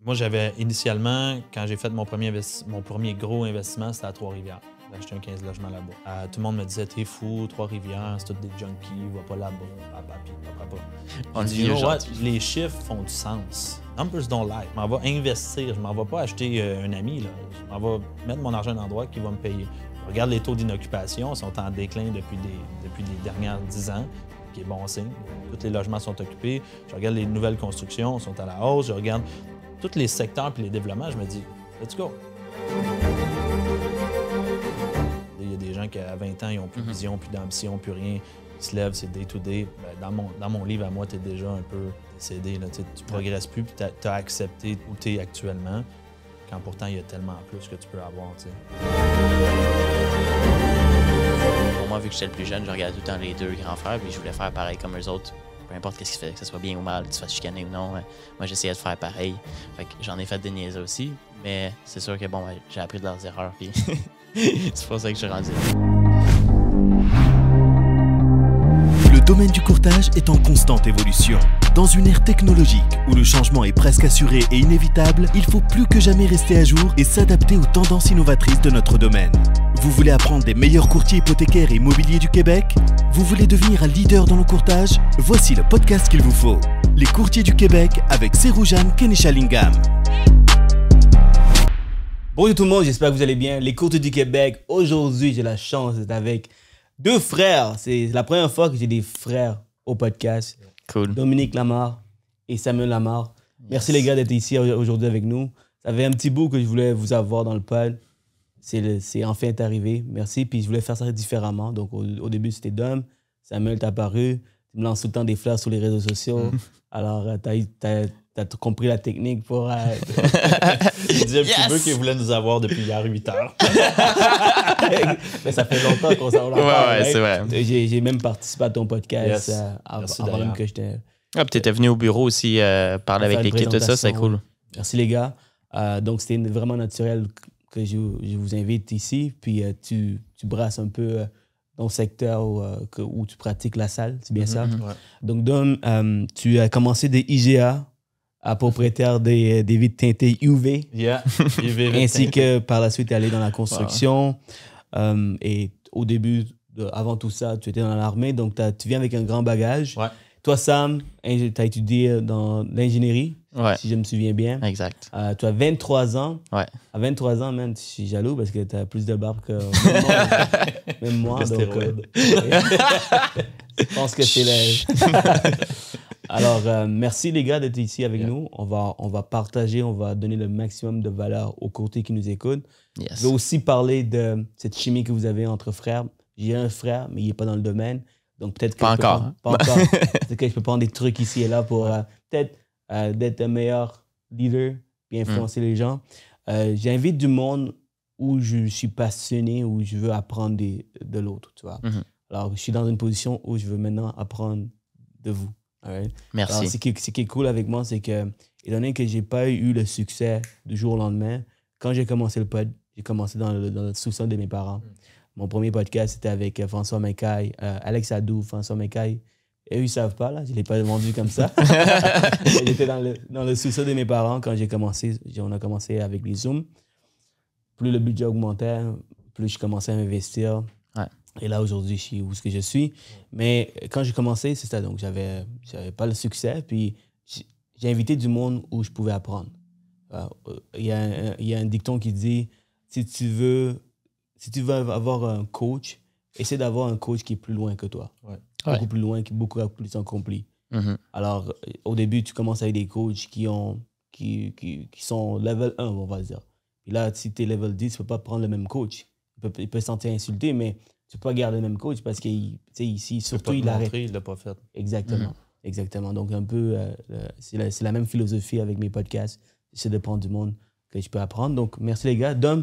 Moi, j'avais initialement, quand j'ai fait mon premier gros investissement, c'était à Trois-Rivières. J'ai acheté un 15 logements là-bas. Tout le monde me disait, t'es fou, Trois-Rivières, c'est tous des junkies, va pas là-bas, papa. On dit, you know what? Les chiffres font du sens. Numbers don't lie. Je m'en vais investir, je m'en vais pas acheter un ami, là. Je m'en vais mettre mon argent à un endroit qui va me payer. Je regarde les taux d'inoccupation, ils sont en déclin depuis les dernières 10 ans, qui est bon signe. Tous les logements sont occupés. Je regarde les nouvelles constructions, sont à la hausse. Je regarde tous les secteurs et les développements, je me dis, let's go. Il y a des gens qui, à 20 ans, ils n'ont plus de vision, plus d'ambition, plus rien. Ils se lèvent, c'est day-to-day. Dans mon livre, à moi, tu es déjà un peu décédé. Là, tu ne progresses plus, puis tu as accepté où tu es actuellement, quand pourtant, il y a tellement plus que tu peux avoir. T'sais. Pour moi, vu que j'étais le plus jeune, je regardais tout le temps les deux grands frères, puis je voulais faire pareil comme eux autres. Peu importe ce qu'ils faisaient, que ce soit bien ou mal, que tu fasses chicaner ou non, moi j'essayais de faire pareil. Fait que j'en ai fait des niaises aussi, mais c'est sûr que bon, j'ai appris de leurs erreurs, puis c'est pour ça que je suis rendu là. Le domaine du courtage est en constante évolution. Dans une ère technologique où le changement est presque assuré et inévitable, il faut plus que jamais rester à jour et s'adapter aux tendances innovatrices de notre domaine. Vous voulez apprendre des meilleurs courtiers hypothécaires et immobiliers du Québec? Vous voulez devenir un leader dans le courtage? Voici le podcast qu'il vous faut. Les courtiers du Québec avec Seroujane Kenishalingam. Bonjour tout le monde, j'espère que vous allez bien. Les courtiers du Québec, aujourd'hui j'ai la chance d'être avec deux frères. C'est la première fois que j'ai des frères au podcast. Cool. Dominique Lamarre et Samuel Lamarre. Yes. Merci les gars d'être ici aujourd'hui avec nous. Ça fait un petit bout que je voulais vous avoir dans le pod. C'est enfin arrivé. Merci. Puis je voulais faire ça différemment. Donc au début c'était Dom. Samuel t'a apparu. Tu me lances tout le temps des fleurs sur les réseaux sociaux. Alors t'as compris la technique pour... Il disait un petit peu qu'il voulait nous avoir depuis hier 8 heures. Mais ça fait longtemps qu'on s'en parle. Ouais, c'est vrai. J'ai même participé à ton podcast avant même que j'étais... Ah, puis t'étais venu au bureau aussi parler avec l'équipe de ça, c'est cool. Merci les gars. Donc c'était vraiment naturel que je vous invite ici. Puis tu brasses un peu dans le secteur où tu pratiques la salle, c'est bien ça? Ouais. Donc Dom, tu as commencé des IGA, à propriétaire des vitres teintées UV. Yeah. Ainsi que par la suite aller dans la construction. Wow. Et au début, avant tout ça, tu étais dans l'armée, donc tu viens avec un grand bagage. Ouais. Toi, Sam, tu as étudié dans l'ingénierie, si je me souviens bien. Exact. Tu as 23 ans. Ouais. À 23 ans, man, je suis jaloux parce que tu as plus de barbe que même moi. Donc, je pense que c'est Alors, merci les gars d'être ici avec nous. On va partager, on va donner le maximum de valeur aux courtiers qui nous écoutent. Yes. Je vais aussi parler de cette chimie que vous avez entre frères. J'ai un frère, mais il n'est pas dans le domaine. Donc, peut-être que pas encore. Peut-être que je peux prendre des trucs ici et là pour peut-être d'être un meilleur leader et influencer les gens. J'invite du monde où je suis passionné, où je veux apprendre de l'autre, tu vois. Alors, je suis dans une position où je veux maintenant apprendre de vous. Right? Merci. Alors, ce qui est cool avec moi, c'est que, étant donné que je n'ai pas eu le succès du jour au lendemain, quand j'ai commencé le pod, j'ai commencé dans le sous-sol de mes parents. Mon premier podcast, c'était avec François Macaille, Alex Adou, François Macaille. Et eux, ils ne savent pas, là, je ne l'ai pas vendu comme ça. J'étais dans le sous-sol de mes parents quand j'ai commencé. On a commencé avec les Zooms. Plus le budget augmentait, plus je commençais à investir. Ouais. Et là, aujourd'hui, je suis où ce que je suis. Mais quand j'ai commencé, c'est ça. Donc, j'avais pas le succès. Puis, j'ai invité du monde où je pouvais apprendre. Il y a un dicton qui dit, si tu veux avoir un coach, essaie d'avoir un coach qui est plus loin que toi. Ouais. Beaucoup plus loin, beaucoup plus accompli. Alors, au début, tu commences avec des coachs qui sont level 1, on va dire. Et là, si tu es level 10, tu ne peux pas prendre le même coach. Il peut se sentir insulté, mais tu ne peux pas garder le même coach parce qu'ici, surtout, il arrête. Il ne l'a pas fait. Exactement. Exactement. Donc, un peu, c'est la même philosophie avec mes podcasts. J'essaie de prendre du monde que je peux apprendre. Donc, merci les gars. Dom,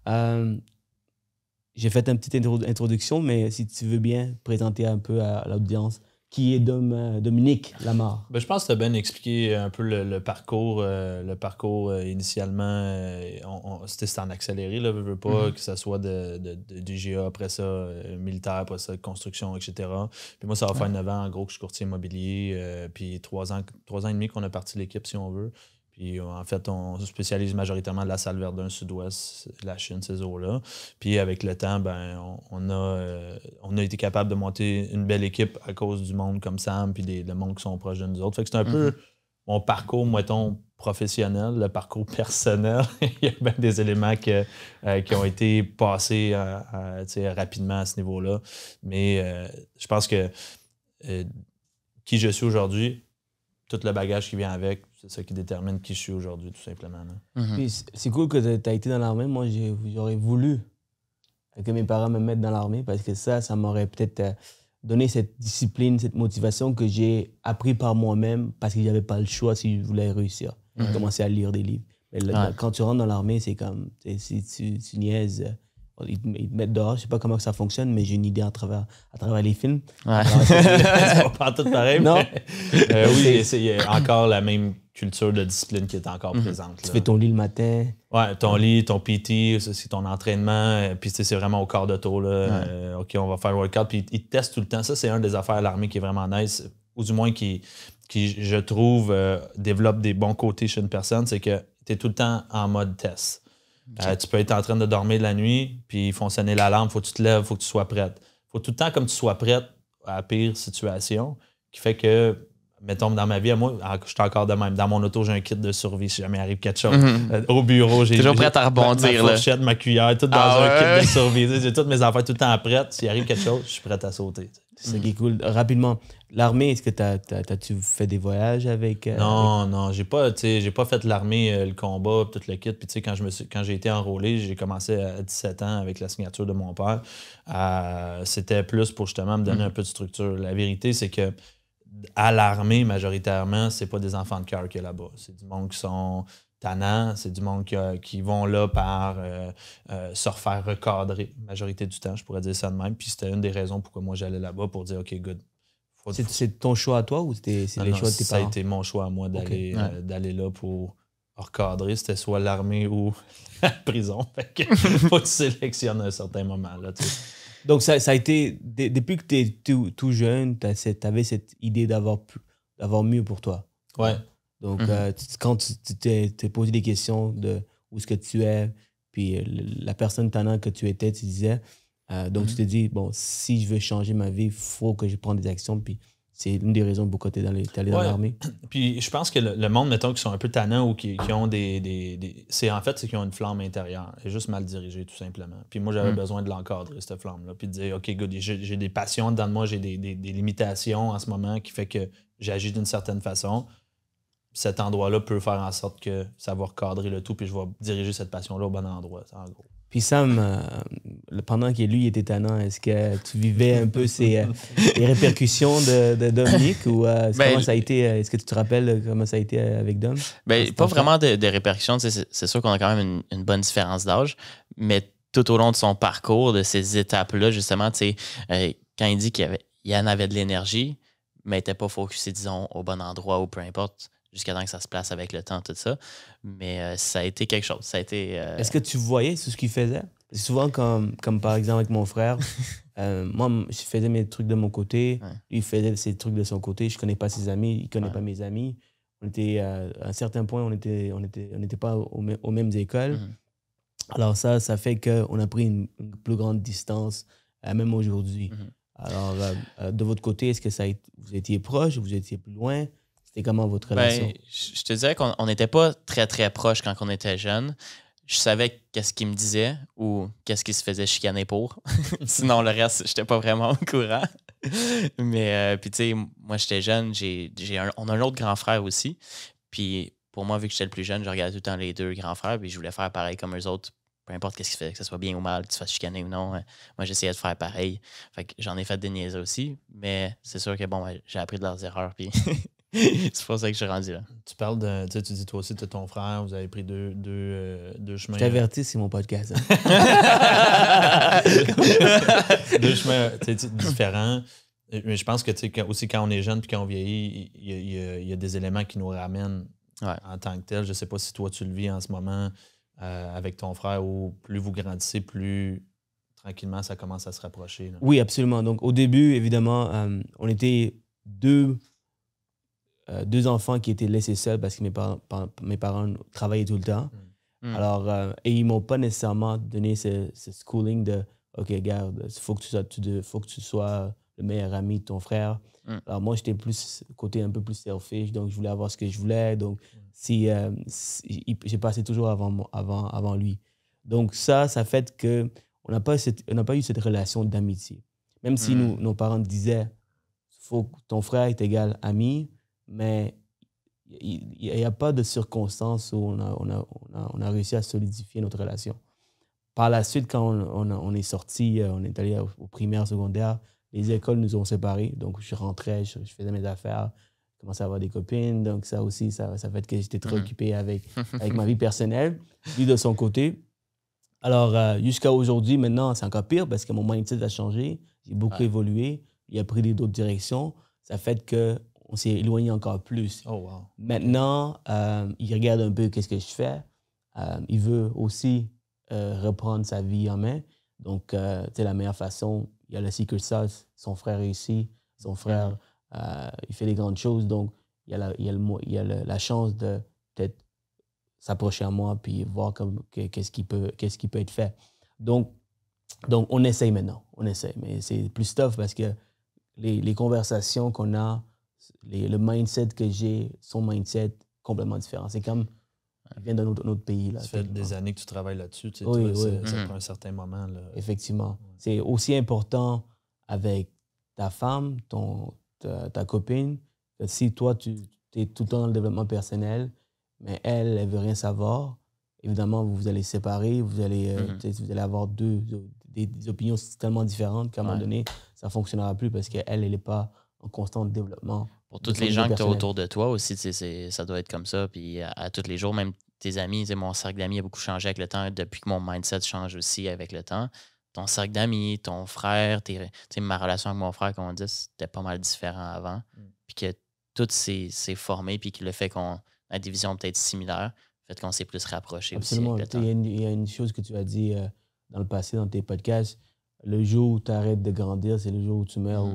j'ai fait une petite introduction, mais si tu veux bien présenter un peu à l'audience qui est Dominique Lamarre. Ben, je pense que tu as bien expliqué un peu le parcours. Initialement, c'était en accéléré, là, veux pas, que ce soit du GA, après ça, militaire, après ça, construction, etc. Puis moi, ça va faire 9 ans, en gros, que je suis courtier immobilier. Puis 3 ans et demi qu'on a parti l'équipe, si on veut. Puis en fait, on se spécialise majoritairement de la salle Verdun Sud-Ouest, la Chine, ces eaux-là. Puis avec le temps, on a été capable de monter une belle équipe à cause du monde comme Sam, puis le monde qui sont proches de nous autres. Fait que c'est un peu mon parcours, mettons, professionnel, le parcours personnel. Il y a bien des éléments qui ont été passés rapidement à ce niveau-là. Mais je pense que qui je suis aujourd'hui, tout le bagage qui vient avec, c'est ça qui détermine qui je suis aujourd'hui, tout simplement. Puis c'est cool que tu as été dans l'armée. Moi, j'aurais voulu que mes parents me mettent dans l'armée parce que ça m'aurait peut-être donné cette discipline, cette motivation que j'ai appris par moi-même parce que j'avais pas le choix si je voulais réussir. J'ai commencé à lire des livres. Mais là, quand tu rentres dans l'armée, c'est comme, si tu niaises, ils te mettent dehors. Je sais pas comment ça fonctionne, mais j'ai une idée à travers les films. Ouais. Ça va pas tout pareil, non. Mais oui, il y a encore la même culture de discipline qui est encore présente. Tu fais ton lit le matin. Ouais, ton lit, ton PT, c'est ton entraînement. Puis c'est vraiment au quart d'auto. OK, on va faire le workout. Puis ils te testent tout le temps. Ça, c'est un des affaires à l'armée qui est vraiment nice, ou du moins qui je trouve, développe des bons côtés chez une personne, c'est que tu es tout le temps en mode test. Tu peux être en train de dormir la nuit, puis ils font sonner l'alarme, faut que tu te lèves, faut que tu sois prête. Faut tout le temps comme tu sois prête à la pire situation, qui fait que, mettons, dans ma vie, moi, je suis encore de même. Dans mon auto, j'ai un kit de survie si jamais arrive quelque chose. Au bureau, j'ai toujours prête à rebondir. Ma fourchette, ma cuillère, tout dans un kit de survie. J'ai toutes mes affaires tout le temps prêtes. S'il arrive quelque chose, je suis prête à sauter. C'est ça qui est cool. Rapidement, l'armée, est-ce que t'as-tu fait des voyages avec... Non, j'ai pas fait l'armée, le combat, tout le kit. Puis tu sais, quand j'ai été enrôlé, j'ai commencé à 17 ans avec la signature de mon père. C'était plus pour justement me donner un peu de structure. La vérité, c'est que à l'armée, majoritairement, c'est pas des enfants de cœur qu'il y a là-bas. C'est du monde qui sont tannants, c'est du monde qui vont là par se refaire recadrer, majorité du temps, je pourrais dire ça de même. Puis c'était une des raisons pourquoi moi j'allais là-bas, pour dire OK, good. C'est ton choix à toi ou c'est les choix de tes parents? Ça a été mon choix à moi d'aller là pour recadrer. C'était soit l'armée ou la prison. Fait que faut que tu sélectionnes à un certain moment. Là, tu sais. Donc, ça a été, depuis que tu es tout jeune, tu avais cette idée d'avoir mieux pour toi. Ouais. Donc, quand tu t'es posé des questions de où est-ce que tu es, puis la personne tannante que tu étais, tu disais, donc tu te dis, bon, si je veux changer ma vie, il faut que je prenne des actions, puis c'est une des raisons pourquoi tu es allé dans l'armée. Puis je pense que le monde, mettons, qui sont un peu tannants ou qui ont c'est qu'ils ont une flamme intérieure. Elle est juste mal dirigée, tout simplement. Puis moi, j'avais besoin de l'encadrer, cette flamme-là. Puis de dire, OK, good, j'ai des passions dedans de moi, j'ai des limitations en ce moment qui fait que j'agis d'une certaine façon. Cet endroit-là peut faire en sorte que ça va recadrer le tout, puis je vais diriger cette passion-là au bon endroit, en gros. Puis Sam, pendant que lui était tannant, est-ce que tu vivais un peu les répercussions de Dominique ou comment ça a été? Est-ce que tu te rappelles comment ça a été avec Dom? Pas vraiment de répercussions. C'est sûr qu'on a quand même une bonne différence d'âge, mais tout au long de son parcours, de ces étapes-là, justement, quand il dit qu'il en avait de l'énergie, mais il n'était pas focusé, disons, au bon endroit ou peu importe, jusqu'à temps que ça se place avec le temps, tout ça. Mais ça a été quelque chose. Ça a été, Est-ce que tu voyais ce qu'il faisait? Parce que souvent, comme par exemple avec mon frère, moi, je faisais mes trucs de mon côté, lui, il faisait ses trucs de son côté. Je ne connais pas ses amis, il ne connaît pas mes amis. On était, à un certain point, on n'était pas aux mêmes écoles. Alors ça fait qu'on a pris une plus grande distance, même aujourd'hui. Alors, de votre côté, est-ce que vous étiez proches, vous étiez plus loin? C'était comment votre relation? Je te dirais qu'on n'était pas très, très proches quand on était jeunes. Je savais qu'est-ce qu'il me disait ou qu'est-ce qu'il se faisait chicaner pour. Sinon, le reste, je n'étais pas vraiment au courant. Mais, puis tu sais, moi, j'étais jeune. On a un autre grand frère aussi. Puis, pour moi, vu que j'étais le plus jeune, je regardais tout le temps les deux grands frères. Puis, je voulais faire pareil comme eux autres. Peu importe qu'est-ce qu'ils faisaient, que ce soit bien ou mal, que tu te fasses chicaner ou non. Moi, j'essayais de faire pareil. Fait que j'en ai fait des niaises aussi. Mais c'est sûr que, bon, j'ai appris de leurs erreurs. Puis... c'est pour ça que je suis rendu là. Tu parles de. Tu dis toi aussi, tu as ton frère, vous avez pris deux chemins. Je t'avertis, c'est mon podcast. Deux chemins différents. Mais je pense que aussi quand on est jeune et quand on vieillit, il y a des éléments qui nous ramènent en tant que tel. Je ne sais pas si toi tu le vis en ce moment avec ton frère ou plus vous grandissez, plus tranquillement ça commence à se rapprocher. Là. Oui, absolument. Donc au début, évidemment, on était deux 2 enfants qui étaient laissés seuls parce que mes parents travaillaient tout le temps. Alors, et ils ne m'ont pas nécessairement donné ce schooling de « OK, regarde, il faut que tu sois le meilleur ami de ton frère. » Alors, moi, j'étais plus côté un peu plus selfish, donc je voulais avoir ce que je voulais. Donc, j'ai passé toujours avant lui. Donc, ça fait qu'on n'a pas eu cette relation d'amitié. Même si nos parents disaient faut que ton frère est égal ami, mais il n'y a pas de circonstances où on a réussi à solidifier notre relation. Par la suite, quand on est sorti, on est allé au primaire, secondaire, les écoles nous ont séparés. Donc, je rentrais, je faisais mes affaires, je commençais à avoir des copines. Donc, ça aussi, ça fait que j'étais très occupé avec ma vie personnelle, lui de son côté. Alors, jusqu'à aujourd'hui, maintenant, c'est encore pire parce que mon mindset a changé. J'ai beaucoup évolué. Il a pris d'autres directions. Ça fait qu'on s'est éloigné encore plus. Oh, wow. Maintenant, il regarde un peu qu'est-ce que je fais. Il veut aussi reprendre sa vie en main. Donc, c'est la meilleure façon. Il y a le secret sauce. Son frère est ici. Son frère, il fait des grandes choses. Donc, il y a la chance de peut-être s'approcher à moi puis voir qu'est-ce qui peut être fait. Donc, on essaye maintenant. On essaye. Mais c'est plus tough parce que les conversations qu'on a, le mindset que j'ai, son mindset, complètement différent. C'est comme, il vient d'un autre pays. Là, ça fait des années que tu travailles là-dessus. Tu sais, oui. Ça prend un certain moment. Là. Effectivement. C'est aussi important avec ta femme, ta copine, que si toi, tu es tout le temps dans le développement personnel, mais elle ne veut rien savoir, évidemment, vous allez séparer, vous allez avoir des opinions tellement différentes qu'à un moment donné, ça ne fonctionnera plus parce qu'elle n'est pas en constant développement. Pour tous les gens que tu as autour de toi aussi, ça doit être comme ça. Puis à tous les jours, même tes amis, mon cercle d'amis a beaucoup changé avec le temps, depuis que mon mindset change aussi avec le temps. Ton cercle d'amis, ton frère, ma relation avec mon frère, comme on dit, c'était pas mal différent avant. Puis que tout s'est formé, puis que le fait qu'on a des visions peut-être similaires, fait qu'on s'est plus rapprochés aussi avec le temps. Il y a une chose que tu as dit dans le passé, dans tes podcasts, le jour où tu arrêtes de grandir, c'est le jour où tu meurs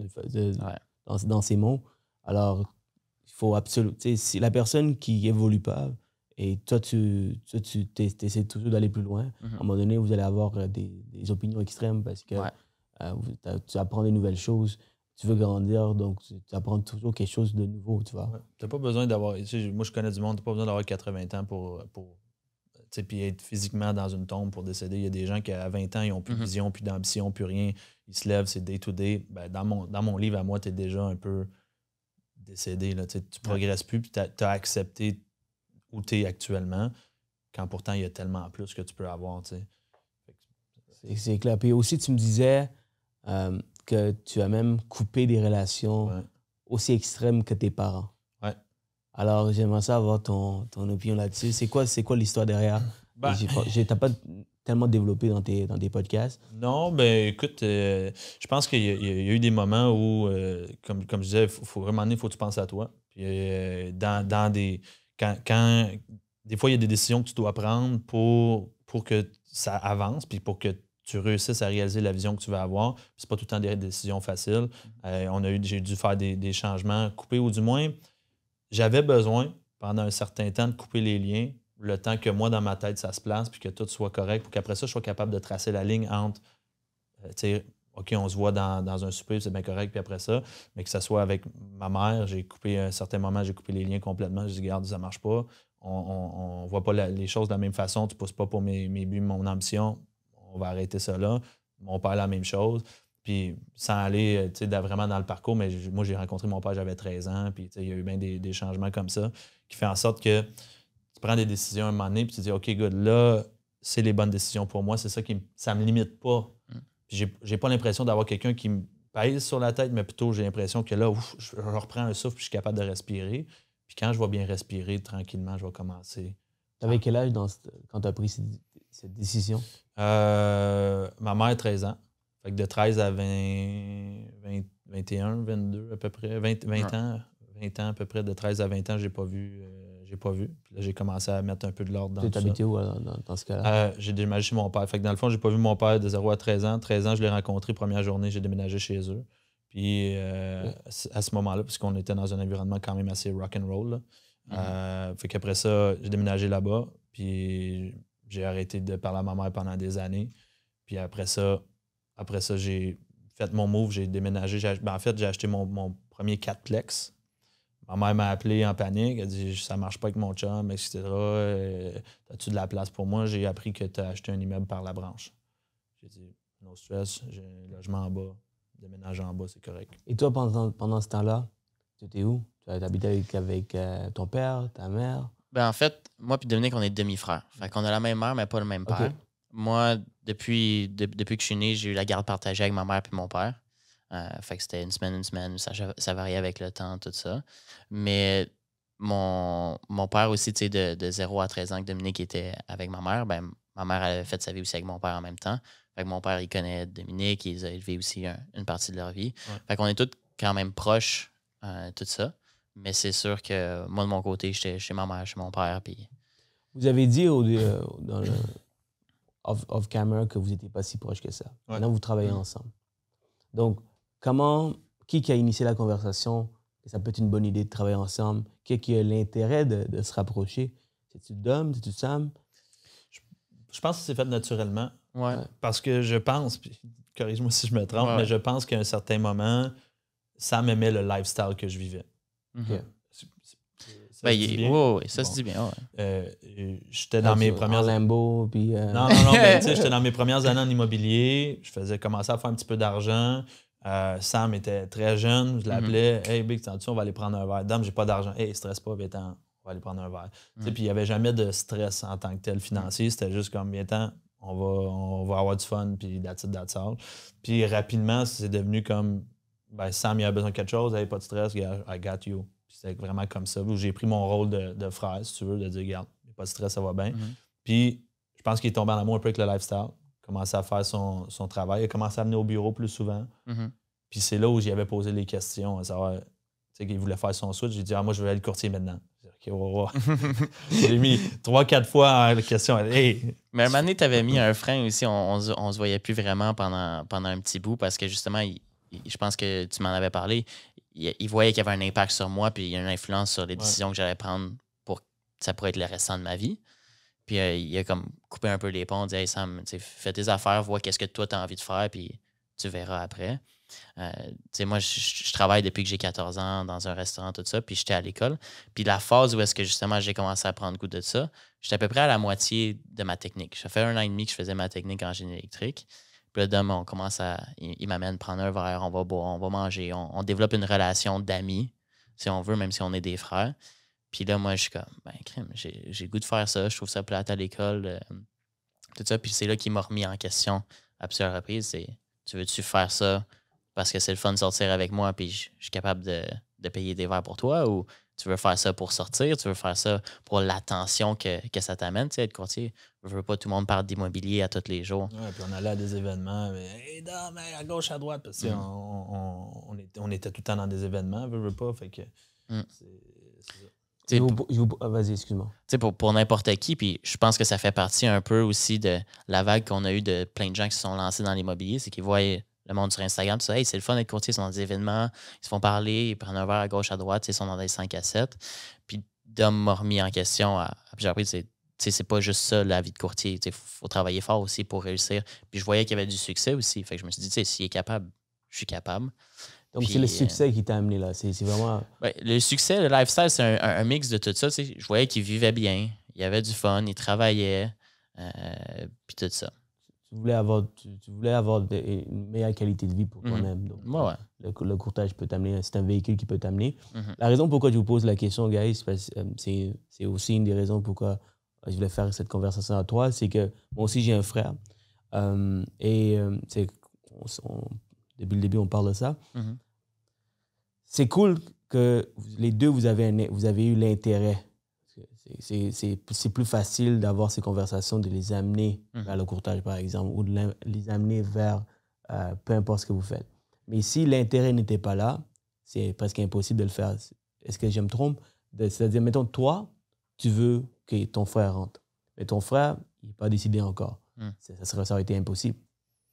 dans ces mots. Alors, il faut absolument... Si la personne qui évolue pas, et toi, tu essaies toujours d'aller plus loin, à un moment donné, vous allez avoir des opinions extrêmes parce que tu apprends des nouvelles choses, tu veux grandir, donc tu apprends toujours quelque chose de nouveau, tu vois. Ouais. Tu n'as pas besoin d'avoir... Moi, je connais du monde, tu n'as pas besoin d'avoir 80 ans pour puis être physiquement dans une tombe pour décéder. Il y a des gens qui, à 20 ans, ils n'ont plus de vision, plus d'ambition, plus rien. Ils se lèvent, c'est day-to-day. Ben, dans mon livre, à moi, tu es déjà un peu décédé. Là. Tu ne progresses plus, puis tu as accepté où tu es actuellement, quand pourtant, il y a tellement plus que tu peux avoir. C'est clair. Puis aussi, tu me disais que tu as même coupé des relations aussi extrêmes que tes parents. Ouais. Alors, j'aimerais savoir ton opinion là-dessus. C'est quoi l'histoire derrière? Tu n'as pas tellement développé dans tes podcasts. Non, ben écoute, je pense qu'il y a eu des moments où, comme je disais, vraiment, il faut que tu penses à toi. Puis, quand des fois, il y a des décisions que tu dois prendre pour que ça avance, puis pour que tu réussisses à réaliser la vision que tu veux avoir. Puis c'est pas tout le temps des décisions faciles. J'ai dû faire des changements, couper, ou du moins, j'avais besoin, pendant un certain temps, de couper les liens, le temps que moi, dans ma tête, ça se place, puis que tout soit correct, pour qu'après ça, je sois capable de tracer la ligne entre, OK, on se voit dans un souper, c'est bien correct, puis après ça, mais que ça soit avec ma mère, j'ai coupé, à un certain moment, j'ai coupé les liens complètement. J'ai dit, regarde, ça marche pas, on voit pas les choses de la même façon, tu pousses pas pour mes buts, mon ambition, on va arrêter ça là. Mon père, la même chose. Puis sans aller vraiment dans le parcours, mais moi, j'ai rencontré mon père, j'avais 13 ans, puis il y a eu bien des changements comme ça qui fait en sorte que tu prends des décisions à un moment donné, puis tu dis, OK, good, là, c'est les bonnes décisions pour moi, c'est ça ça me limite pas. Puis j'ai pas l'impression d'avoir quelqu'un qui me pèse sur la tête, mais plutôt j'ai l'impression que là, je reprends un souffle, puis je suis capable de respirer. Puis quand je vais bien respirer, tranquillement, je vais commencer. T'avais quel âge quand tu as pris cette décision? Ma mère, 13 ans. Fait que de 13 à 21, 22 à peu près, 20 ans à peu près, de 13 à 20 ans, j'ai pas vu. Puis là, j'ai commencé à mettre un peu de l'ordre dans tout ça. Tu habité où dans ce cas-là? J'ai déménagé chez mon père. Fait que dans le fond, j'ai pas vu mon père de 0 à 13 ans. 13 ans, je l'ai rencontré, première journée, j'ai déménagé chez eux. Puis à ce moment-là, puisqu'on était dans un environnement quand même assez rock'n'roll, fait qu'après ça, j'ai déménagé là-bas. Puis j'ai arrêté de parler à ma mère pendant des années. Puis après ça j'ai fait mon move, j'ai déménagé. En fait, j'ai acheté mon premier 4plex. Ma mère m'a appelé en panique. Elle a dit ça marche pas avec mon chum, etc. As-tu de la place pour moi? J'ai appris que tu as acheté un immeuble par la branche. J'ai dit no stress, j'ai un logement en bas, déménager en bas, c'est correct. Et toi, pendant ce temps-là, tu étais où? Tu habitais avec ton père, ta mère? Ben, en fait, moi et Dominique, on est demi-frères. Fait qu'on a la même mère, mais pas le même père. Okay. Moi, depuis que je suis né, j'ai eu la garde partagée avec ma mère et mon père. Fait que c'était une semaine, ça variait avec le temps, tout ça. Mais mon père aussi, tu sais, de 0 à 13 ans que Dominique était avec ma mère, ben, ma mère avait fait sa vie aussi avec mon père en même temps. Fait que mon père, il connaît Dominique, il les a élevés aussi une partie de leur vie. Ouais. Fait qu'on est tous quand même proches, tout ça. Mais c'est sûr que moi, de mon côté, j'étais chez ma mère, chez mon père. Puis... Vous avez dit dans le off-camera que vous n'étiez pas si proches que ça. Ouais. Maintenant, vous travaillez ensemble. Donc, qui a initié la conversation? Ça peut être une bonne idée de travailler ensemble. Qui a l'intérêt de se rapprocher? C'est-tu Dom? C'est-tu Sam? Je pense que c'est fait naturellement. Ouais. Parce que je pense, puis corrige-moi si je me trompe, mais je pense qu'à un certain moment, Sam aimait le lifestyle que je vivais. Mm-hmm. Ça se dit bien. Oui, ça se dit bien. Ouais. J'étais dans mes premières... En Lambo, puis... Non, mais tu sais, j'étais dans mes premières années en immobilier. Je faisais commencer à faire un petit peu d'argent. Sam était très jeune. Je l'appelais. Hey, Big, on va aller prendre un verre. Dame, j'ai pas d'argent. Hey, stresse pas, viens-t'en. On va aller prendre un verre. Tu sais, puis il n'y avait jamais de stress en tant que tel financier. C'était juste comme, viens-t'en, on va avoir du fun, puis that's all. Puis rapidement, c'est devenu comme, ben, Sam, il a besoin de quelque chose. Hey, pas de stress, I got you. C'était vraiment comme ça, où j'ai pris mon rôle de frère, si tu veux, de dire, regarde, il n'y a pas de stress, ça va bien. Puis, je pense qu'il est tombé en amour un peu avec le lifestyle, commencé à faire son travail, il a commencé à venir au bureau plus souvent. Puis c'est là où j'y avais posé les questions, à savoir, tu sais, qu'il voulait faire son switch. J'ai dit, moi, je vais aller courtier maintenant. J'ai dit, OK, j'ai mis 3-4 fois la question. Hey. Mais à un moment donné, tu avais mis un frein aussi, on se voyait plus vraiment pendant un petit bout, parce que justement, je pense que tu m'en avais parlé. Il voyait qu'il y avait un impact sur moi, puis il y a une influence sur les décisions que j'allais prendre pour ça pourrait être le restant de ma vie. Puis il a comme coupé un peu les ponts, dit hey Sam, fais tes affaires, vois qu'est-ce que toi tu as envie de faire, puis tu verras après. Moi, je travaille depuis que j'ai 14 ans dans un restaurant, tout ça, puis j'étais à l'école. Puis la phase où est-ce que justement j'ai commencé à prendre goût de ça, j'étais à peu près à la moitié de ma technique. Ça fait 1 an et demi que je faisais ma technique en génie électrique. Puis là, Dom, on commence il m'amène prendre un verre, on va boire, on va manger. On développe une relation d'amis, si on veut, même si on est des frères. Puis là, moi, je suis comme, ben, crème, j'ai le goût de faire ça. Je trouve ça plate à l'école. Tout ça. Puis c'est là qu'il m'a remis en question à plusieurs reprises. C'est, tu veux-tu faire ça parce que c'est le fun de sortir avec moi puis je suis capable de payer des verres pour toi, ou tu veux faire ça pour sortir, tu veux faire ça pour l'attention que ça t'amène, tu sais, être courtier. Je veux pas tout le monde parle d'immobilier à tous les jours. Ouais, puis on allait à des événements, mais hey, non, mais à gauche, à droite, parce que on était tout le temps dans des événements, veux pas, fait que c'est ça. Vas-y, excuse-moi. Tu sais, pour n'importe qui, puis je pense que ça fait partie un peu aussi de la vague qu'on a eue de plein de gens qui se sont lancés dans l'immobilier, c'est qu'ils voient le monde sur Instagram, tout ça, hey, c'est le fun d'être courtier, ils sont dans des événements, ils se font parler, ils prennent un verre à gauche, à droite, ils sont dans des 5 à 7. Puis Dom m'a remis en question à plusieurs reprises, c'est pas juste ça, la vie de courtier. Il faut travailler fort aussi pour réussir. Puis je voyais qu'il y avait du succès aussi. Fait que je me suis dit, s'il est capable, je suis capable. Donc, c'est le succès qui t'a amené là. C'est vraiment... Ben, le succès, le lifestyle, c'est un mix de tout ça. Je voyais qu'il vivait bien, il avait du fun, il travaillait, puis tout ça. Tu voulais avoir une meilleure qualité de vie pour toi-même. Donc, le courtage peut t'amener, c'est un véhicule qui peut t'amener. La raison pourquoi je vous pose la question, guys, c'est aussi une des raisons pourquoi je voulais faire cette conversation à toi, c'est que moi aussi j'ai un frère. Depuis le début, on parle de ça. C'est cool que les deux, vous avez eu l'intérêt. C'est plus facile d'avoir ces conversations, de les amener vers le courtage, par exemple, ou de les amener vers peu importe ce que vous faites. Mais si l'intérêt n'était pas là, c'est presque impossible de le faire. Est-ce que je me trompe? C'est-à-dire, mettons, toi, tu veux que ton frère rentre. Mais ton frère, il n'est pas décidé encore. Ça aurait été impossible.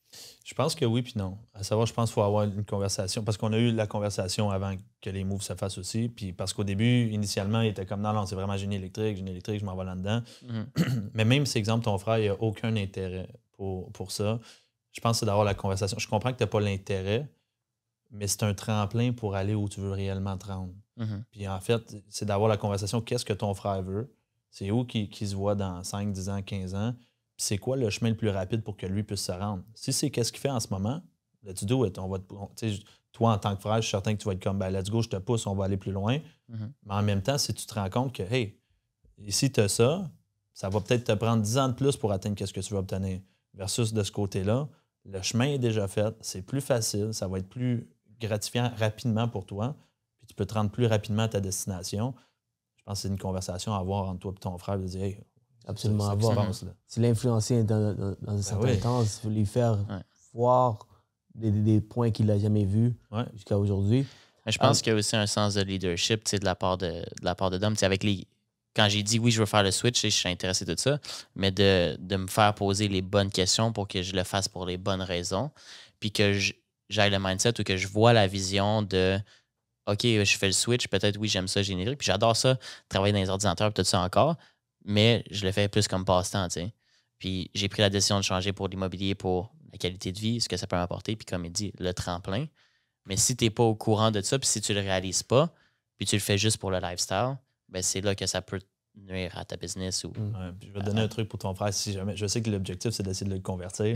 Je pense que oui puis non. À savoir, je pense qu'il faut avoir une conversation. Parce qu'on a eu la conversation avant que les moves se fassent aussi. Puis parce qu'au début, initialement, il était comme non, c'est vraiment génie électrique, je m'en vais là-dedans. Mais même si, exemple, ton frère, il n'a aucun intérêt pour ça, je pense que c'est d'avoir la conversation. Je comprends que tu n'as pas l'intérêt, mais c'est un tremplin pour aller où tu veux réellement te rendre. Puis en fait, c'est d'avoir la conversation. Qu'est-ce que ton frère veut? C'est où qu'il se voit dans 5, 10 ans, 15 ans? Puis c'est quoi le chemin le plus rapide pour que lui puisse se rendre? Si c'est qu'est-ce qu'il fait en ce moment, let's do it. Toi, en tant que frère, je suis certain que tu vas être comme, let's go, je te pousse, on va aller plus loin. Mais en même temps, si tu te rends compte que, hey, ici, tu as ça va peut-être te prendre 10 ans de plus pour atteindre ce que tu veux obtenir. Versus de ce côté-là, le chemin est déjà fait, c'est plus facile, ça va être plus gratifiant rapidement pour toi, puis tu peux te rendre plus rapidement à ta destination. Je pense que c'est une conversation à avoir entre toi et ton frère, de dire, hey, absolument avoir. C'est l'influencer dans un certain temps, c'est lui faire voir des points qu'il n'a jamais vus jusqu'à aujourd'hui. Mais je pense qu'il y a aussi un sens de leadership de la part de Dom. Avec quand j'ai dit oui, je veux faire le switch, je suis intéressé de tout ça, mais de me faire poser les bonnes questions pour que je le fasse pour les bonnes raisons, puis que j'aille le mindset ou que je vois la vision de OK, je fais le switch, peut-être oui, j'aime ça, générique, puis j'adore ça, travailler dans les ordinateurs et tout ça encore, mais je le fais plus comme passe-temps, tu sais. Puis j'ai pris la décision de changer pour l'immobilier, pour la qualité de vie, ce que ça peut m'apporter, puis comme il dit, le tremplin. Mais si tu n'es pas au courant de ça, puis si tu le réalises pas, puis tu le fais juste pour le lifestyle, ben c'est là que ça peut nuire à ta business. Ou... je vais te donner un truc pour ton frère, si jamais. Je sais que l'objectif, c'est d'essayer de le convertir.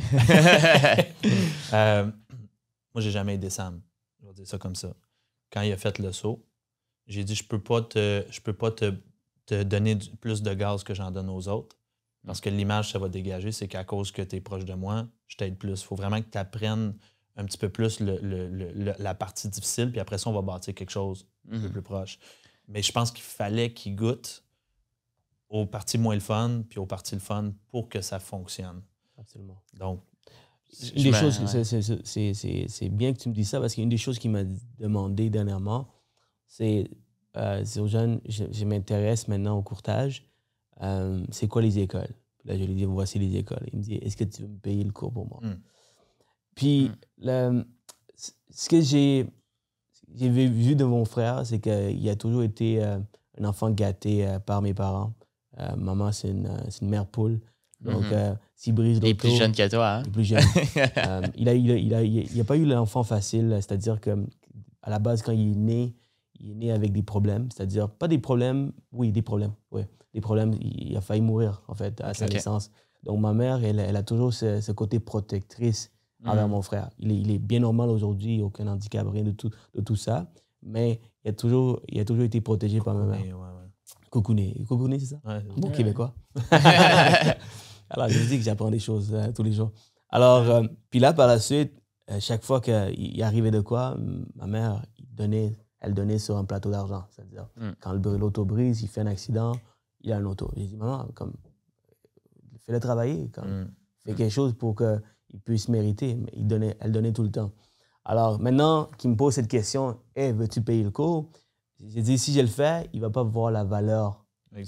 Moi, j'ai jamais aidé Sam. Je vais dire ça comme ça. Quand il a fait le saut, j'ai dit, je peux pas te donner plus de gaz que j'en donne aux autres. Parce que l'image que ça va dégager, c'est qu'à cause que tu es proche de moi, je t'aide plus. Il faut vraiment que tu apprennes un petit peu plus la partie difficile, puis après ça, on va bâtir quelque chose un peu plus proche. Mais je pense qu'il fallait qu'il goûte aux parties moins le fun, puis aux parties le fun pour que ça fonctionne. Absolument. Donc, une des choses, c'est bien que tu me dises ça, parce qu'une des choses qu'il m'a demandé dernièrement, c'est aux jeunes, je m'intéresse maintenant au courtage. C'est quoi les écoles? Là, je lui dis, voici les écoles. Il me dit, est-ce que tu veux me payer le cours pour moi? Puis, ce que j'ai vu de mon frère, c'est qu'il a toujours été un enfant gâté par mes parents. Maman, c'est une mère poule. Donc, s'il brise l'auto... Il est plus jeune que toi, hein? Il est plus jeune. Il n'a pas eu l'enfant facile, c'est-à-dire qu'à la base, quand il est né avec des problèmes. C'est-à-dire, pas des problèmes... Oui, des problèmes, oui. Des problèmes, il a failli mourir, en fait, à sa naissance. Donc, ma mère, elle a toujours ce côté protectrice envers mon frère. Il est bien normal aujourd'hui, aucun handicap, rien de tout ça. Mais il a toujours été protégé par ma mère. Cocooné, c'est ça? Ouais, bon québécois. Alors, je dis que j'apprends des choses tous les jours. Alors, puis là, par la suite, chaque fois qu'il arrivait de quoi, ma mère, elle donnait sur un plateau d'argent. C'est-à-dire, quand l'auto brise, il fait un accident, il a une auto. J'ai dit, maman, fais-le travailler. Fais quelque chose pour qu'il puisse mériter. Mais elle donnait tout le temps. Alors, maintenant qu'il me pose cette question, hey, veux-tu payer le cours? J'ai dit, si je le fais, il ne va pas voir la valeur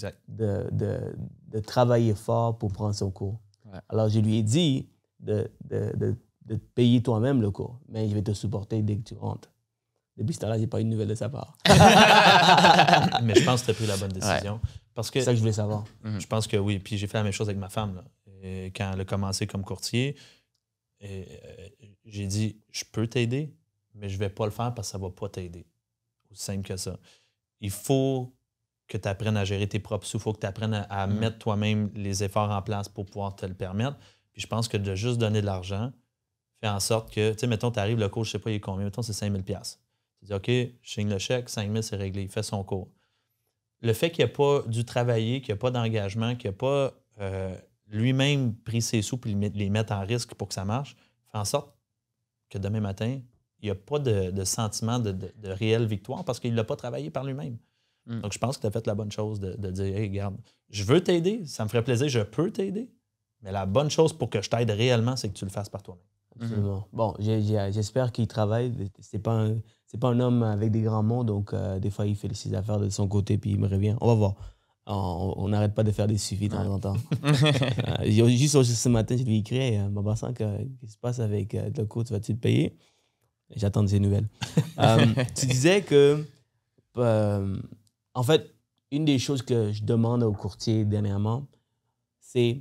de travailler fort pour prendre son cours. Ouais. Alors, je lui ai dit de payer toi-même le cours, mais je vais te supporter dès que tu rentres. Depuis ce temps-là, je n'ai pas eu de nouvelles de sa part. Mais je pense que tu as pris la bonne décision. Ouais. Parce que, c'est ça que je voulais savoir. Je pense que oui. Puis j'ai fait la même chose avec ma femme. Là. Et quand elle a commencé comme courtier, j'ai dit, je peux t'aider, mais je ne vais pas le faire parce que ça ne va pas t'aider. Aussi simple que ça. Il faut que tu apprennes à gérer tes propres sous. Il faut que tu apprennes à mettre toi-même les efforts en place pour pouvoir te le permettre. Puis je pense que de juste donner de l'argent fait en sorte que, tu sais, mettons, tu arrives, le cours, je ne sais pas, il est combien, mettons, c'est 5 000 $. Tu dis, OK, je signe le chèque, 5 000, c'est réglé, il fait son cours. Le fait qu'il n'ait pas dû travailler, qu'il n'y a pas d'engagement, qu'il n'a pas lui-même pris ses sous et les mettre en risque pour que ça marche, fait en sorte que demain matin, il n'y a pas de sentiment de réelle victoire parce qu'il ne l'a pas travaillé par lui-même. Donc, je pense que tu as fait la bonne chose de dire, hey, regarde, je veux t'aider, ça me ferait plaisir, je peux t'aider, mais la bonne chose pour que je t'aide réellement, c'est que tu le fasses par toi-même. Absolument. Bon, j'espère qu'il travaille. C'est pas un homme avec des grands mots, donc des fois, il fait ses affaires de son côté puis il me revient. On va voir. On n'arrête pas de faire des suivis de temps en temps. Juste ce matin, je lui ai écrit en passant, qu'est-ce qui se passe avec le cours, vas-tu le payer? J'attends de ces nouvelles. Tu disais que, en fait, une des choses que je demande aux courtiers dernièrement, c'est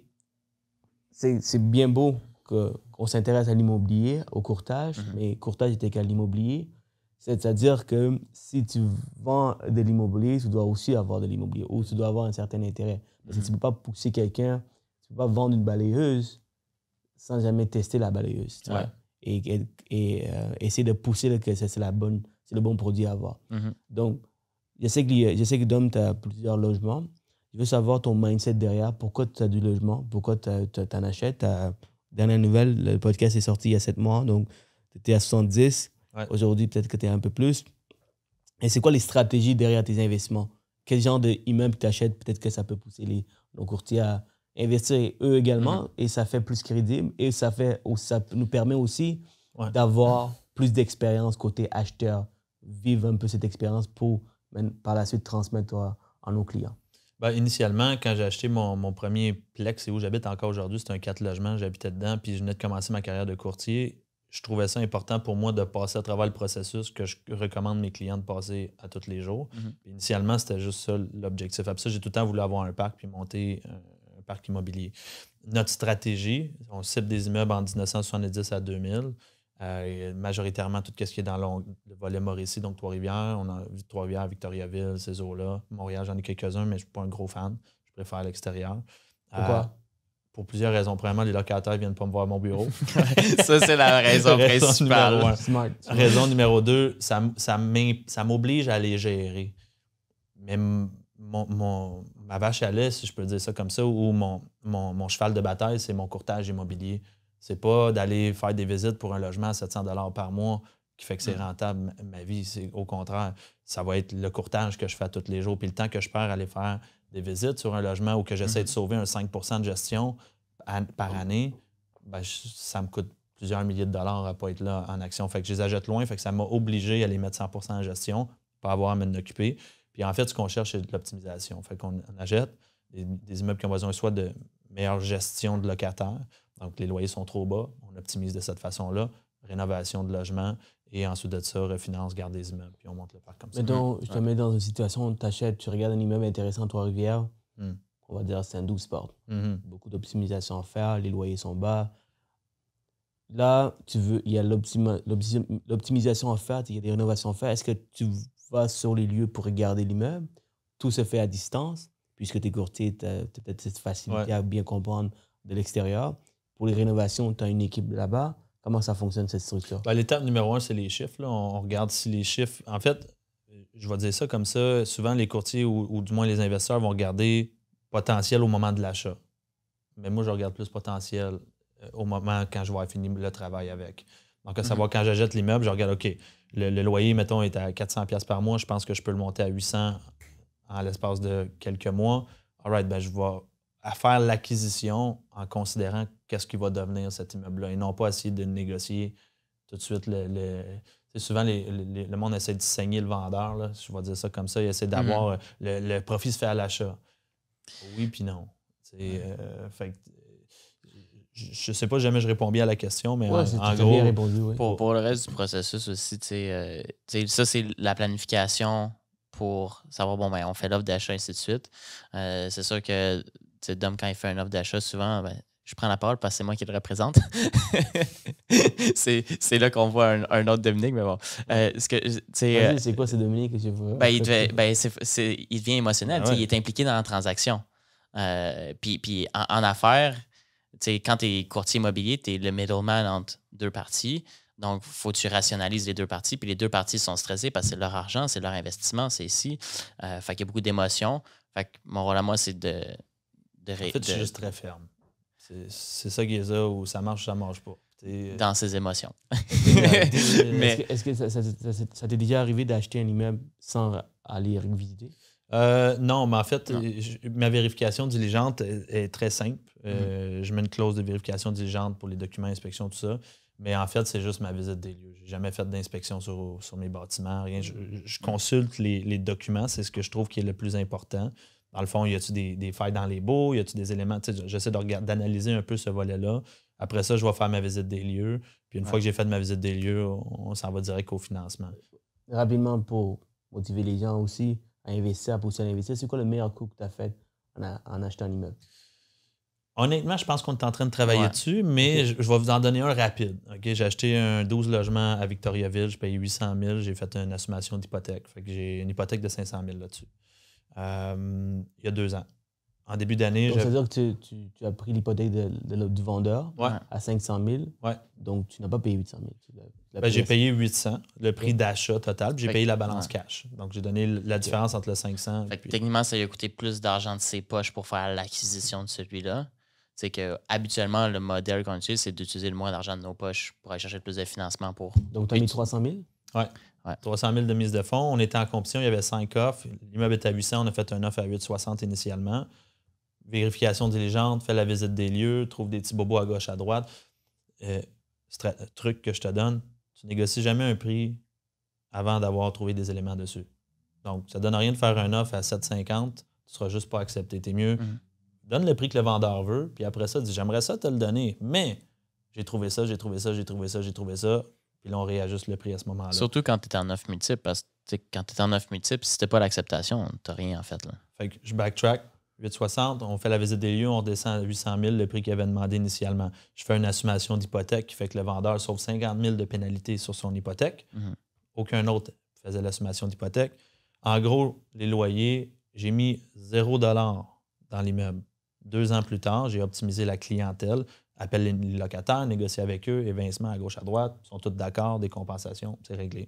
bien beau qu'on s'intéresse à l'immobilier, au courtage, mais courtage est égal à l'immobilier. C'est-à-dire que si tu vends de l'immobilier, tu dois aussi avoir de l'immobilier ou tu dois avoir un certain intérêt. Parce que tu ne peux pas pousser quelqu'un, tu ne peux pas vendre une balayeuse sans jamais tester la balayeuse. Tu vois? Et essayer de pousser que c'est le bon produit à avoir. Donc, je sais que Dom, tu as plusieurs logements. Je veux savoir ton mindset derrière. Pourquoi tu as du logement? Pourquoi tu en achètes? Dernière nouvelle, le podcast est sorti il y a 7 mois. Donc, tu étais à 70. Ouais. Aujourd'hui, peut-être que tu es un peu plus. Et c'est quoi les stratégies derrière tes investissements? Quel genre d'immeuble tu achètes? Peut-être que ça peut pousser nos courtiers à investir eux également. Et ça fait plus crédible. Et ça nous permet aussi d'avoir plus d'expérience côté acheteur. Vivre un peu cette expérience pour par la suite transmettre à nos clients. Ben, initialement, quand j'ai acheté mon premier Plex, et où j'habite encore aujourd'hui, c'est un 4 logements, j'habitais dedans, puis je venais de commencer ma carrière de courtier. Je trouvais ça important pour moi de passer à travers le processus que je recommande mes clients de passer à tous les jours. Initialement, c'était juste ça l'objectif. Après ça, j'ai tout le temps voulu avoir un parc puis monter un parc immobilier. Notre stratégie, on cible des immeubles en 1970 à 2000. Majoritairement tout ce qui est dans le volet Mauricie, donc Trois-Rivières. On a vu Trois-Rivières, Victoriaville, ces eaux-là. Montréal, j'en ai quelques-uns, mais je ne suis pas un gros fan. Je préfère à l'extérieur. Pourquoi? Pour plusieurs raisons. Premièrement, les locataires ne viennent pas me voir à mon bureau. Ça, c'est la raison principale. Raison numéro 2, ça m'oblige à les gérer. Mais ma vache à lait, si je peux dire ça comme ça, ou mon cheval de bataille, c'est mon courtage immobilier. C'est pas d'aller faire des visites pour un logement à 700 $ par mois qui fait que c'est rentable. Ma vie, c'est au contraire. Ça va être le courtage que je fais tous les jours. Puis le temps que je perds à aller faire des visites sur un logement ou que j'essaie de sauver un 5 % de gestion par année, ben, ça me coûte plusieurs milliers de dollars à ne pas être là en action. Fait que je les achète loin. Fait que ça m'a obligé à les mettre 100 % en gestion, pas avoir à m'en occuper. Puis en fait, ce qu'on cherche, c'est de l'optimisation. Fait qu'on achète des immeubles qui ont besoin soit de meilleure gestion de locataires. Donc, les loyers sont trop bas. On optimise de cette façon-là. Rénovation de logement. Et ensuite de ça, refinance, garde des immeubles. Puis on monte le parc comme ça. Mettons, je te mets dans une situation où tu achètes, tu regardes un immeuble intéressant à Trois-Rivières. On va dire Saint-Doux Sport. Beaucoup d'optimisation à faire. Les loyers sont bas. Là, il y a l'optimisation à faire. Il y a des rénovations à faire. Est-ce que tu vas sur les lieux pour regarder l'immeuble? Tout se fait à distance, puisque tu es courtier, tu as peut-être cette facilité à bien comprendre de l'extérieur. Pour les rénovations, tu as une équipe là-bas. Comment ça fonctionne, cette structure? Ben, l'étape numéro 1, c'est les chiffres. Là. On regarde si les chiffres... En fait, je vais dire ça comme ça, souvent les courtiers ou du moins les investisseurs vont regarder potentiel au moment de l'achat. Mais moi, je regarde plus potentiel au moment quand je vais avoir fini le travail avec. Donc, à savoir, quand j'achète l'immeuble, je regarde, OK, le loyer, mettons, est à 400 $ par mois. Je pense que je peux le monter à 800 en l'espace de quelques mois. All right, ben, je vais faire l'acquisition en considérant qu'est-ce qui va devenir cet immeuble-là et non pas essayer de négocier tout de suite. Souvent, le monde essaie de saigner le vendeur, là, je vais dire ça comme ça. Il essaie d'avoir le profit se fait à l'achat. Oui, puis non. Fait, je sais pas, jamais je réponds bien à la question, mais en gros, bien répondu, oui. Pour le reste du processus aussi, ça, c'est la planification pour savoir, bon, ben, on fait l'offre d'achat, ainsi de suite. C'est sûr que Dom, quand il fait une offre d'achat, souvent, ben, je prends la parole parce que c'est moi qui le représente. c'est là qu'on voit un autre Dominique, mais bon. C'est quoi, c'est Dominique que je vois? Ben, il devient émotionnel. Il est impliqué dans la transaction. Puis en affaires, quand tu es courtier immobilier, tu es le middleman entre deux parties. Donc, il faut que tu rationalises les deux parties. Puis les deux parties sont stressées parce que c'est leur argent, c'est leur investissement, c'est ici. Fait qu'il y a beaucoup d'émotions. Fait que mon rôle à moi, c'est de en fait, je suis juste très ferme. C'est ça qui est ça, où ça marche ou ça marche pas. Dans ses émotions. Mais est-ce que ça t'est déjà arrivé d'acheter un immeuble sans aller visiter? Non, mais en fait, ma vérification diligente est très simple. Je mets une clause de vérification diligente pour les documents, inspection, tout ça. Mais en fait, c'est juste ma visite des lieux. Je n'ai jamais fait d'inspection sur mes bâtiments, rien. Je consulte les documents, c'est ce que je trouve qui est le plus important. Dans le fond, y a-tu des failles dans les baux? Y a-tu des éléments? J'essaie d'analyser un peu ce volet-là. Après ça, je vais faire ma visite des lieux. Puis une fois que j'ai fait ma visite des lieux, on s'en va direct au financement. Rapidement, pour motiver les gens aussi à investir, à pousser à investir, c'est quoi le meilleur coup que tu as fait en achetant un immeuble? Honnêtement, je pense qu'on est en train de travailler dessus, mais je vais vous en donner un rapide. Okay? J'ai acheté un 12 logements à Victoriaville, je paye 800 000, j'ai fait une assumation d'hypothèque. Fait que j'ai une hypothèque de 500 000 là-dessus. Il y a 2 ans. En début d'année... Donc, ça veut dire que tu as pris l'hypothèque du vendeur à 500 000. Ouais. Donc, tu n'as pas payé 800 000. J'ai payé 800, le prix d'achat total, puis j'ai payé la balance cash. Donc, j'ai donné la différence entre le 500 et puis... Techniquement, ça lui a coûté plus d'argent de ses poches pour faire l'acquisition de celui-là. C'est que habituellement, le modèle qu'on utilise, c'est d'utiliser le moins d'argent de nos poches pour aller chercher plus de financement pour... Donc, tu as mis 300 000? Oui. 300 000 de mise de fonds. On était en compétition, il y avait 5 offres. L'immeuble était à 800, on a fait un offre à 860 initialement. Vérification diligente, fait la visite des lieux, trouve des petits bobos à gauche, à droite. Truc que je te donne, tu négocies jamais un prix avant d'avoir trouvé des éléments dessus. Donc, ça ne donne rien de faire un offre à 7,50, tu ne seras juste pas accepté. T'es mieux, donne le prix que le vendeur veut, puis après ça, dis j'aimerais ça te le donner, mais j'ai trouvé ça. Puis là, on réajuste le prix à ce moment-là. Surtout quand tu es en offre multiple, parce que quand tu es en offre multiple, si tu n'as pas l'acceptation, tu n'as rien en fait. Là. Fait que je backtrack, 860, on fait la visite des lieux, on descend à 800 000, le prix qu'il avait demandé initialement. Je fais une assumation d'hypothèque qui fait que le vendeur sauve 50 000 de pénalité sur son hypothèque. Aucun autre faisait l'assumation d'hypothèque. En gros, les loyers, j'ai mis 0 $ dans l'immeuble. 2 ans plus tard, j'ai optimisé la clientèle, appelle les locataires, négocie avec eux, évincement à gauche, à droite, ils sont tous d'accord, des compensations, c'est réglé.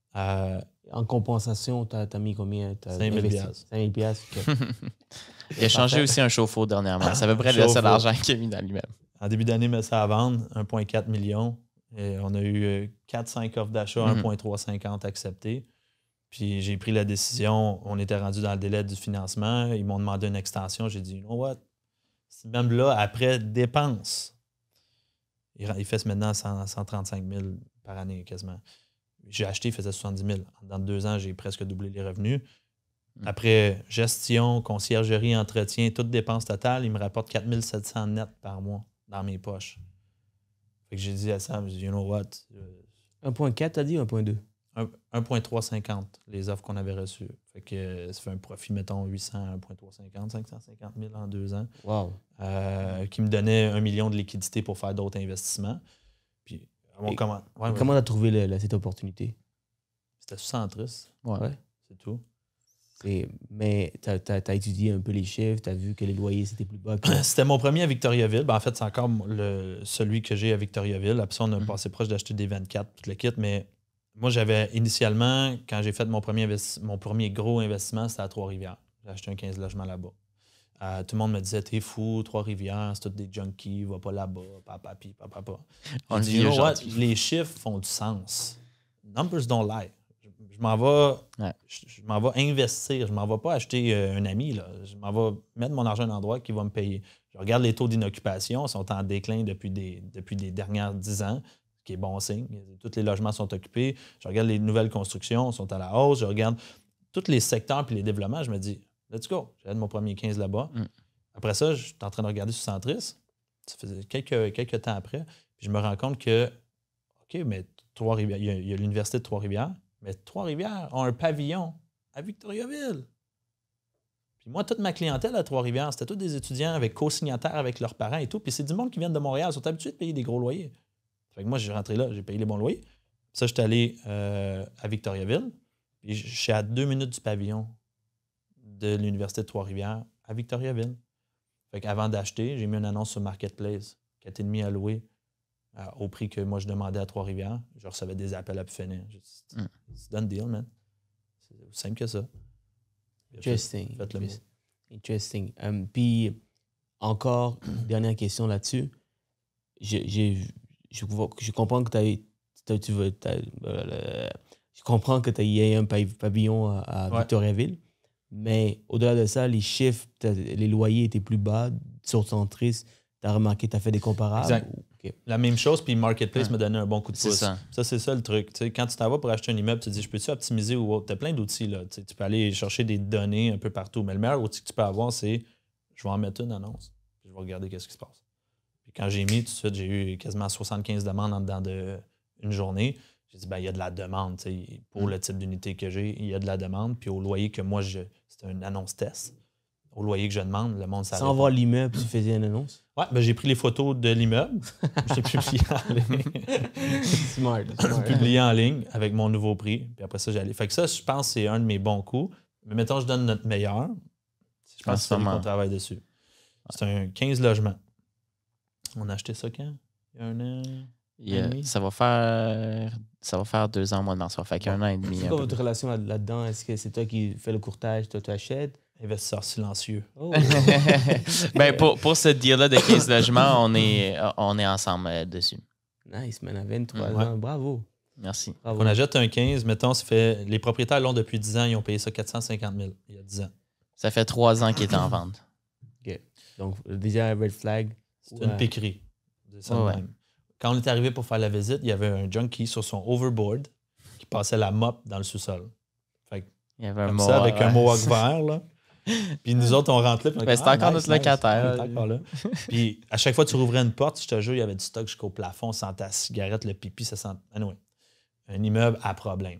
En compensation, tu as mis combien? 5 000 $. 5 000 $. Il a changé aussi un chauffe-eau dernièrement. C'est à peu près le seul argent qu'il a mis dans l'immeuble. En début d'année, il met ça à vendre, 1,4 million. Et on a eu 4-5 offres d'achat, 1,350 acceptées. Puis j'ai pris la décision, on était rendu dans le délai du financement, ils m'ont demandé une extension. J'ai dit, you know what? Ce même-là, après dépenses, il fait maintenant 135 000 par année quasiment. J'ai acheté, il faisait 70 000. Dans 2 ans, j'ai presque doublé les revenus. Après gestion, conciergerie, entretien, toutes dépenses totales, il me rapporte 4 700 net par mois dans mes poches. Fait que j'ai dit à Sam, j'ai dit, you know what? 1,4, t'as dit, ou 1,2? 1,350, les offres qu'on avait reçues. Fait que ça fait un profit, mettons, 800, 1,350, 550 000 en 2 ans. Wow. Qui me donnait 1 million de liquidités pour faire d'autres investissements. Puis, comment tu as trouvé cette opportunité? C'était sous Centris. Ouais. C'est tout. Mais tu as étudié un peu les chiffres, tu as vu que les loyers c'était plus bas. C'était mon premier à Victoriaville. En fait, c'est encore celui que j'ai à Victoriaville. Après ça, on a passé proche d'acheter des 24, tout le kit. Mais moi, j'avais initialement, quand j'ai fait mon premier gros investissement, c'était à Trois-Rivières. J'ai acheté un 15 logements là-bas. Tout le monde me disait, t'es fou, Trois-Rivières, c'est tous des junkies, va pas là-bas, papapi, papapa. On dit, you know what? Les chiffres font du sens. Numbers don't lie. Je m'en vais investir. Je m'en vais pas acheter un ami. Là. Je m'en vais mettre mon argent à un endroit qui va me payer. Je regarde les taux d'inoccupation, ils sont en déclin depuis des dernières 10 ans, ce qui est bon signe. Tous les logements sont occupés. Je regarde les nouvelles constructions, sont à la hausse. Je regarde tous les secteurs et les développements. Je me dis, let's go. J'ai mon premier 15 là-bas. Après ça, je suis en train de regarder sur Centris. Ça faisait quelques temps après. Puis je me rends compte que, OK, mais Trois-Rivières, il y a l'Université de Trois-Rivières. Mais Trois-Rivières ont un pavillon à Victoriaville. Puis moi, toute ma clientèle à Trois-Rivières, c'était tous des étudiants avec co-signataires avec leurs parents et tout. Puis c'est du monde qui vient de Montréal. Ils sont habitués de payer des gros loyers. Fait que moi, j'ai rentré là, j'ai payé les bons loyers. Puis ça, j'étais allé à Victoriaville. Puis je suis à 2 minutes du pavillon de l'Université de Trois-Rivières à Victoriaville. Fait qu'avant d'acheter, j'ai mis une annonce sur Marketplace, 4,5 à louer. Au prix que moi je demandais à Trois-Rivières. Je recevais des appels à pu finir. C'est done deal, man. C'est aussi simple que ça. Interesting. Puis, encore, dernière question là-dessus. Je comprends que je comprends que il y a un pavillon à Victoriaville, mais au-delà de ça, les chiffres, les loyers étaient plus bas sur Centris. Tu as remarqué, tu as fait des comparables? Exact. OK. La même chose, puis Marketplace me donnait un bon coup de C'est pouce. ça. Ça, c'est ça le truc. Tu sais, quand tu t'en vas pour acheter un immeuble, tu te dis, je peux-tu optimiser ou autre? Tu as plein d'outils. Là. Tu sais, tu peux aller chercher des données un peu partout. Mais le meilleur outil que tu peux avoir, c'est je vais en mettre une annonce. Puis je vais regarder qu'est-ce qui se passe. Puis quand j'ai mis, tout de suite, j'ai eu quasiment 75 demandes en dedans d'une journée. J'ai dit, il y a de la demande. Tu sais, pour le type d'unité que j'ai, il y a de la demande. Puis au loyer que moi, c'était une annonce test. Au loyer que je demande, le monde savait. Sans voir l'immeuble, tu faisais une annonce? Ouais, j'ai pris les photos de l'immeuble. Je l'ai publié en ligne. Smart. Publié en ligne avec mon nouveau prix. Puis après ça, j'allais. Fait que ça, je pense que c'est un de mes bons coups. Mais mettons, je donne notre meilleur. Je pense que c'est celui qu'on travaille dessus. C'est un 15 logements. On a acheté ça quand? Il y a un an? Ça va faire 2 ans au mois de mars. Ça va faire qu'un an et demi. C'est quoi votre relation là-dedans? Est-ce que c'est toi qui fais le courtage, toi tu achètes? Investisseur silencieux. Oh. Pour ce deal-là de 15 logements, on est ensemble dessus. Nice, man. À 23 ans. Bravo. Merci. On achète un 15, mettons, les propriétaires l'ont depuis 10 ans, ils ont payé ça 450 000 il y a 10 ans. Ça fait 3 ans qu'il est en vente. OK. Donc, déjà, red flag. C'est une piquerie. Quand on est arrivé pour faire la visite, il y avait un junkie sur son overboard qui passait la mop dans le sous-sol. Fait que, il y avait comme ça, avec un mohawk vert, là. Puis nous autres, on rentrait. C'était encore notre locataire. Puis à chaque fois que tu rouvrais une porte, je te jure, il y avait du stock jusqu'au plafond, ça sentait la cigarette, le pipi, ça sent. Anyway, un immeuble à problème.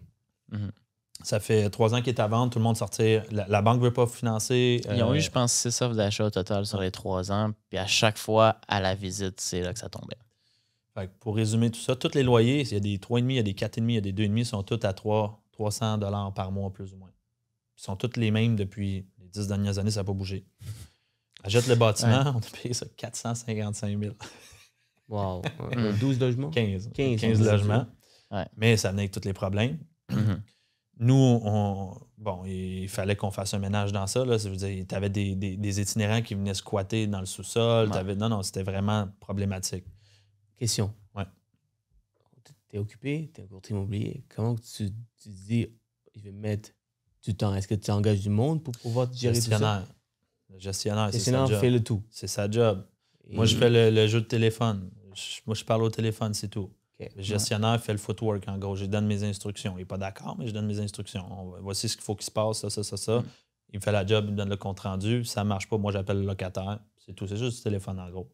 Ça fait 3 ans qu'il est à vendre, tout le monde sortait. La banque ne veut pas financer. Ils ont eu, je pense, 6 offres d'achat au total sur les 3 ans. Puis à chaque fois, à la visite, c'est là que ça tombait. Fait que pour résumer tout ça, tous les loyers, il y a des 3,5, il y a des 4,5, il y a des 2,5, sont tous à 300 $ par mois, plus ou moins. Ils sont tous les mêmes depuis les 10 dernières années, ça n'a pas bougé. Achète le bâtiment, on a payé ça 455 000. Wow. 12 logements? 15 logements. Ouais. Mais ça venait avec tous les problèmes. Nous, il fallait qu'on fasse un ménage dans ça. Tu avais des itinérants qui venaient squatter dans le sous-sol. Ouais. Non, c'était vraiment problématique. Question. Ouais. Tu es occupé, tu es un courtier immobilier. Comment tu dis, je vais mettre du temps? Est-ce que tu engages du monde pour pouvoir gérer tout ça? Le gestionnaire, c'est sa job. Fait le tout. C'est sa job. Moi, je fais le jeu de téléphone. Moi, je parle au téléphone, c'est tout. Okay. Le gestionnaire fait le footwork, en gros. Je donne mes instructions. Il n'est pas d'accord, mais je donne mes instructions. Voici ce qu'il faut qu'il se passe, ça. Il me fait la job, il me donne le compte-rendu. Ça ne marche pas, moi, j'appelle le locataire. C'est tout. C'est juste du téléphone, en gros.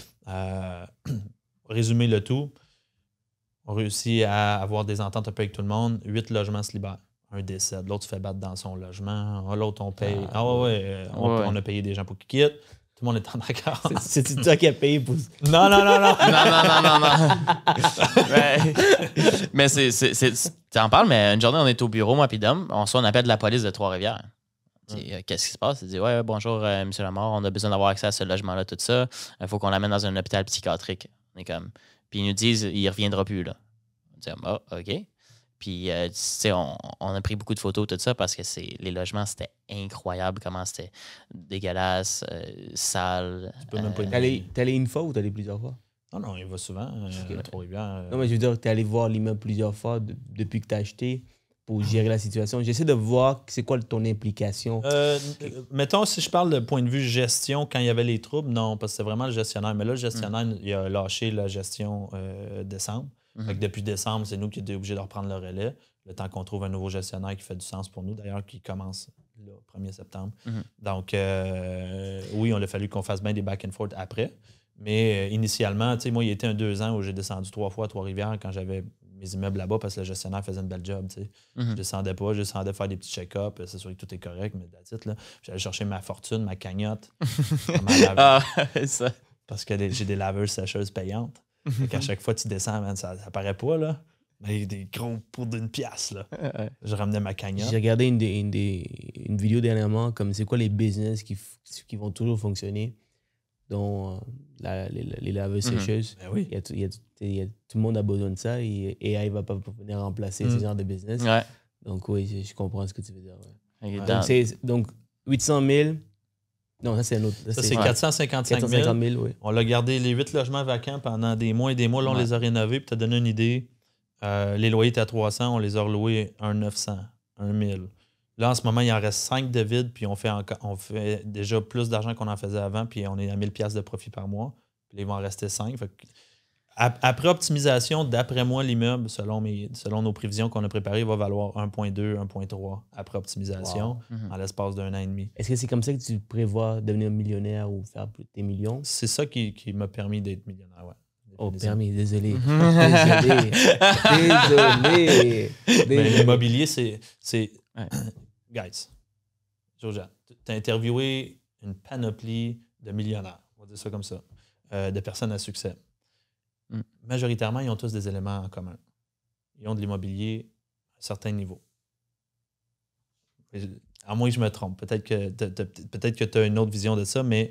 Résumer le tout, on réussit à avoir des ententes un peu avec tout le monde. 8 logements se libèrent. Un décède. L'autre se fait battre dans son logement. L'autre, on paye. On a payé des gens pour qu'ils quittent. Tout le monde est en accord. C'est toi qui as payé pour... Non. Non. Mais tu en parles, mais une journée, on est au bureau, moi puis Dom. On appelle la police de Trois-Rivières. Qu'est-ce qui se passe? Il dit, ouais, bonjour, M. Lamar, on a besoin d'avoir accès à ce logement-là, tout ça. Il faut qu'on l'amène dans un hôpital psychiatrique. On est comme... Puis ils nous disent, il reviendra plus, là. On dit, OK. Puis, tu sais, on a pris beaucoup de photos, tout ça, parce que les logements, c'était incroyable, comment c'était dégueulasse, sale. Tu peux même pas T'es allé une fois ou t'es allé plusieurs fois? Non, il va souvent à Trois-Rivières. Non, mais je veux dire, t'es allé voir l'immeuble plusieurs fois depuis que t'as acheté pour gérer la situation. J'essaie de voir c'est quoi ton implication. Mettons, si je parle de point de vue gestion, quand il y avait les troubles, non, parce que c'était vraiment le gestionnaire. Mais là, le gestionnaire, il a lâché la gestion décembre. Fait que depuis décembre, c'est nous qui étions obligés de reprendre le relais. Le temps qu'on trouve un nouveau gestionnaire qui fait du sens pour nous, d'ailleurs, qui commence le 1er septembre. Donc, oui, il a fallu qu'on fasse bien des back and forth après. Mais initialement, tu sais, moi, il y a été 2 ans où j'ai descendu 3 fois à Trois-Rivières quand j'avais mes immeubles là-bas parce que le gestionnaire faisait une belle job. Tu sais. Je descendais faire des petits check-ups, s'assurer que tout est correct, mais that's it, là. J'allais chercher ma fortune, ma cagnotte. Ça. Parce que j'ai des laveuses sécheuses payantes. À chaque fois que tu descends, man, ça paraît pas, là. Mais il y a des gros pots d'1 pièce, là. Je ramenais ma cagnotte. J'ai regardé une vidéo dernièrement, comme c'est quoi les business qui vont toujours fonctionner, dont les laveuses sécheuses. Ben oui. Tout le monde a besoin de ça et AI va pas venir remplacer ce genre de business. Ouais. Donc oui, je comprends ce que tu veux dire. Ouais. Donc, donc 800 000... Non, ça, c'est un autre. Ça, c'est 455 000. 450 000, oui. On a gardé les 8 logements vacants pendant des mois et des mois. Là, on les a rénovés. Pour te donner une idée, les loyers étaient à 300, on les a reloués 900, 1000. Là, en ce moment, il en reste 5 de vides, puis on fait déjà plus d'argent qu'on en faisait avant, puis on est à 1000 $ de profit par mois. Puis là, il va en rester 5. Fait que Après optimisation, d'après moi, l'immeuble, selon nos prévisions qu'on a préparées, va valoir 1,2, 1,3 après optimisation en l'espace d'1 an et demi. Est-ce que c'est comme ça que tu prévois devenir millionnaire ou faire tes millions? C'est ça qui m'a permis d'être millionnaire, ouais. Oh, permis, désolé. Mais l'immobilier, c'est... Guys, Georgia, tu as interviewé une panoplie de millionnaires, on va dire ça comme ça, de personnes à succès. Majoritairement, ils ont tous des éléments en commun. Ils ont de l'immobilier à un certain niveau. À moins que je me trompe. Peut-être que tu as une autre vision de ça, mais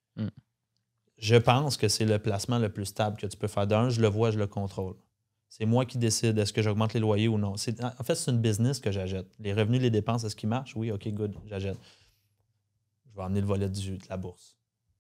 je pense que c'est le placement le plus stable que tu peux faire. D'un, je le vois, je le contrôle. C'est moi qui décide est-ce que j'augmente les loyers ou non. En fait, c'est une business que j'achète. Les revenus, les dépenses, est-ce qu'ils marchent? Oui, OK, good, j'achète. Je vais amener le volet de la bourse.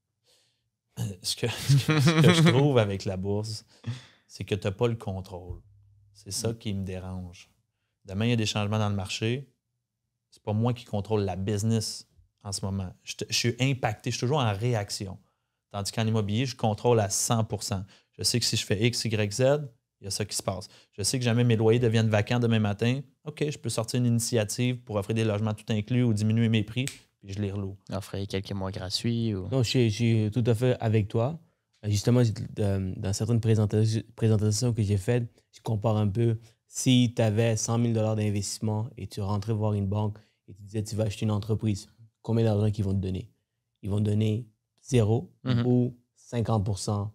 Ce que je trouve avec la bourse, c'est que tu n'as pas le contrôle. C'est ça qui me dérange. Demain, il y a des changements dans le marché. C'est pas moi qui contrôle la business en ce moment. Je suis impacté, je suis toujours en réaction. Tandis qu'en immobilier, je contrôle à 100%. Je sais que si je fais X, Y, Z, il y a ça qui se passe. Je sais que jamais mes loyers deviennent vacants demain matin. OK, je peux sortir une initiative pour offrir des logements tout inclus ou diminuer mes prix, puis je les reloue. Offrir quelques mois gratuits ou... Non, je suis tout à fait avec toi. Justement, dans certaines présentations que j'ai faites, je compare un peu. Si tu avais 100 000 $ d'investissement et tu rentrais voir une banque et tu disais tu vas acheter une entreprise, combien d'argent qu'ils vont te donner? Ils vont te donner 0 ou 50%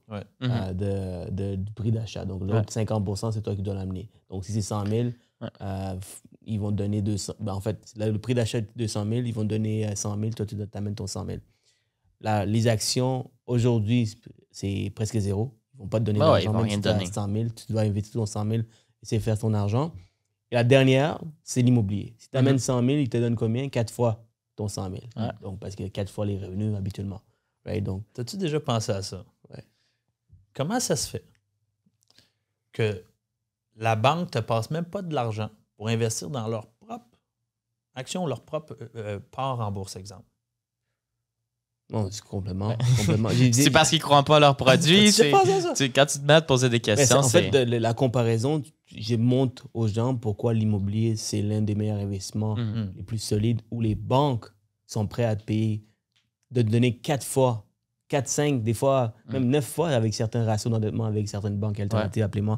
du prix d'achat. Donc, l'autre 50%, c'est toi qui dois l'amener. Donc, si c'est 100 000, ils vont te donner 200 000. En fait, le prix d'achat est 200 000, ils vont te donner 100 000, toi, tu t'amènes ton 100 000. Les actions, aujourd'hui, c'est presque zéro. Ils ne vont pas te donner d'argent, même si tu as 100 000. Tu dois investir ton 100 000, essayer de faire ton argent. Et la dernière, c'est l'immobilier. Si tu amènes 100 000, ils te donnent combien? 4 fois ton 100 000. Donc, parce que 4 fois les revenus habituellement. Right? Donc, t'as-tu déjà pensé à ça? Ouais. Comment ça se fait que la banque ne te passe même pas de l'argent pour investir dans leur propre action, leur propre part en bourse, exemple? Non, c'est complètement. C'est parce qu'ils ne croient pas à leurs produits. Quand tu te mets à te poser des questions, en fait, la comparaison, je montre aux gens pourquoi l'immobilier, c'est l'un des meilleurs investissements les plus solides où les banques sont prêtes à te payer, de te donner 4 fois, 4, 5, des fois, même 9 fois avec certains ratios d'endettement avec certaines banques alternatives, appelez-moi.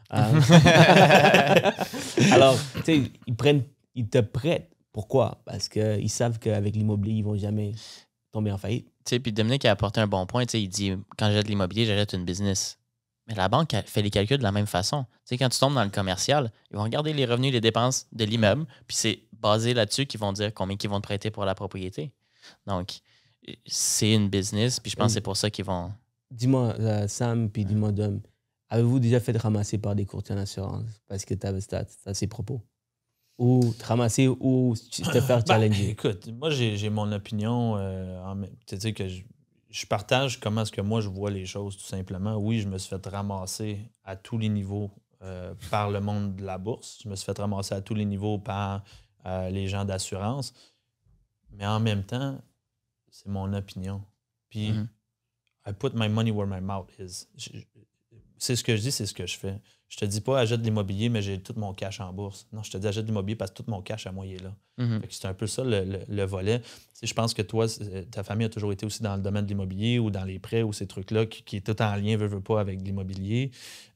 Alors, tu sais, ils te prêtent. Pourquoi? Parce qu'ils savent qu'avec l'immobilier, ils ne vont jamais tomber en faillite. Tu sais, puis Dominique a apporté un bon point. Tu sais, il dit, quand j'achète de l'immobilier, j'achète une business. Mais la banque fait les calculs de la même façon. Tu sais, quand tu tombes dans le commercial, ils vont regarder les revenus et les dépenses de l'immeuble, puis c'est basé là-dessus qu'ils vont dire combien ils vont te prêter pour la propriété. Donc, c'est une business, puis je pense que c'est pour ça qu'ils vont... Dis-moi, Sam, puis dis-moi, Dom, avez-vous déjà fait ramasser par des courtiers en assurance parce que tu avais ces propos? Ou te ramasser ou te faire challenger? Écoute, moi, j'ai mon opinion. Tu sais que je partage comment est-ce que moi, je vois les choses, tout simplement. Oui, je me suis fait ramasser à tous les niveaux par le monde de la bourse. Je me suis fait ramasser à tous les niveaux par les gens d'assurance. Mais en même temps, c'est mon opinion. Puis, I put my money where my mouth is. C'est ce que je dis, c'est ce que je fais. Je te dis pas, achète de l'immobilier, mais j'ai tout mon cash en bourse. Non, je te dis, achète de l'immobilier parce que tout mon cash à moi, il est là. Fait que c'est un peu ça, le volet. Tu sais, je pense que toi, ta famille a toujours été aussi dans le domaine de l'immobilier ou dans les prêts ou ces trucs-là qui est tout en lien, veut pas, avec de l'immobilier.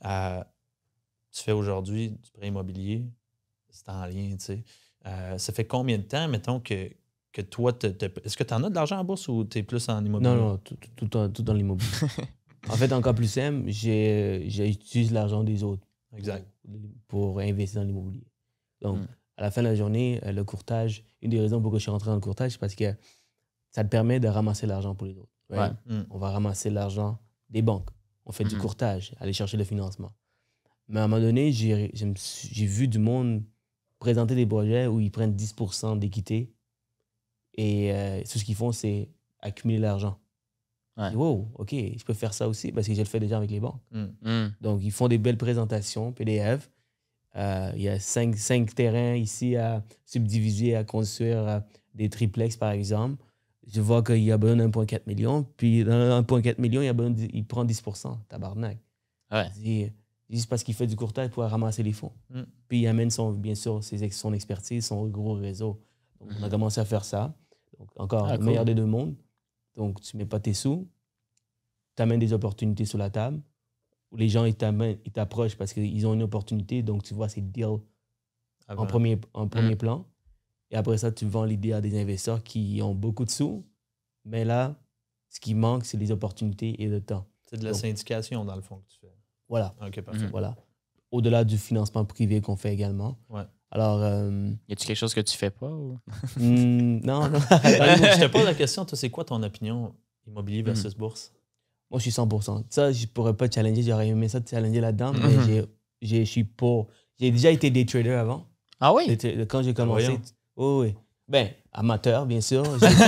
Tu fais aujourd'hui du prêt immobilier, c'est en lien, tu sais. Ça fait combien de temps, mettons, que toi, est-ce que tu en as de l'argent en bourse ou tu es plus en immobilier? Non, tout dans l'immobilier. En fait, encore plus simple, j'utilise l'argent des autres pour investir dans l'immobilier. Donc, à la fin de la journée, le courtage, une des raisons pour que je suis rentré dans le courtage, c'est parce que ça te permet de ramasser l'argent pour les autres. Right? On va ramasser l'argent des banques. On fait du courtage, aller chercher le financement. Mais à un moment donné, j'ai vu du monde présenter des projets où ils prennent 10% d'équité et tout ce qu'ils font, c'est accumuler l'argent. Wow, OK, je peux faire ça aussi parce que je le fais déjà avec les banques. Donc, ils font des belles présentations, PDF. Il y a 5 terrains ici à subdiviser, à construire des triplex, par exemple. Je vois qu'il y a besoin d'1,4 million. Puis, dans 1,4 million, il prend 10%. Tabarnak. Ouais. Il dit c'est parce qu'il fait du courtage pour ramasser les fonds. Puis il amène bien sûr son expertise, son gros réseau. Donc, on a commencé à faire ça. Donc, encore, le meilleur des deux mondes. Donc, tu ne mets pas tes sous, tu amènes des opportunités sur la table, où les gens ils t'approchent parce qu'ils ont une opportunité. Donc, tu vois ces deals en premier plan. Et après ça, tu vends l'idée à des investisseurs qui ont beaucoup de sous. Mais là, ce qui manque, c'est les opportunités et le temps. C'est de la syndication, dans le fond, que tu fais. Voilà. OK, parfait. Voilà. Au-delà du financement privé qu'on fait également. Ouais. Alors... y a-tu quelque chose que tu fais pas? Ou... non. Je te pose la question, toi, c'est quoi ton opinion immobilier versus bourse? Moi, je suis 100%. Ça, je pourrais pas challenger. J'aurais aimé ça de challenger là-dedans, mais je suis pas... J'ai déjà été day trader avant. Ah oui? Quand j'ai commencé... Oui. Ben, amateur, bien sûr.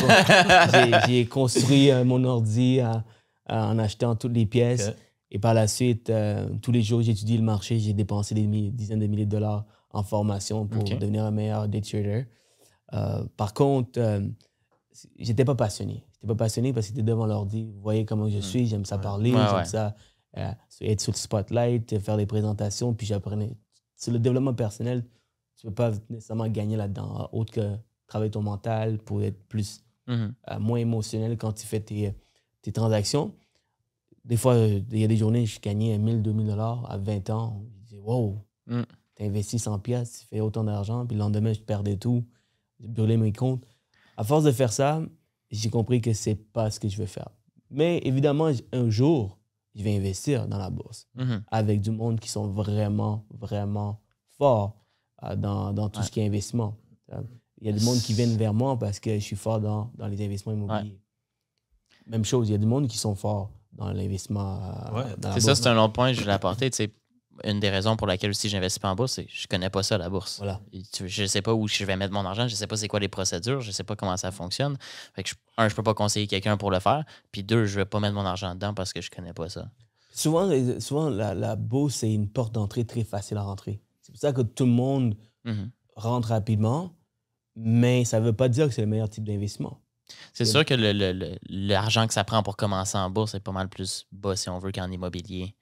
J'ai construit mon ordi en achetant toutes les pièces. Okay. Et par la suite, tous les jours, j'étudie le marché. J'ai dépensé des dizaines de milliers de dollars en formation pour devenir un meilleur day trader. Par contre, j'étais pas passionné. J'étais pas passionné parce que j'étais devant l'ordi. Vous voyez comment je suis. J'aime ça parler. J'aime ça être sur le spotlight, faire des présentations. Puis j'apprenais. Sur le développement personnel, tu peux pas nécessairement gagner là-dedans, autre que travailler ton mental pour être moins émotionnel quand tu fais tes transactions. Des fois, il y a des journées, je gagnais 1 000, 2 000 $ à 20 ans. Je dis, wow, tu investis 100 piastres, tu fais autant d'argent, puis le lendemain, je perdais tout, j'ai brûlé mes comptes. À force de faire ça, j'ai compris que c'est pas ce que je veux faire. Mais évidemment, un jour, je vais investir dans la bourse avec du monde qui sont vraiment, vraiment forts dans tout ce qui est investissement. Il y a du monde qui viennent vers moi parce que je suis fort dans les investissements immobiliers. Même chose, il y a du monde qui sont forts dans l'investissement. C'est ça, c'est un autre point que je voulais apporter. Une des raisons pour laquelle aussi j'investis pas en bourse, c'est que je connais pas ça, la bourse. Voilà. Je sais pas où je vais mettre mon argent, je sais pas c'est quoi les procédures, je sais pas comment ça fonctionne. Fait que je peux pas conseiller quelqu'un pour le faire. Puis 2, je vais pas mettre mon argent dedans parce que je connais pas ça. Souvent la bourse, c'est une porte d'entrée très facile à rentrer. C'est pour ça que tout le monde rentre rapidement, mais ça veut pas dire que c'est le meilleur type d'investissement. C'est sûr que l'argent que ça prend pour commencer en bourse est pas mal plus bas, si on veut, qu'en immobilier,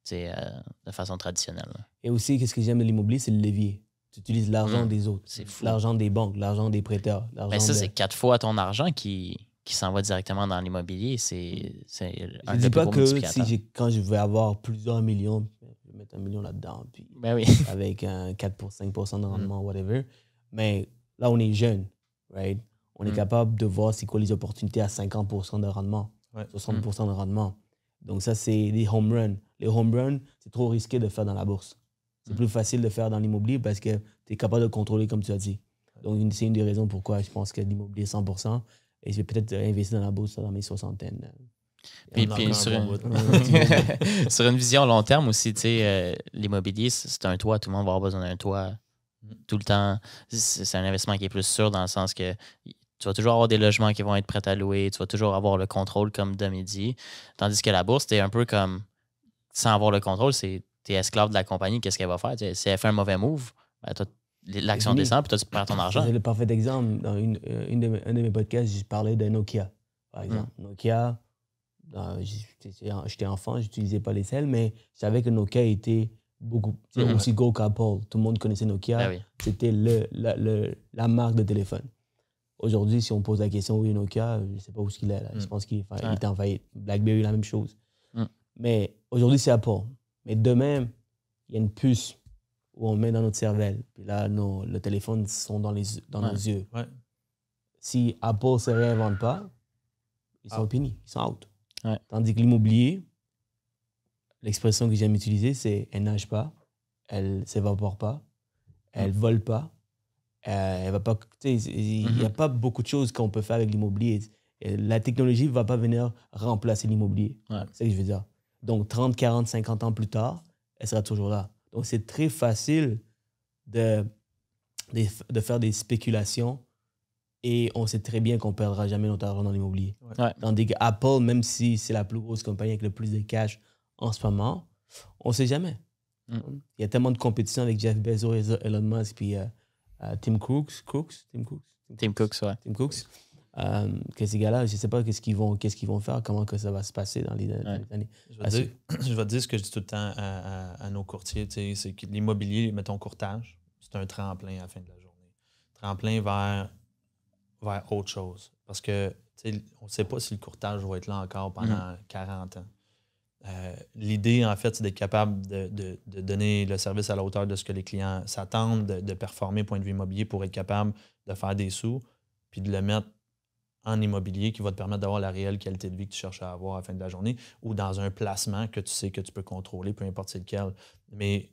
de façon traditionnelle. Là. Et aussi, qu'est-ce que j'aime de l'immobilier, c'est le levier. Tu utilises l'argent des autres. C'est fou. L'argent des banques, l'argent des prêteurs. Mais ça, c'est 4 fois ton argent qui s'en va directement dans l'immobilier. C'est un des plus gros multiplicateurs. Quand je vais avoir plusieurs millions, je vais mettre 1 million là-dedans, puis avec un 4-5% de rendement, whatever. Mais là, on est jeune, right? On est capable de voir c'est quoi les opportunités à 50% de rendement, 60% de rendement. Donc ça, c'est des home runs. Les home runs, c'est trop risqué de faire dans la bourse. C'est plus facile de faire dans l'immobilier parce que tu es capable de contrôler, comme tu as dit. Donc c'est une des raisons pourquoi je pense que l'immobilier est 100%. Et je vais peut-être investir dans la bourse dans mes soixantaines. Puis sur une vision long terme aussi, l'immobilier, c'est un toit. Tout le monde va avoir besoin d'un toit tout le temps. C'est un investissement qui est plus sûr dans le sens que tu vas toujours avoir des logements qui vont être prêts à louer, tu vas toujours avoir le contrôle comme Dom dit. Tandis que la bourse, t'es un peu comme, sans avoir le contrôle, t'es esclave de la compagnie, qu'est-ce qu'elle va faire? Si elle fait un mauvais move, l'action descend, puis toi, tu perds ton argent. C'est le parfait exemple. Dans un de mes podcasts, je parlais de Nokia, par exemple. Nokia, j'étais enfant, je n'utilisais pas les selles, mais je savais que Nokia était aussi gros qu'Apple. Tout le monde connaissait Nokia. C'était la marque de téléphone. Aujourd'hui, si on pose la question où est Nokia, je ne sais pas où il est. Là. Je pense qu'il est en faillite. BlackBerry, la même chose. Mais aujourd'hui, c'est Apple. Mais demain, il y a une puce où on met dans notre cervelle. Puis là, le téléphone sont dans nos yeux. Ouais. Si Apple ne se réinvente pas, ils sont finis, ils sont out. Ouais. Tandis que l'immobilier, l'expression que j'aime utiliser, c'est elle nage pas, elle ne s'évapore pas, elle ne vole pas. Elle va pas. Il n'y a pas beaucoup de choses qu'on peut faire avec l'immobilier. La technologie ne va pas venir remplacer l'immobilier. Ouais. C'est ce que je veux dire. Donc, 30, 40, 50 ans plus tard, elle sera toujours là. Donc, c'est très facile de faire des spéculations et on sait très bien qu'on ne perdra jamais notre argent dans l'immobilier. Ouais. Tandis qu'Apple, même si c'est la plus grosse compagnie avec le plus de cash en ce moment, on ne sait jamais. Il y a tellement de compétition avec Jeff Bezos et Elon Musk puis Tim Cooks. que ces gars-là, je ne sais pas qu'est-ce qu'ils vont faire, comment que ça va se passer dans les années. Je vais te dire ce que je dis tout le temps à nos courtiers, c'est que l'immobilier, mettons courtage, c'est un tremplin à la fin de la journée. Tremplin vers autre chose. Parce que on ne sait pas si le courtage va être là encore pendant 40 ans. L'idée, en fait, c'est d'être capable de donner le service à la hauteur de ce que les clients s'attendent, de performer point de vue immobilier pour être capable de faire des sous, puis de le mettre en immobilier qui va te permettre d'avoir la réelle qualité de vie que tu cherches à avoir à la fin de la journée ou dans un placement que tu sais que tu peux contrôler, peu importe c'est lequel. Mais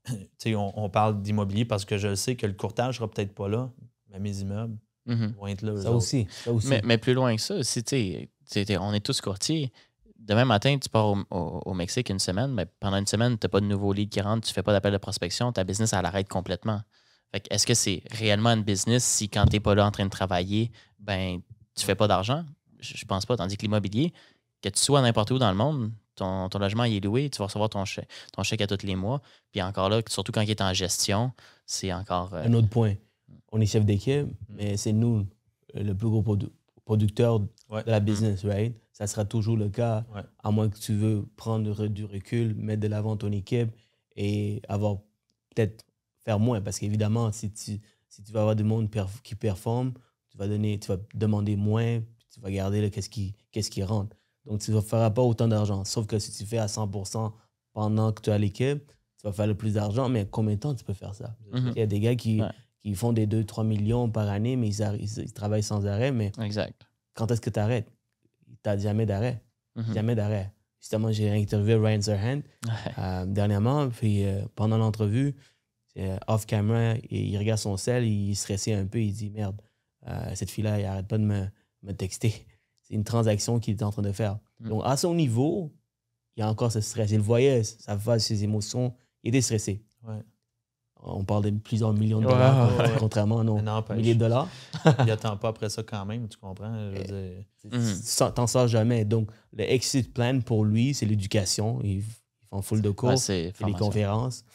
on parle d'immobilier parce que je sais que le courtage sera peut-être pas là, mais mes immeubles vont être là. Ça aussi. Mais plus loin que ça, aussi, on est tous courtiers. Demain matin, tu pars au Mexique une semaine, mais pendant une semaine, tu n'as pas de nouveaux leads qui rentrent, tu ne fais pas d'appel de prospection, ta business, elle arrête complètement. Fait que est-ce que c'est réellement une business si quand tu n'es pas là en train de travailler, ben tu fais pas d'argent? Je pense pas. Tandis que l'immobilier, que tu sois n'importe où dans le monde, ton logement il est loué, tu vas recevoir ton chèque à tous les mois. Puis encore là, surtout quand il est en gestion, c'est encore... Un autre point. On est chef d'équipe, mais c'est nous le plus gros producteur de la business, right? Ça sera toujours le cas, à moins que tu veux prendre du recul, mettre de l'avant ton équipe et avoir peut-être faire moins. Parce qu'évidemment, si tu vas avoir du monde qui performe, tu vas demander moins, tu vas garder qu'est-ce qui rentre. Donc, tu ne feras pas autant d'argent. Sauf que si tu fais à 100% pendant que tu as l'équipe, tu vas faire le plus d'argent. Mais combien de temps tu peux faire ça? Il y a des gars qui font des 2-3 millions par année, mais ils travaillent sans arrêt. Mais exact. Quand est-ce que tu arrêtes? Tu n'as jamais d'arrêt. Jamais d'arrêt. Justement, j'ai interviewé Ryan Serhant dernièrement. Puis pendant l'entrevue, off-camera, il regarde son cell, il stressait un peu. Il dit, merde, cette fille-là, elle n'arrête pas de me texter. C'est une transaction qu'il est en train de faire. Donc, à son niveau, il y a encore ce stress. Il le voyait, sa face, ses émotions. Il était stressé. Ouais. On parle de plusieurs millions de dollars, contrairement à nos milliers de dollars. Il n'attend pas après ça quand même, tu comprends? Je veux dire... T'en sors jamais. Donc, le exit plan pour lui, c'est l'éducation. Ils font full de cours, c'est des conférences.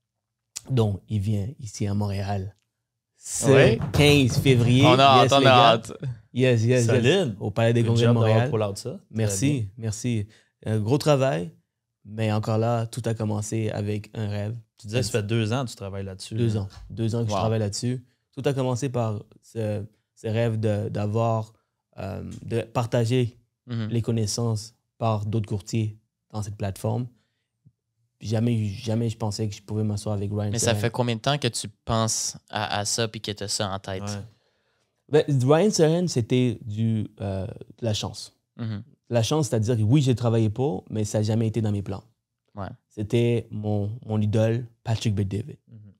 Donc, il vient ici à Montréal. 15 février. On a hâte. Yes. Solide. Au Palais des Congrès de Montréal. Ça. Merci. Un gros travail, mais encore là, tout a commencé avec un rêve. Tu disais, ça fait 2 ans que tu travailles là-dessus. 2 ans. 2 ans que je travaille là-dessus. Tout a commencé par ce rêve de partager les connaissances par d'autres courtiers dans cette plateforme. Jamais je pensais que je pouvais m'asseoir avec Ryan. Mais ça fait combien de temps que tu penses à ça et que tu as ça en tête? Ryan Serhant, c'était de la chance. La chance, c'est-à-dire que oui, j'ai travaillé pour, mais ça n'a jamais été dans mes plans. C'était mon idole, Patrick Bet-David.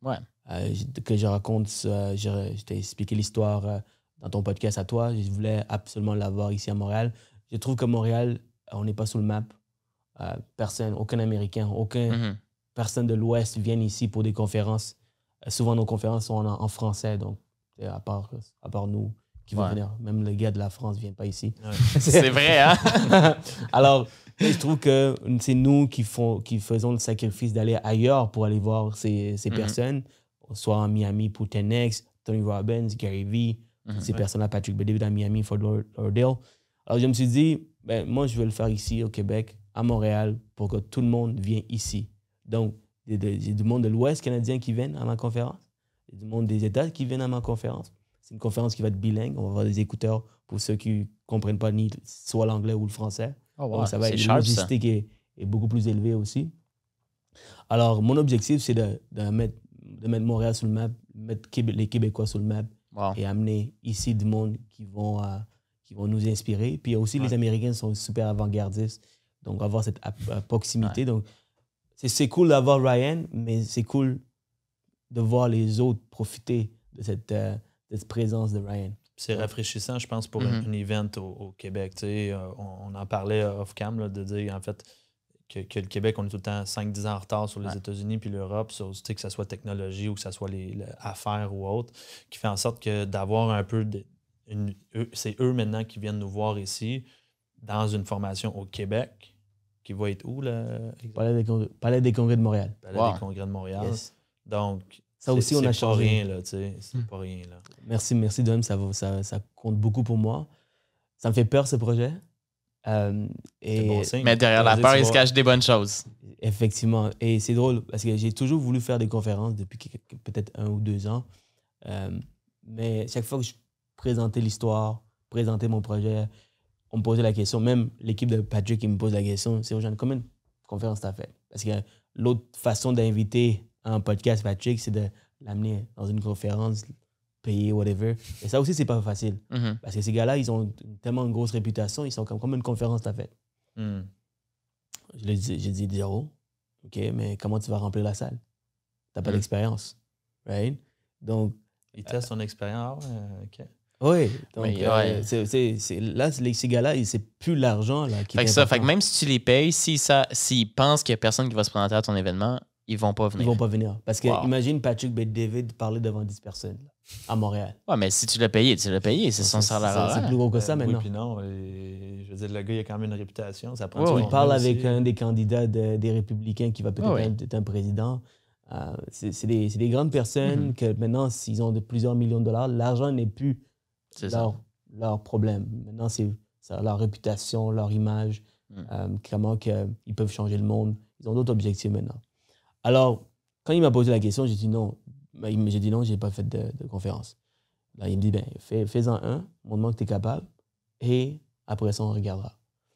Que je raconte, je t'ai expliqué l'histoire dans ton podcast à toi. Je voulais absolument l'avoir ici à Montréal. Je trouve que Montréal, on n'est pas sur le map. Personne, aucun Américain, aucun personne de l'Ouest viennent ici pour des conférences. Souvent, nos conférences sont en français, donc à part nous qui vont venir. Même les gars de la France ne viennent pas ici. C'est vrai, hein? Alors, je trouve que c'est nous qui faisons le sacrifice d'aller ailleurs pour aller voir ces personnes, soit en Miami pour 10X, Tony Robbins, Gary Vee, ces personnes-là, Patrick Bet-David à Miami, Fort Lauderdale. Alors, je me suis dit, moi, je vais le faire ici au Québec, à Montréal, pour que tout le monde vienne ici. Donc, il y a du monde de l'Ouest canadien qui viennent à ma conférence. Il y a du monde des États qui viennent à ma conférence. C'est une conférence qui va être bilingue. On va avoir des écouteurs pour ceux qui ne comprennent pas ni soit l'anglais ou le français. Donc, ça va être une logistique est beaucoup plus élevée aussi. Alors, mon objectif, c'est de mettre Montréal sur le map, mettre les Québécois sur le map et amener ici du monde qui vont nous inspirer. Puis aussi, les Américains sont super avant-gardistes. Donc, avoir cette proximité. Donc, c'est cool d'avoir Ryan, mais c'est cool de voir les autres profiter de cette présence de Ryan. C'est rafraîchissant, je pense, pour un event au Québec. On en parlait off-cam, de dire en fait que le Québec, on est tout le temps 5-10 ans en retard sur les États-Unis puis l'Europe, que ce soit technologie ou que ce soit les affaires ou autre, qui fait en sorte que d'avoir un peu c'est eux maintenant qui viennent nous voir ici dans une formation au Québec. Qui va être où, là? Palais des Congrès de Montréal. Palais des Congrès de Montréal. Yes. Donc, ça aussi, on a changé. C'est pas rien, là. Merci, Dom. Ça compte beaucoup pour moi. Ça me fait peur, ce projet. C'est bon signe. Mais derrière la Ça veut peur, dire il que se tu vas- cache des bonnes choses. Effectivement. Et c'est drôle parce que j'ai toujours voulu faire des conférences depuis peut-être 1 ou 2 ans. Mais chaque fois que je présentais l'histoire, présentais mon projet, on me posait la question. Même l'équipe de Patrick qui me pose la question, c'est Jean, combien de conférences tu as fait? Parce que l'autre façon d'inviter un podcast Patrick, c'est de l'amener dans une conférence, payer, whatever. Et ça aussi, c'est pas facile. Mhm. Parce que ces gars-là, ils ont tellement une grosse réputation, ils sont comme combien de conférences tu as fait? Hmm. J'ai dit 0. OK, mais comment tu vas remplir la salle? Tu n'as pas d'expérience. Right? Donc, Il teste son expérience. OK. oui. Donc, Mais, ouais. là, ces gars-là, c'est plus l'argent là, qui Fait est que ça, important. fait que même si tu les payes, s'ils pensent qu'il n'y a personne qui va se présenter à ton événement, ils vont pas Ils venir. vont pas venir. Parce que Wow. imagine Patrick Bet-David parler devant 10 personnes là, à Montréal. Ouais, mais si tu l'as payé, tu l'as payé. C'est son salaire C'est horaire. plus gros que ça Oui, maintenant. puis non. Je veux dire, le gars, il a quand même une réputation. Ça prend Ouais, du ouais. Il monde parle aussi. avec un des candidats des Républicains qui va peut-être Ouais. être un président. C'est des grandes personnes que maintenant, s'ils ont plusieurs millions de dollars, l'argent n'est plus C'est ça. leur problème. Maintenant, c'est leur réputation, leur image, comment ils peuvent changer le monde. Ils ont d'autres objectifs maintenant. Alors, quand il m'a posé la question, j'ai dit non. J'ai dit non, je n'ai pas fait de conférence. Là, il me dit, ben, fais-en un, montre-moi que tu es capable, et après ça, on regardera.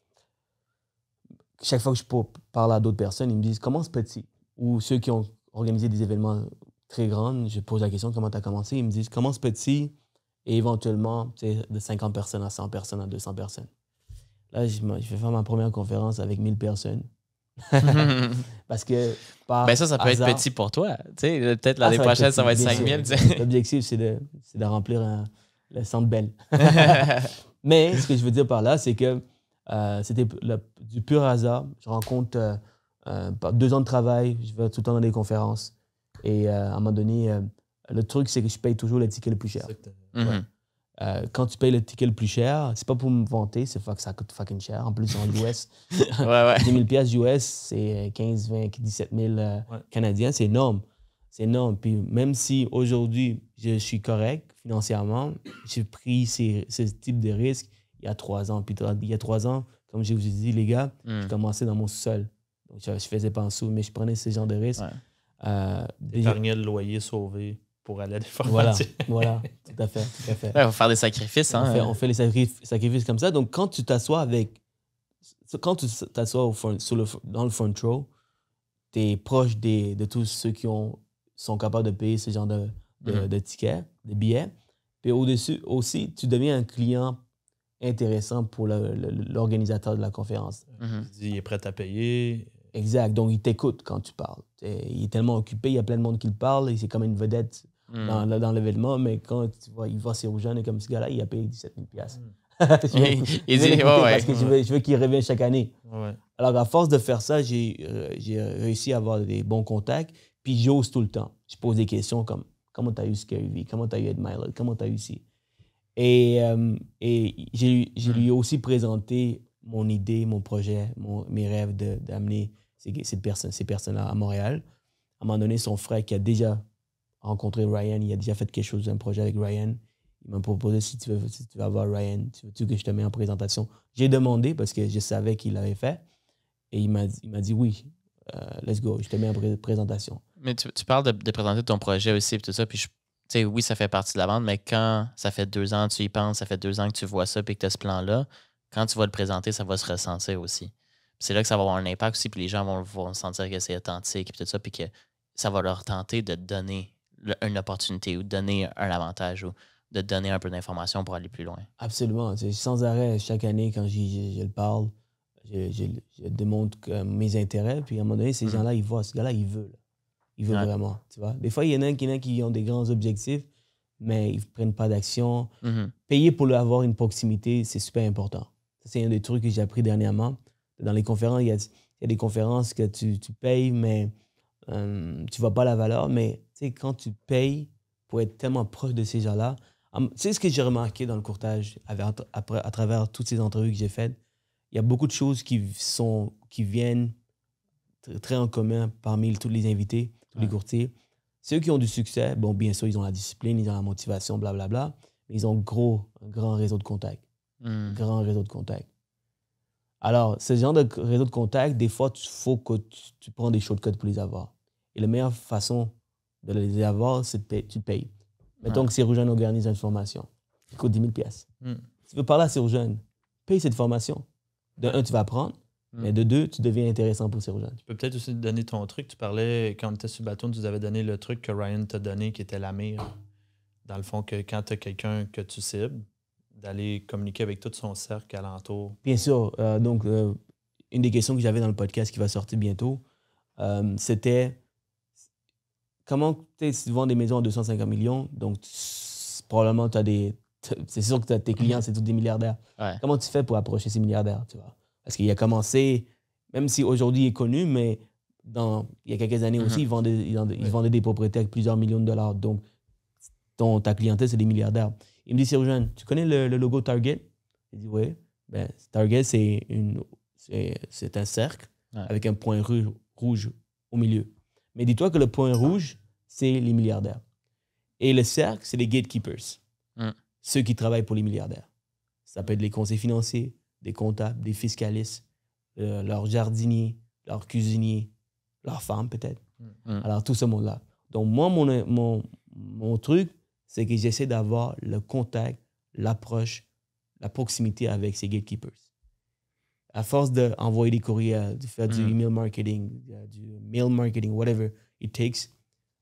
Chaque fois que je parle à d'autres personnes, ils me disent, commence petit. Ou ceux qui ont organisé des événements très grands, je pose la question, comment tu as commencé? Ils me disent, commence petit, et éventuellement, tu sais, de 50 personnes à 100 personnes à 200 personnes. Là, je vais faire ma première conférence avec 1000 personnes. Parce que Ben ça peut hasard- être petit pour toi. Tu sais, peut-être l'année ça va être prochaine, petit, ça va être bien 5000. sûr. tu sais. L'objectif, c'est de remplir le Centre Bell. Mais ce que je veux dire par là, c'est que c'était du pur hasard. Je rencontre 2 ans de travail, je vais tout le temps dans des conférences. Et à un moment donné, le truc, c'est que je paye toujours le ticket le plus cher. C'est ça que t'as- Mhm. Quand tu payes le ticket le plus cher, c'est pas pour me vanter, c'est que ça coûte fucking cher. En plus, en US, Ouais, ouais. 10 000 piastres US, c'est 15, 20, 17 000 Canadiens. C'est énorme. C'est énorme. Puis même si aujourd'hui, je suis correct financièrement, j'ai pris ce type de risque il y a 3 ans. Puis il y a 3 ans, comme je vous ai dit, les gars, Mm. je commençais dans mon sous-sol. Donc, je faisais pas en sous, mais je prenais ce genre de risque. Ouais. Déjà- Épargnait le loyer sauvé pour aller à des voilà, formations. voilà, tout à fait, tout à fait. Ouais, faut faire des sacrifices. Hein? On fait les sacrifices comme ça. Donc, quand tu t'assois dans le front row, tu es proche de tous ceux qui sont capables de payer ce genre de tickets, de billets. Puis au-dessus aussi, tu deviens un client intéressant pour l'organisateur de la conférence. Mhm. Il dit, il est prêt à payer. Exact. Donc, il t'écoute quand tu parles. Il est tellement occupé, il y a plein de monde qui le parle, et c'est comme une vedette Mm. dans l'événement, mais quand tu vois, il voit ses jeunes et comme ce gars-là, il a payé 17 000 piastres. Il dit, ouais, Parce que ouais. je veux qu'il revienne chaque année. Ouais. Alors, à force de faire ça, j'ai réussi à avoir des bons contacts, puis j'ose tout le temps. Je pose des questions comme comment tu as eu Scary V, comment tu as eu Ed Mylett, comment tu as eu ici. Et j'ai lui aussi présenté mon idée, mon projet, mes rêves d'amener ces personnes-là à Montréal. À un moment donné, son frère qui a déjà rencontré Ryan, il a déjà fait quelque chose, un projet avec Ryan. Il m'a proposé si tu veux avoir Ryan, veux-tu que je te mette en présentation? J'ai demandé parce que je savais qu'il l'avait fait. Et il m'a dit oui, let's go, je te mets en présentation. Mais tu parles de présenter ton projet aussi et tout ça. Puis tu sais, oui, ça fait partie de la vente, mais quand ça fait 2 ans, tu y penses, ça fait 2 ans que tu vois ça puis que tu as ce plan-là, quand tu vas le présenter, ça va se ressentir aussi. Puis c'est là que ça va avoir un impact aussi, puis les gens vont sentir que c'est authentique et tout ça, puis que ça va leur tenter de te donner une opportunité ou de donner un avantage ou de te donner un peu d'informations pour aller plus loin. Absolument. C'est sans arrêt, chaque année, quand je le parle, je démontre mes intérêts. Puis à un moment donné, ces gens-là, ils voient, ce gars-là, il veut. Là. Il veut vraiment. Tu vois? Des fois, il y en a qui ont des grands objectifs, mais ils ne prennent pas d'action. Mhm. Payer pour avoir une proximité, c'est super important. Ça, c'est un des trucs que j'ai appris dernièrement. Dans les conférences, il y a des conférences que tu payes, mais tu ne vois pas la valeur. Mais quand tu payes pour être tellement proche de ces gens-là, tu sais ce que j'ai remarqué dans le courtage à travers toutes ces entrevues que j'ai faites, il y a beaucoup de choses qui viennent très en commun parmi tous les invités, tous les courtiers. Ceux qui ont du succès, bon, bien sûr, ils ont la discipline, ils ont la motivation, blablabla, mais ils ont un grand réseau de contacts. Grand réseau de contacts. Alors, ce genre de réseau de contacts, des fois, il faut que tu prends des shortcuts pour les avoir. Et la meilleure façon de les avoir, c'est tu payes. Mettons que Cyril Jeune organise une formation. Il coûte 10 000 $. Tu veux parler à Cyril Jeune, paye cette formation. De un, tu vas apprendre. Mais de deux, tu deviens intéressant pour Cyril Jeune. Tu peux peut-être aussi te donner ton truc. Tu parlais, quand on était sur le bateau, tu nous avais donné le truc que Ryan t'a donné, qui était la mire. Dans le fond, que quand tu as quelqu'un que tu cibles, d'aller communiquer avec tout son cercle alentour. Bien sûr. Donc, une des questions que j'avais dans le podcast qui va sortir bientôt, c'était comment tu vends des maisons à 250 millions, donc probablement tu as des... C'est sûr que tes clients, c'est tous des milliardaires. Ouais. Comment tu fais pour approcher ces milliardaires, tu vois? Parce qu'il a commencé, même si aujourd'hui il est connu, mais il y a quelques années aussi, il vendait des propriétés avec plusieurs millions de dollars. Donc, ta clientèle, c'est des milliardaires. Il me dit, Cyril Jeune, tu connais le logo Target? Il dit, oui. Ben, Target, c'est un cercle avec un point rouge au milieu. Mais dis-toi que le point rouge, c'est les milliardaires. Et le cercle, c'est les gatekeepers. Ceux qui travaillent pour les milliardaires. Ça peut être les conseillers financiers, des comptables, des fiscalistes, leurs jardiniers, leurs cuisiniers, leurs femmes peut-être. Alors, tout ce monde-là. Donc, moi, mon truc, c'est que j'essaie d'avoir le contact, l'approche, la proximité avec ces gatekeepers. À force d'envoyer des courriers, de faire du email marketing, du mail marketing, whatever it takes,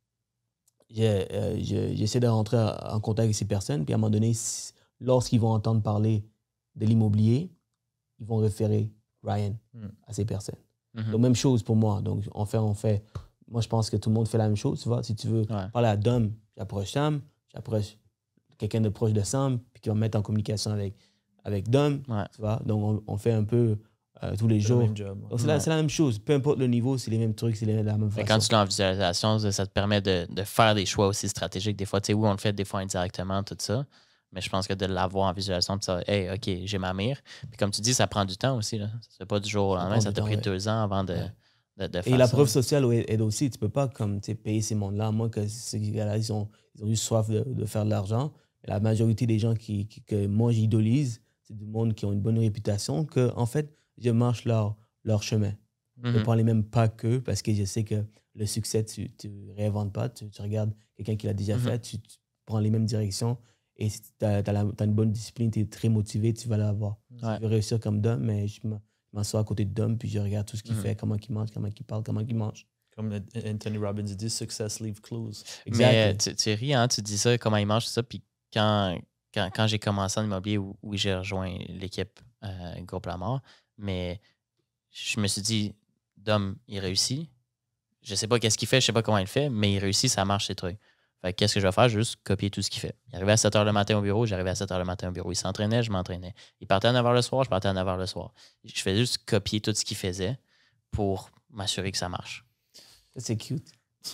j'essaie de rentrer en contact avec ces personnes. Puis à un moment donné, lorsqu'ils vont entendre parler de l'immobilier, ils vont référer Ryan à ces personnes. Donc, même chose pour moi. Donc, on fait. Moi, je pense que tout le monde fait la même chose. Tu vois? Si tu veux parler à Dom, j'approche Sam, j'approche quelqu'un de proche de Sam, puis qui va me mettre en communication avec Dom. Tu vois? Donc, on fait un peu tous les jours. Le même job. Donc, c'est la même chose. Peu importe le niveau, c'est les mêmes trucs, c'est la même façon. Quand tu l'as en visualisation, ça te permet de faire des choix aussi stratégiques. Des fois, tu sais, oui, on le fait des fois indirectement, tout ça. Mais je pense que de l'avoir en visualisation, puis ça, hey, OK, j'ai ma mire. Puis comme tu dis, ça prend du temps aussi. Là. Ça se fait pas du jour au lendemain. Ça t'a pris 2 ans avant de faire ça. Et la preuve sociale aide aussi. Tu peux pas comme, payer ces mondes-là, à moins que ces gars-là, ils ont eu soif de faire de l'argent. La majorité des gens que moi, j'idolise, c'est du monde qui ont une bonne réputation, que en fait, je marche leur chemin. Je ne prends les mêmes pas qu'eux parce que je sais que le succès, tu ne réinventes pas. Tu regardes quelqu'un qui l'a déjà fait, tu prends les mêmes directions. Et si tu as une bonne discipline, tu es très motivé, tu vas l'avoir. Je veux réussir comme Dom, mais je m'assois à côté de Dom, puis je regarde tout ce qu'il fait, comment il mange, comment il parle, comment il mange. Comme Anthony Robbins dit, success leave clues. Mais tu ris, hein, tu dis ça, comment il mange, tout ça. Puis quand j'ai commencé en immobilier, oui, j'ai rejoint l'équipe Groupe Lamar, mais je me suis dit, Dom, il réussit. Je sais pas qu'est-ce qu'il fait, je sais pas comment il fait, mais il réussit, ça marche, ces trucs. Fait qu'est-ce que je vais faire? Juste copier tout ce qu'il fait. Il arrivait à 7 h le matin au bureau, j'arrivais à 7 h le matin au bureau. Il s'entraînait, je m'entraînais. Il partait à 9 h le soir, je partais à 9 h le soir. Je faisais juste copier tout ce qu'il faisait pour m'assurer que ça marche. C'est cute.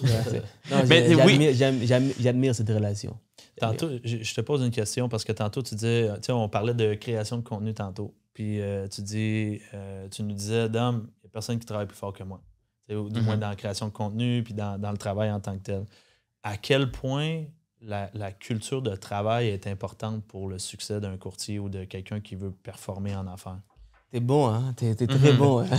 J'admire cette relation. Tantôt, je te pose une question parce que tantôt, tu disais, tu sais, on parlait de création de contenu tantôt. Puis tu nous disais, Dom, il n'y a personne qui travaille plus fort que moi. Ou du moins dans la création de contenu puis dans le travail en tant que tel. À quel point la culture de travail est importante pour le succès d'un courtier ou de quelqu'un qui veut performer en affaires? T'es bon, hein? T'es très bon. Hein?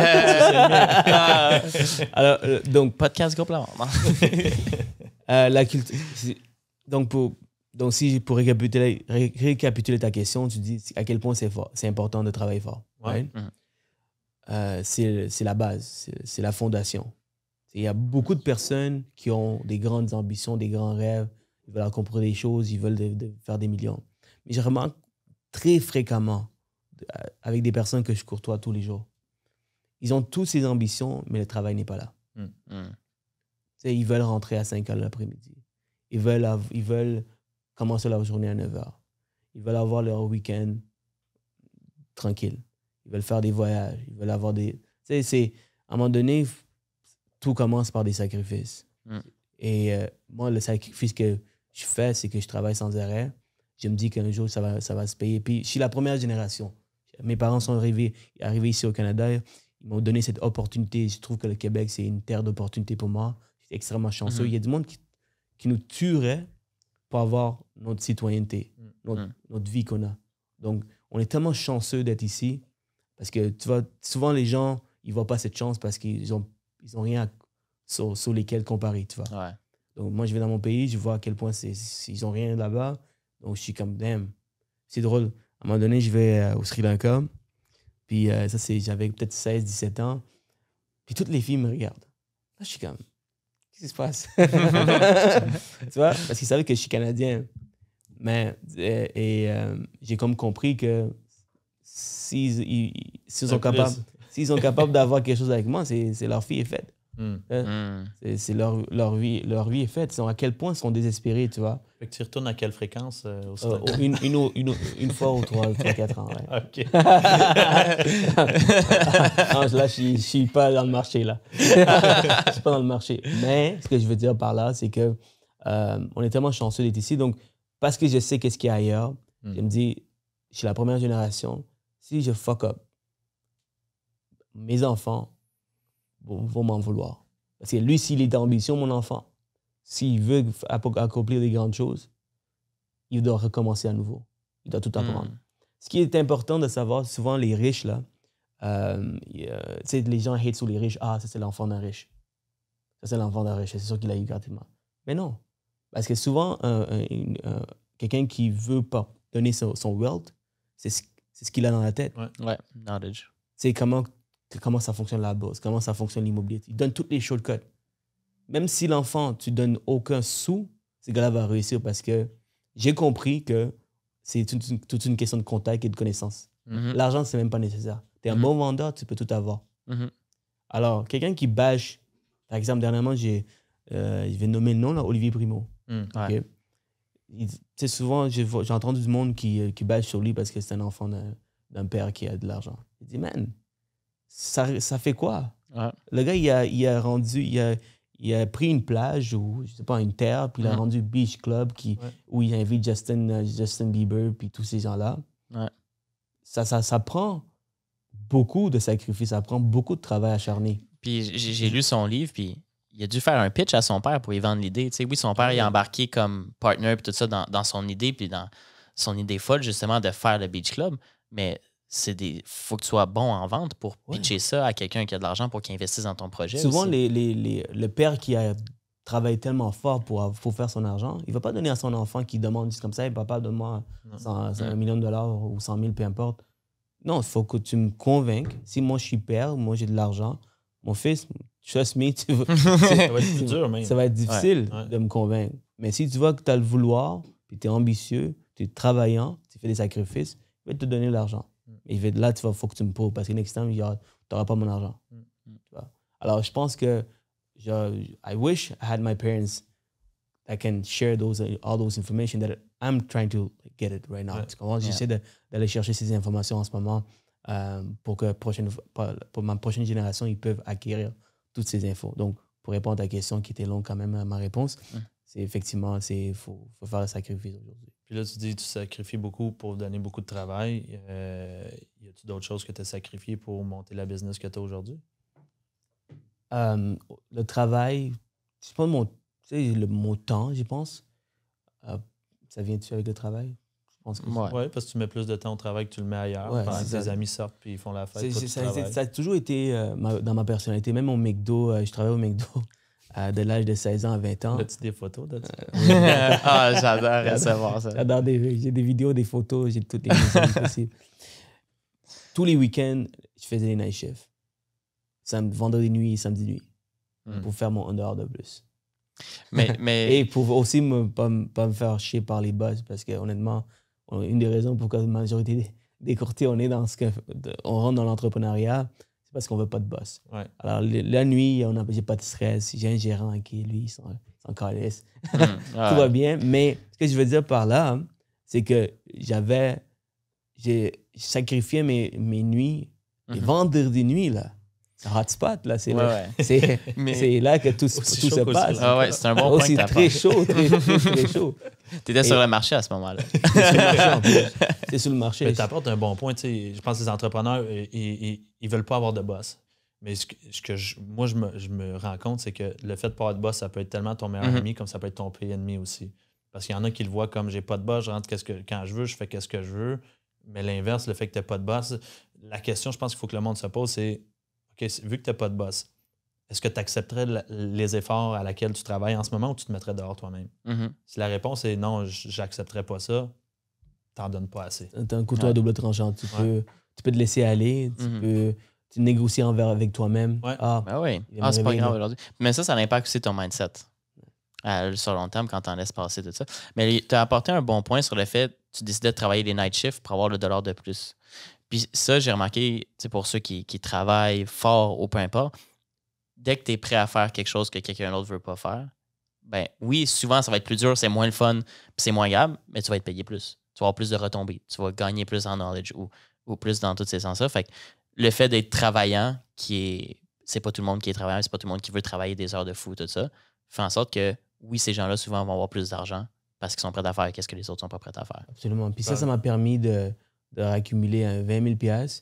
Alors, donc, podcast Groupe Lamar. La culture... Donc, pour récapituler ta question, tu dis à quel point c'est important de travailler fort. Ouais. Right? C'est la base, c'est la fondation. Il y a beaucoup de personnes qui ont des grandes ambitions, des grands rêves, ils veulent accomplir des choses, ils veulent faire des millions. Mais je remarque très fréquemment avec des personnes que je courtois tous les jours, ils ont toutes ces ambitions, mais le travail n'est pas là. Ils veulent rentrer à 5 h l'après-midi. Ils veulent commencer leur journée à 9 h. Ils veulent avoir leur week-end tranquille. Ils veulent faire des voyages. Ils veulent avoir des... à un moment donné, tout commence par des sacrifices. Et moi, le sacrifice que je fais, c'est que je travaille sans arrêt. Je me dis qu'un jour, ça va se payer. Puis, je suis la première génération. Mes parents sont arrivés ici au Canada. Ils m'ont donné cette opportunité. Je trouve que le Québec, c'est une terre d'opportunité pour moi. Je suis extrêmement chanceux. Il y a du monde qui nous tuerait pour avoir notre citoyenneté, notre vie qu'on a. Donc, on est tellement chanceux d'être ici parce que tu vois, souvent les gens, ils voient pas cette chance parce qu'ils ont rien sur lesquels comparer, tu vois. Ouais. Donc, moi, je vais dans mon pays, je vois à quel point ils ont rien là-bas. Donc, je suis comme, damn. C'est drôle. À un moment donné, je vais au Sri Lanka. Puis, j'avais peut-être 16, 17 ans. Puis, toutes les filles me regardent. Là, je suis comme, qu'est-ce qui se passe? Tu vois? Parce qu'ils savaient que je suis Canadien. Mais, j'ai comme compris que s'ils sont capables d'avoir quelque chose avec moi, c'est leur fille est faite. C'est leur vie est faite. À quel point ils sont désespérés, tu vois. Fait que tu retournes à quelle fréquence au stade? Une fois ou 3-4 ans, ouais. OK. Non, là, je suis pas dans le marché, là. Je suis pas dans le marché. Mais ce que je veux dire par là, c'est que on est tellement chanceux d'être ici. Donc, parce que je sais qu'est-ce qu'il y a ailleurs, je me dis, je suis la première génération. Si je fuck up, mes enfants vont m'en vouloir. Parce que lui, s'il est d'ambition, mon enfant, s'il veut accomplir des grandes choses, il doit recommencer à nouveau. Il doit tout apprendre. Ce qui est important de savoir, souvent les riches, là, les gens hate sur les riches. Ah, ça, c'est l'enfant d'un riche. Ça, c'est l'enfant d'un riche. C'est sûr qu'il a eu gratuitement. Mais non. Parce que souvent, quelqu'un qui veut pas donner son wealth, c'est ce qu'il a dans la tête. Ouais, knowledge. C'est comment ça fonctionne la bourse, comment ça fonctionne l'immobilier. Il donne toutes les shortcuts. Même si l'enfant, tu donnes aucun sou, ce gars-là va réussir parce que j'ai compris que c'est toute une question de contact et de connaissance. L'argent, c'est même pas nécessaire. Tu es un bon vendeur, tu peux tout avoir. Alors, quelqu'un qui bâche, par exemple, dernièrement, je vais nommer le nom, là, Olivier Primo. Okay? Souvent, j'ai entendu du monde qui bâche sur lui parce que c'est un enfant d'un père qui a de l'argent. Il dit, man, ça fait quoi? Ouais. Le gars, il a pris une plage ou, je sais pas, une terre, puis il a rendu Beach Club où il invite Justin Bieber, puis tous ces gens-là. Ouais. Ça prend beaucoup de sacrifices, ça prend beaucoup de travail acharné. Puis j'ai lu son livre, puis il a dû faire un pitch à son père pour y vendre l'idée. Oui, son père il a embarqué comme partner puis tout ça dans son idée, puis dans son idée folle, justement, de faire le Beach Club. Mais faut que tu sois bon en vente pour pitcher ça à quelqu'un qui a de l'argent pour qu'il investisse dans ton projet. Souvent, aussi. le père qui a travaillé tellement fort pour faire son argent, il ne va pas donner à son enfant qui demande juste comme ça, hey, papa, donne-moi $1 million ou 100 000, peu importe. Non, il faut que tu me convainques. Si moi, je suis père, moi, j'ai de l'argent, mon fils, trust me, ça va être plus dur, même. Ça va être difficile de me convaincre. Mais si tu vois que tu as le vouloir, puis tu es ambitieux, tu es travaillant, tu fais des sacrifices, il va te donner de l'argent. Et là, il faut que tu me prouves parce que next time, tu n'auras pas mon argent. Tu vois? Alors, je pense que I wish I had my parents that can share all those information that I'm trying to get it right now. Ouais. J'essaie d'aller chercher ces informations en ce moment pour que pour ma prochaine génération, ils peuvent acquérir toutes ces infos. Donc, pour répondre à ta question qui était longue quand même, ma réponse, c'est effectivement, il faut faire le sacrifice aujourd'hui. Puis là, tu dis que tu sacrifies beaucoup pour donner beaucoup de travail. Y a-t-il d'autres choses que tu as sacrifiées pour monter la business que tu as aujourd'hui? Le travail, c'est pas le mot temps, j'y pense. Ça vient-tu avec le travail? Je pense que oui, parce que tu mets plus de temps au travail que tu le mets ailleurs. Pendant que tes amis sortent puis ils font la fête. Ça a toujours été dans ma personnalité. Même au McDo, je travaillais au McDo. De l'âge de 16 ans à 20 ans. As-tu des photos de ça? J'adore recevoir ça. J'ai des vidéos, des photos, j'ai toutes les choses possibles. Tous les week-ends, je faisais des night shifts. Vendredi nuit et samedi nuit. Pour faire mon 1 heure de plus. Et pour aussi pas me faire chier par les boss. Parce que honnêtement, une des raisons pourquoi la majorité des courtiers, on rentre dans l'entrepreneuriat, c'est parce qu'on veut pas de boss. Ouais. Alors, la nuit, j'ai pas de stress. J'ai un gérant qui, lui, il s'en calisse. Tout va bien. Mais ce que je veux dire par là, c'est que j'ai sacrifié mes nuits, les vendredis nuits, là. C'est un hotspot, là. C'est là que tout se passe. Ah ouais, c'est un bon point. C'est très chaud, très chaud. T'étais sur le marché à ce moment-là. T'es sur le marché. Mais t'apportes un bon point. Je pense que les entrepreneurs, ils veulent pas avoir de boss. Mais moi, je me rends compte, c'est que le fait de pas avoir de boss, ça peut être tellement ton meilleur ami comme ça peut être ton pire ennemi aussi. Parce qu'il y en a qui le voient comme j'ai pas de boss, je rentre quand je veux, je fais qu'est-ce que je veux. Mais l'inverse, le fait que tu n'as pas de boss, la question, je pense qu'il faut que le monde se pose, c'est OK, vu que tu n'as pas de boss, est-ce que tu accepterais les efforts à laquelle tu travailles en ce moment ou tu te mettrais dehors toi-même? Si la réponse est non, j'accepterais pas ça, t'en donnes pas assez. T'as un couteau à double tranchant. Tu peux te laisser aller, tu négocies avec toi-même. Ouais. Ben oui. C'est pas grave aujourd'hui. Mais ça impacte aussi ton mindset. Sur le long terme, quand t'en laisses passer tout ça. Mais tu as apporté un bon point sur le fait que tu décidais de travailler les night shifts pour avoir le dollar de plus. Puis ça, j'ai remarqué, pour ceux qui travaillent fort ou peu importe, dès que tu es prêt à faire quelque chose que quelqu'un d'autre ne veut pas faire, ben oui, souvent, ça va être plus dur, c'est moins le fun, puis c'est moins grave, mais tu vas être payé plus. Tu vas avoir plus de retombées. Tu vas gagner plus en knowledge ou plus dans tous ces sens-là. Fait que le fait d'être travaillant, c'est pas tout le monde qui est travaillant, c'est pas tout le monde qui veut travailler des heures de fou, tout ça, fait en sorte que oui, ces gens-là, souvent, vont avoir plus d'argent parce qu'ils sont prêts à faire qu'est-ce que les autres sont pas prêts à faire. Absolument. Puis ça m'a permis de accumuler 20 000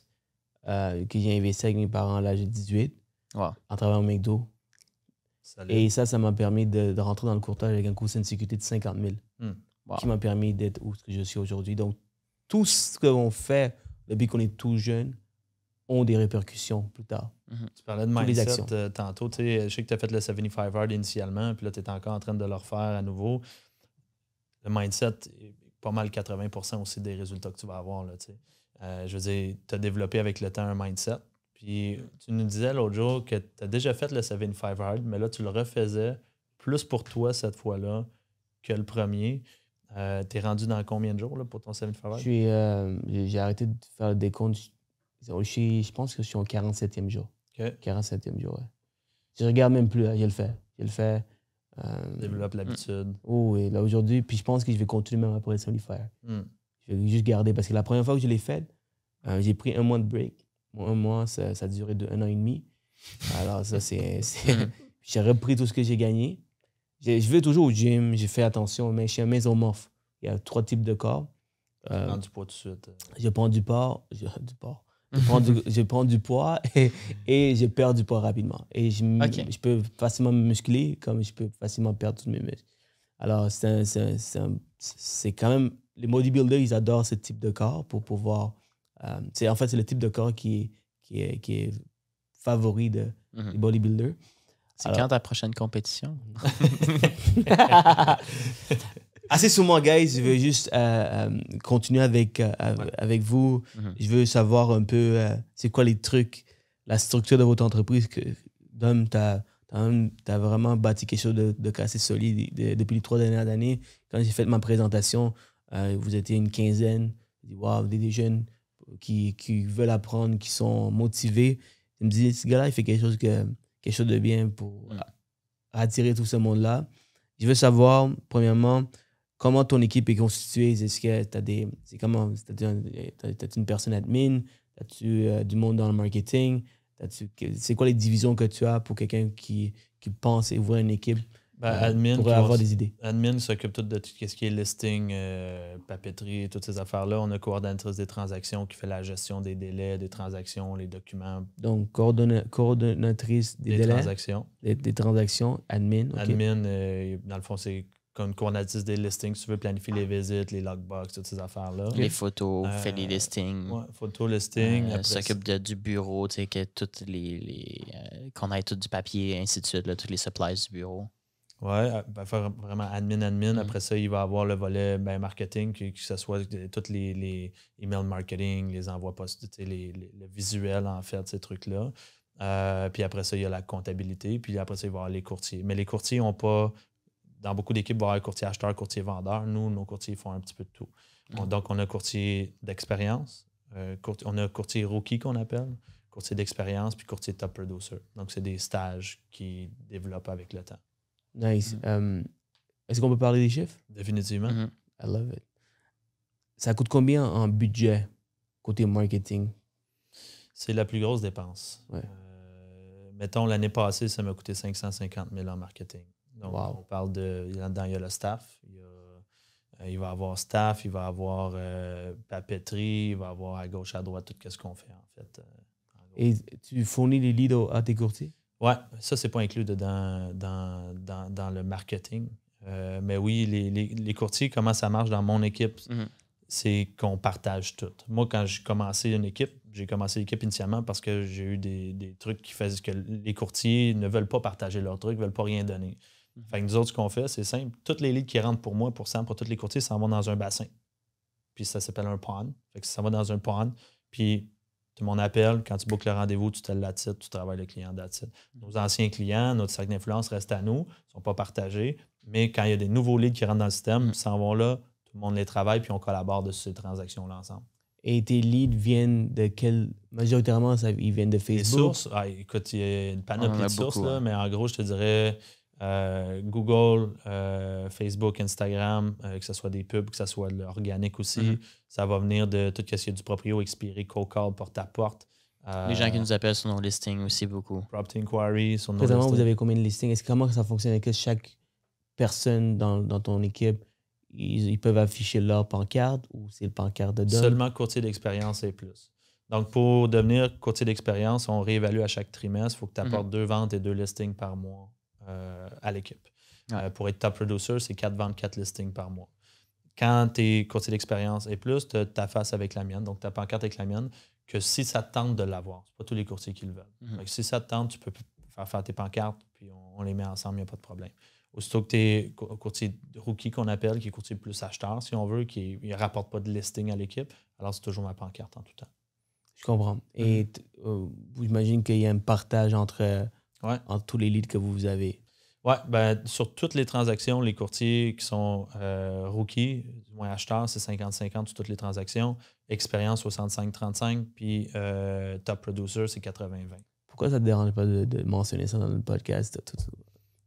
$ que j'ai investi avec mes parents à l'âge de 18 en travaillant au McDo. Salut. Et ça m'a permis de rentrer dans le courtage avec un coussin de sécurité de 50 000 qui m'a permis d'être où je suis aujourd'hui. Donc, tout ce qu'on fait depuis qu'on est tout jeune ont des répercussions plus tard. Tu parlais de mindset tantôt. Je sais que tu as fait le 75 Hard initialement, puis là, tu es encore en train de le refaire à nouveau. Le mindset est pas mal 80% aussi des résultats que tu vas avoir. Là, je veux dire, tu as développé avec le temps un mindset. Puis tu nous disais l'autre jour que tu as déjà fait le 75 Hard, mais là, tu le refaisais plus pour toi cette fois-là que le premier. Tu es rendu dans combien de jours là, pour ton 75 Hard? J'ai arrêté de faire le décompte. Je pense que je suis au 47e jour. Okay. 47e jour, ouais. Je regarde même plus, là, je le fais. Développe l'habitude. Oh, oui, là aujourd'hui, puis je pense que je vais continuer même après le 75. Je vais juste garder, parce que la première fois que je l'ai fait, j'ai pris 1 mois de break. Un mois, ça a duré 1 an et demi. Alors ça, j'ai repris tout ce que j'ai gagné. Je vais toujours au gym, j'ai fait attention, mais je suis un mésomorphe. Il y a 3 types de corps. Tu prends du poids tout de suite. Je prends du poids. Je prends du poids et je perds du poids rapidement. Et je peux facilement me muscler comme je peux facilement perdre tous mes muscles. Alors, c'est quand même... Les bodybuilders, ils adorent ce type de corps pour pouvoir... en fait, c'est le type de corps qui est favori des bodybuilders. C'est quand ta prochaine compétition? Assez souvent, guys, je veux juste continuer avec vous. Je veux savoir un peu c'est quoi les trucs, la structure de votre entreprise. Dom, tu as vraiment bâti quelque chose de assez solide depuis les 3 dernières années. Quand j'ai fait ma présentation, vous étiez une quinzaine. Je dis, wow, des jeunes qui veulent apprendre, qui sont motivés. Je me dis, ce gars-là, il fait quelque chose de bien pour attirer tout ce monde-là. Je veux savoir, premièrement, comment ton équipe est constituée. Est-ce que t'as une personne admin? As-tu du monde dans le marketing? C'est quoi les divisions que tu as pour quelqu'un qui pense ouvrir une équipe pour avoir des idées? Admin s'occupe tout de tout ce qui est listing, papeterie, toutes ces affaires-là. On a coordonnatrice des transactions qui fait la gestion des délais, des transactions, les documents. Donc, coordonnatrice des délais, transactions. Des transactions, admin. Okay. Admin, dans le fond, c'est comme coordonnatrice des listings, si tu veux planifier les visites, les logbox, toutes ces affaires-là. Les photos, fait les listings. Oui, photos, listings. S'occupe du bureau, tu sais, que toutes qu'on ait tout du papier, ainsi de suite, là, tous les supplies du bureau. Oui, faire vraiment admin. Après ça, il va avoir le volet marketing, que ce soit tous les email marketing, les envois postés, le visuel, en fait, ces trucs-là. Puis après ça, il y a la comptabilité. Puis après ça, il va y avoir les courtiers. Mais les courtiers n'ont pas... Dans beaucoup d'équipes, il va y avoir courtier acheteur, courtier vendeur. Nous, nos courtiers font un petit peu de tout. Donc, on a courtier d'expérience. On a courtier rookie qu'on appelle, courtier d'expérience, puis courtier top producer. Donc, c'est des stages qui développent avec le temps. Nice. Est-ce qu'on peut parler des chiffres? Définitivement. I love it. Ça coûte combien en budget côté marketing? C'est la plus grosse dépense. Ouais. Mettons, l'année passée, ça m'a coûté 550 000 en marketing. Donc, wow. On parle de... Là-dedans, il y a le staff. Il va y avoir staff, il va y avoir papeterie, il va y avoir à gauche, à droite, tout ce qu'on fait, en fait. Et tu fournis les leads à tes courtiers? Oui, ça, c'est pas inclus dans le marketing. Mais oui, les courtiers, comment ça marche dans mon équipe? c'est qu'on partage tout. Moi, quand j'ai commencé l'équipe initialement parce que j'ai eu des trucs qui faisaient que les courtiers ne veulent pas partager leurs trucs, ne veulent pas rien donner. Fait que nous autres, ce qu'on fait, c'est simple. Toutes les leads qui rentrent pour moi, pour Sam, pour tous les courtiers, ça va dans un bassin. Puis ça s'appelle un pond. Fait que ça va dans un pond. Puis tout le monde appelle. Quand tu bookes le rendez-vous, tu te l'attitudes, tu travailles le client d'attitude. Nos anciens clients, notre cercle d'influence reste à nous. Ils ne sont pas partagés. Mais quand il y a des nouveaux leads qui rentrent dans le système, ils s'en vont là, tout le monde les travaille, puis on collabore de ces transactions-là ensemble. Et tes leads viennent de quel... Majoritairement, ils viennent de Facebook? Les sources, écoute, il y a une panoplie de sources, là, mais en gros, je te dirais Google, Facebook, Instagram, que ce soit des pubs, que ce soit de l'organique aussi. Ça va venir de tout ce qui est du proprio, expiré, cold call, porte-à-porte. Les gens qui nous appellent sur nos listings aussi beaucoup. Property Inquiry, sur nos Présentement, listings. vous avez combien de listings? Comment ça fonctionne? Est-ce que chaque personne dans ton équipe, ils peuvent afficher leur pancarte ou c'est le pancarte de donne? Seulement courtier d'expérience et plus. Donc, pour devenir courtier d'expérience, on réévalue à chaque trimestre. Il faut que tu apportes 2 ventes et 2 listings par mois à l'équipe. Ouais. Pour être top producer, c'est 4 ventes, 4 listings par mois. Quand tu es courtier d'expérience et plus, tu as ta face avec la mienne, donc ta pancarte avec la mienne, que si ça te tente de l'avoir, c'est pas tous les courtiers qui le veulent. Donc, si ça te tente, tu peux faire tes pancartes, puis on les met ensemble, il n'y a pas de problème. Aussitôt que tu es courtier rookie qu'on appelle, qui est courtier plus acheteur, si on veut, qui ne rapporte pas de listing à l'équipe, alors c'est toujours ma pancarte en tout temps. Je comprends. Et vous imaginez qu'il y a un partage entre tous les leads que vous avez? Oui, ben, sur toutes les transactions, les courtiers qui sont rookies, du moins acheteurs, c'est 50-50 sur toutes les transactions. Expérience, 65-35, puis top producer, c'est 80-20. Pourquoi ça ne te dérange pas de mentionner ça dans le podcast? Tout ça?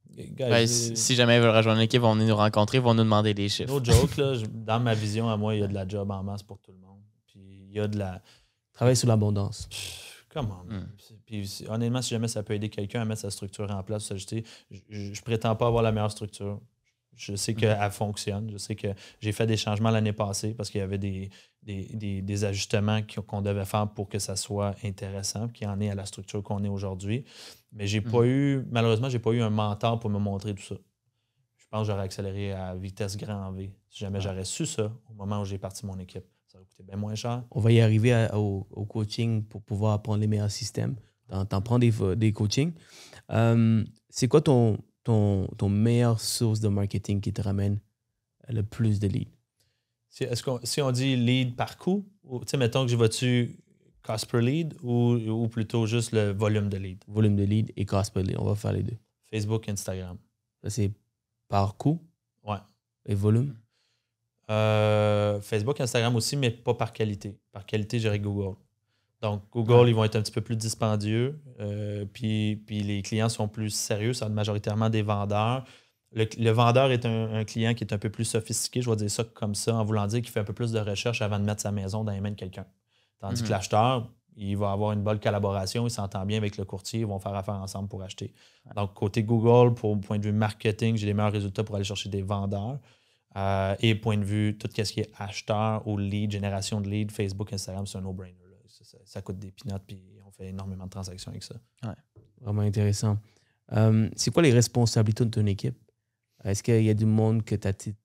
Si jamais ils veulent rejoindre l'équipe, ils vont venir nous rencontrer, ils vont nous demander des chiffres. No joke, là, dans ma vision à moi, il y a de la job en masse pour tout le monde. Puis il y a de la... Travailler sur l'abondance. Comment? Puis honnêtement, si jamais ça peut aider quelqu'un à mettre sa structure en place, s'ajuster, je prétends pas avoir la meilleure structure. Je sais qu'elle fonctionne. Je sais que j'ai fait des changements l'année passée parce qu'il y avait des ajustements qu'on devait faire pour que ça soit intéressant, qu'il y en ait à la structure qu'on est aujourd'hui. Mais malheureusement, j'ai pas eu un mentor pour me montrer tout ça. Je pense que j'aurais accéléré à vitesse grand V si jamais j'aurais su ça au moment où j'ai parti mon équipe. Ça aurait coûté bien moins cher. On va y arriver au coaching pour pouvoir apprendre les meilleurs systèmes. T'en prends des coachings. C'est quoi ton meilleure source de marketing qui te ramène le plus de leads? Si on dit lead par coût, mettons que je vais-tu cost per lead ou plutôt juste le volume de lead? Volume de lead et cost per lead. On va faire les deux. Facebook, Instagram. Ça, c'est par coût? Ouais. Et volume? Facebook, Instagram aussi, mais pas par qualité. Par qualité, j'irais Google. Donc, Google, ils vont être un petit peu plus dispendieux. Puis les clients sont plus sérieux. Ça va être majoritairement des vendeurs. Le vendeur est un client qui est un peu plus sophistiqué, je vais dire ça comme ça, en voulant dire qu'il fait un peu plus de recherche avant de mettre sa maison dans les mains de quelqu'un. Tandis que l'acheteur, il va avoir une bonne collaboration, il s'entend bien avec le courtier, ils vont faire affaire ensemble pour acheter. Donc, côté Google, pour point de vue marketing, j'ai les meilleurs résultats pour aller chercher des vendeurs. Et point de vue, tout ce qui est acheteur ou lead, génération de lead, Facebook, Instagram, c'est un no-brainer. Ça coûte des peanuts, puis on fait énormément de transactions avec ça. Ouais. Vraiment intéressant. C'est quoi les responsabilités de ton équipe? Est-ce qu'il y a du monde que tu as titre,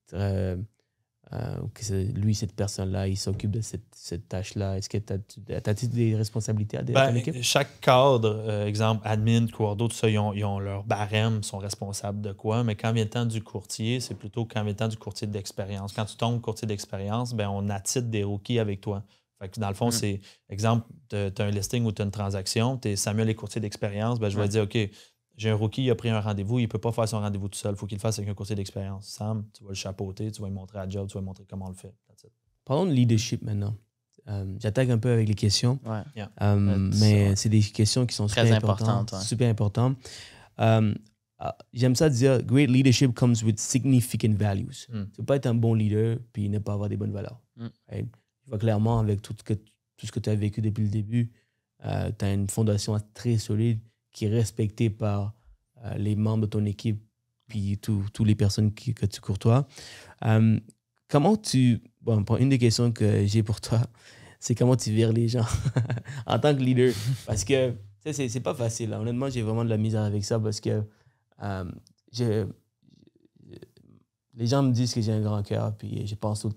que cette personne-là, il s'occupe de cette tâche-là? Est-ce que tu as des responsabilités à ton équipe? Chaque cadre, exemple, admin, coordo, tout ça, ils ont leur barème, sont responsables de quoi. Mais quand vient le temps du courtier, c'est plutôt quand vient le temps du courtier d'expérience. Quand tu tombes courtier d'expérience, ben, on attitre des rookies avec toi. Fait que dans le fond, c'est, exemple, tu as un listing ou tu as une transaction, tu es Samuel et courtier d'expérience, ben, je vais dire, OK, j'ai un rookie, il a pris un rendez-vous, il ne peut pas faire son rendez-vous tout seul, il faut qu'il le fasse avec un courtier d'expérience. Sam, tu vas le chapeauter, tu vas lui montrer la job, tu vas lui montrer comment on le fait. Parlons de leadership maintenant. J'attaque un peu avec les questions, Ouais. mais c'est des questions qui sont très super importantes. Ouais. Super importantes. J'aime ça dire, great leadership comes with significant values. Tu ne peux pas être un bon leader puis ne pas avoir des bonnes valeurs. Right? Tu vois clairement, avec tout ce que tu as vécu depuis le début, tu as une fondation très solide qui est respectée par les membres de ton équipe puis toutes les personnes que tu courtoies. Comment une des questions que j'ai pour toi, c'est comment tu vires les gens en tant que leader. Parce que c'est pas facile. Là. Honnêtement, j'ai vraiment de la misère avec ça parce que les gens me disent que j'ai un grand cœur, puis je pense tout le temps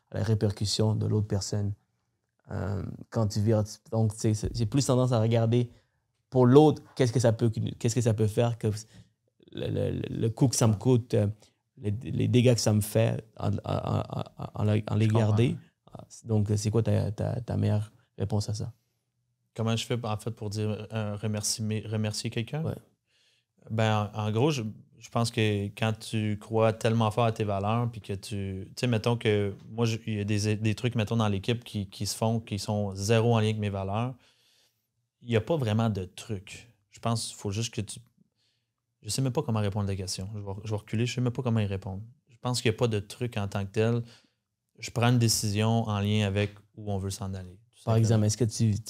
à la répercussion de l'autre personne. Quand tu vires, donc j'ai plus tendance à regarder pour l'autre qu'est-ce que ça peut faire que le coût que ça me coûte, les dégâts que ça me fait en les garder. Donc, c'est quoi ta meilleure réponse à ça? Comment je fais, en fait, pour dire remercier quelqu'un? Ouais. Ben, en gros, je pense que quand tu crois tellement fort à tes valeurs, puis que tu sais, mettons que moi, il y a des trucs, mettons, dans l'équipe qui se font, qui sont zéro en lien avec mes valeurs. Il n'y a pas vraiment de trucs. Je pense qu'il faut juste que tu... Je sais même pas comment répondre à la question. Je vais reculer, je sais même pas comment y répondre. Je pense qu'il n'y a pas de truc en tant que tel. Je prends une décision en lien avec où on veut s'en aller. Par exemple, est-ce que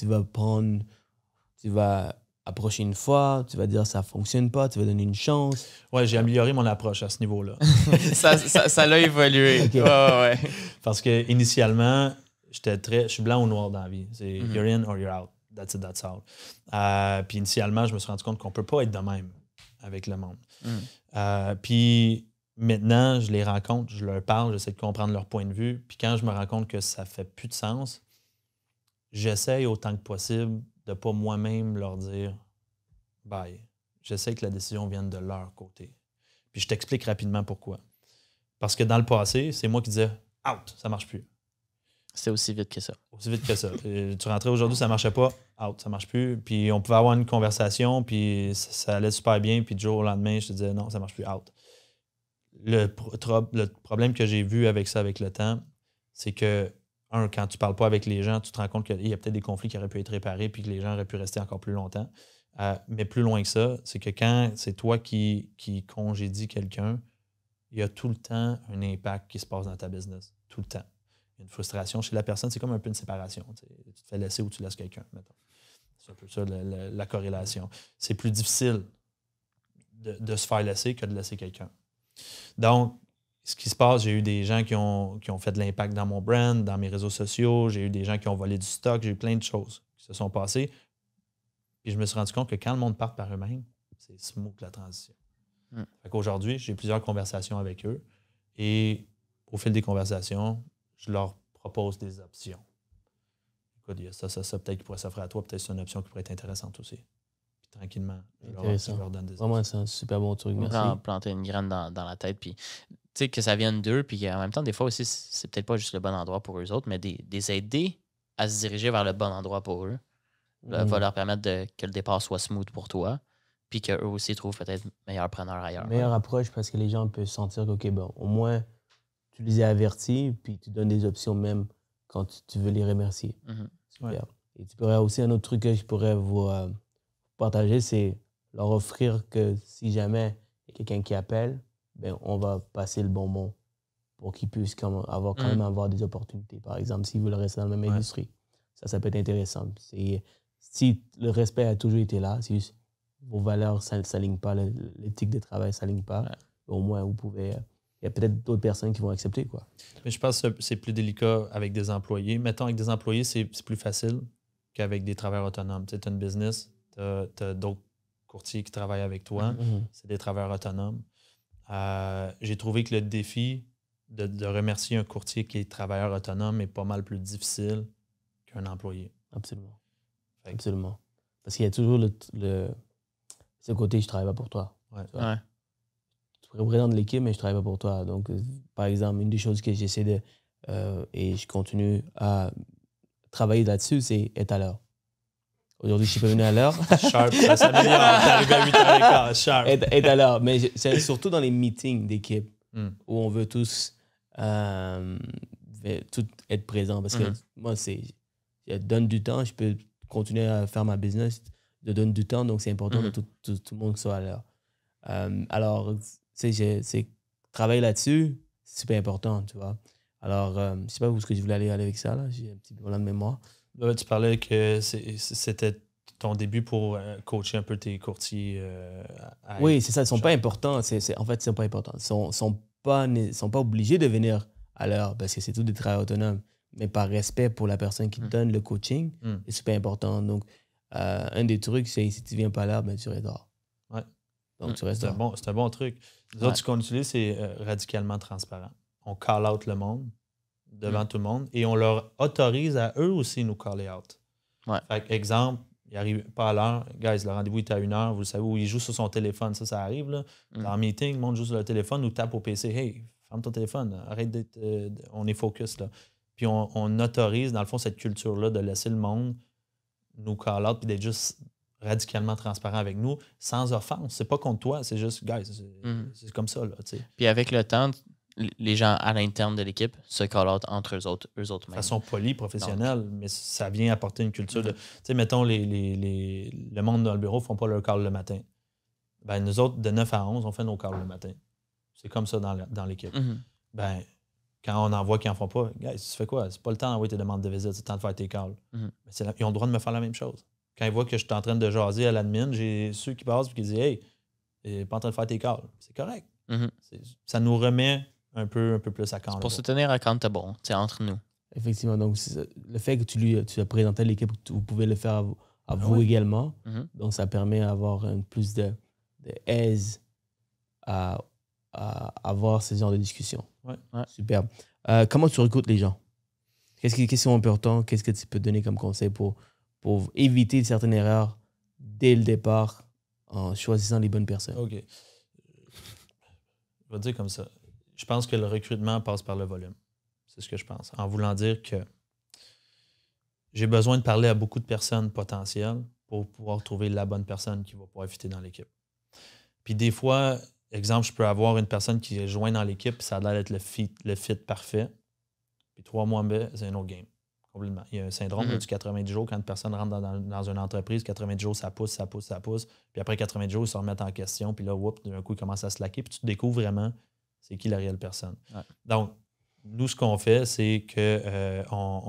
tu vas approcher une fois, tu vas dire ça fonctionne pas, tu vas donner une chance? Ouais, j'ai amélioré mon approche à ce niveau-là. ça l'a évolué. Okay. Ouais. Parce que initialement, je suis blanc ou noir dans la vie. C'est you're in or you're out. That's it, that's all. Puis initialement, je me suis rendu compte qu'on peut pas être de même avec le monde. Puis maintenant, je les rencontre, je leur parle, j'essaie de comprendre leur point de vue. Puis quand je me rends compte que ça fait plus de sens, j'essaie autant que possible de pas moi-même leur dire « bye ». J'essaie que la décision vienne de leur côté. Puis je t'explique rapidement pourquoi. Parce que dans le passé, c'est moi qui disais « out, ça marche plus ». C'était aussi vite que ça. Aussi vite que ça. Tu rentrais aujourd'hui, ça marchait pas, out, ça marche plus. Puis on pouvait avoir une conversation, puis ça allait super bien, puis du jour au lendemain, je te disais « non, ça marche plus, out ». Le problème que j'ai vu avec ça avec le temps, c'est que, quand tu parles pas avec les gens, tu te rends compte qu'il y a peut-être des conflits qui auraient pu être réparés puis que les gens auraient pu rester encore plus longtemps. Mais plus loin que ça, c'est que quand c'est toi qui congédies quelqu'un, il y a tout le temps un impact qui se passe dans ta business. Tout le temps. Il y a une frustration chez la personne. C'est comme un peu une séparation. Tu te fais laisser ou tu laisses quelqu'un, mettons. C'est un peu ça, la corrélation. C'est plus difficile de se faire laisser que de laisser quelqu'un. Donc, ce qui se passe, j'ai eu des gens qui ont fait de l'impact dans mon brand, dans mes réseaux sociaux, j'ai eu des gens qui ont volé du stock, j'ai eu plein de choses qui se sont passées. Et je me suis rendu compte que quand le monde part par eux-mêmes, c'est smooth la transition. Fait qu'aujourd'hui, j'ai plusieurs conversations avec eux et au fil des conversations, je leur propose des options. Écoute, il y a ça, peut-être qui pourrait s'offrir à toi, peut-être c'est une option qui pourrait être intéressante aussi. Puis tranquillement, je leur donne des options. Vraiment, c'est un super bon truc, merci. Planter une graine dans la tête, puis tu sais, que ça vienne d'eux, puis en même temps, des fois aussi, c'est peut-être pas juste le bon endroit pour eux autres, mais des aider à se diriger vers le bon endroit pour eux va leur permettre que le départ soit smooth pour toi, puis qu'eux aussi trouvent peut-être meilleur preneur ailleurs. Meilleure approche parce que les gens peuvent sentir que, OK, bon, au moins, tu les as avertis, puis tu donnes des options même quand tu veux les remercier. Super. Ouais. Et tu pourrais aussi, un autre truc que je pourrais vous partager, c'est leur offrir que si jamais il y a quelqu'un qui appelle, ben, on va passer le bonbon pour qu'ils puissent quand même avoir des opportunités. Par exemple, s'ils veulent rester dans la même industrie. Ça peut être intéressant. Si le respect a toujours été là, si vos valeurs ne s'alignent pas, l'éthique de travail ne s'aligne pas, au moins, vous pouvez... Il y a peut-être d'autres personnes qui vont accepter, quoi. Mais je pense que c'est plus délicat avec des employés. Mettons, avec des employés, c'est plus facile qu'avec des travailleurs autonomes. Tu sais, as une business, tu as d'autres courtiers qui travaillent avec toi. C'est des travailleurs autonomes. J'ai trouvé que le défi de remercier un courtier qui est travailleur autonome est pas mal plus difficile qu'un employé. Absolument. Absolument. Parce qu'il y a toujours ce côté « je travaille pas pour toi ». Tu représentes l'équipe, mais je travaille pas pour toi. Donc, par exemple, une des choses que j'essaie de... et je continue à travailler là-dessus, c'est être à l'heure. Aujourd'hui, je suis pas venu à l'heure. Sharp, ça s'améliore. T'es arrivé à 8h15, sharp. Être à l'heure. Mais c'est surtout dans les meetings d'équipe où on veut tous être présents. Parce que moi, je donne du temps, je peux continuer à faire ma business, je donne du temps, donc c'est important que tout le monde soit à l'heure. Alors, tu sais, travailler là-dessus, c'est super important, tu vois. Alors, je sais pas où est-ce que je voulais aller avec ça, là. J'ai un petit problème de mémoire. Là, tu parlais que c'était ton début pour coacher un peu tes courtiers. Oui, c'est ça. Ils ne sont pas importants. En fait, ils ne sont pas importants. Ils ne sont pas obligés de venir à l'heure parce que c'est tout des travailleurs autonomes. Mais par respect pour la personne qui donne le coaching, c'est super important. Donc, un des trucs, c'est si tu ne viens pas à l'heure, ben, tu restes dehors. Ouais. Donc, tu restes dehors. C'est un bon truc. Nous autres, ce qu'on utilise, c'est radicalement transparent. On call out le monde. devant tout le monde et on leur autorise à eux aussi nous caller out. Ouais. Fait que, exemple, il n'arrive pas à l'heure. Guys, le rendez-vous est à 1h. Vous le savez, où il joue sur son téléphone. Ça arrive. Là. Dans le meeting, le monde joue sur le téléphone ou tape au PC. Hey, ferme ton téléphone. Arrête d'être. On est focus. Là. Puis on autorise, dans le fond, cette culture-là de laisser le monde nous call out puis d'être juste radicalement transparent avec nous, sans offense. C'est pas contre toi, c'est juste, guys, c'est comme ça. Là, t'sais. Puis avec le temps, les gens à l'interne de l'équipe se call out entre eux autres mêmes. De façon polie, professionnelle, mais ça vient apporter une culture de... Tu sais, mettons, le monde dans le bureau ne font pas leur call le matin. Ben, nous autres, de 9 à 11, on fait nos calls le matin. C'est comme ça dans l'équipe. Ben, quand on en voit qui n'en font pas, guys, tu fais quoi? C'est pas le temps d'envoyer tes demandes de visite, c'est le temps de faire tes calls. Mais ils ont le droit de me faire la même chose. Quand ils voient que je suis en train de jaser à l'admin, j'ai ceux qui passent et qui disent « Hey, t'es pas en train de faire tes calls. » C'est correct. Ça nous remet un peu plus à camp. C'est pour se tenir accountable, entre nous. Effectivement. Donc, le fait que tu as présenté à l'équipe, vous pouvez le faire à vous également. Donc, ça permet d'avoir plus de aise à avoir ce genre de discussion. Ouais. Superbe. Comment tu recrutes les gens? Qu'est-ce qui est important? Qu'est-ce que tu peux donner comme conseil pour éviter certaines erreurs dès le départ en choisissant les bonnes personnes? OK. Je vais dire comme ça. Je pense que le recrutement passe par le volume. C'est ce que je pense. En voulant dire que j'ai besoin de parler à beaucoup de personnes potentielles pour pouvoir trouver la bonne personne qui va pouvoir fitter dans l'équipe. Puis des fois, exemple, je peux avoir une personne qui est jointe dans l'équipe, ça a l'air d'être le fit parfait. Puis 3 mois, c'est un autre game. Complètement. Il y a un syndrome du 90 jours. Quand une personne rentre dans une entreprise, 90 jours, ça pousse. Puis après 90 jours, ils se remettent en question. Puis là, d'un coup, ils commencent à se slacker. Puis tu découvres vraiment c'est qui la réelle personne. Ouais. Donc, nous, ce qu'on fait, c'est que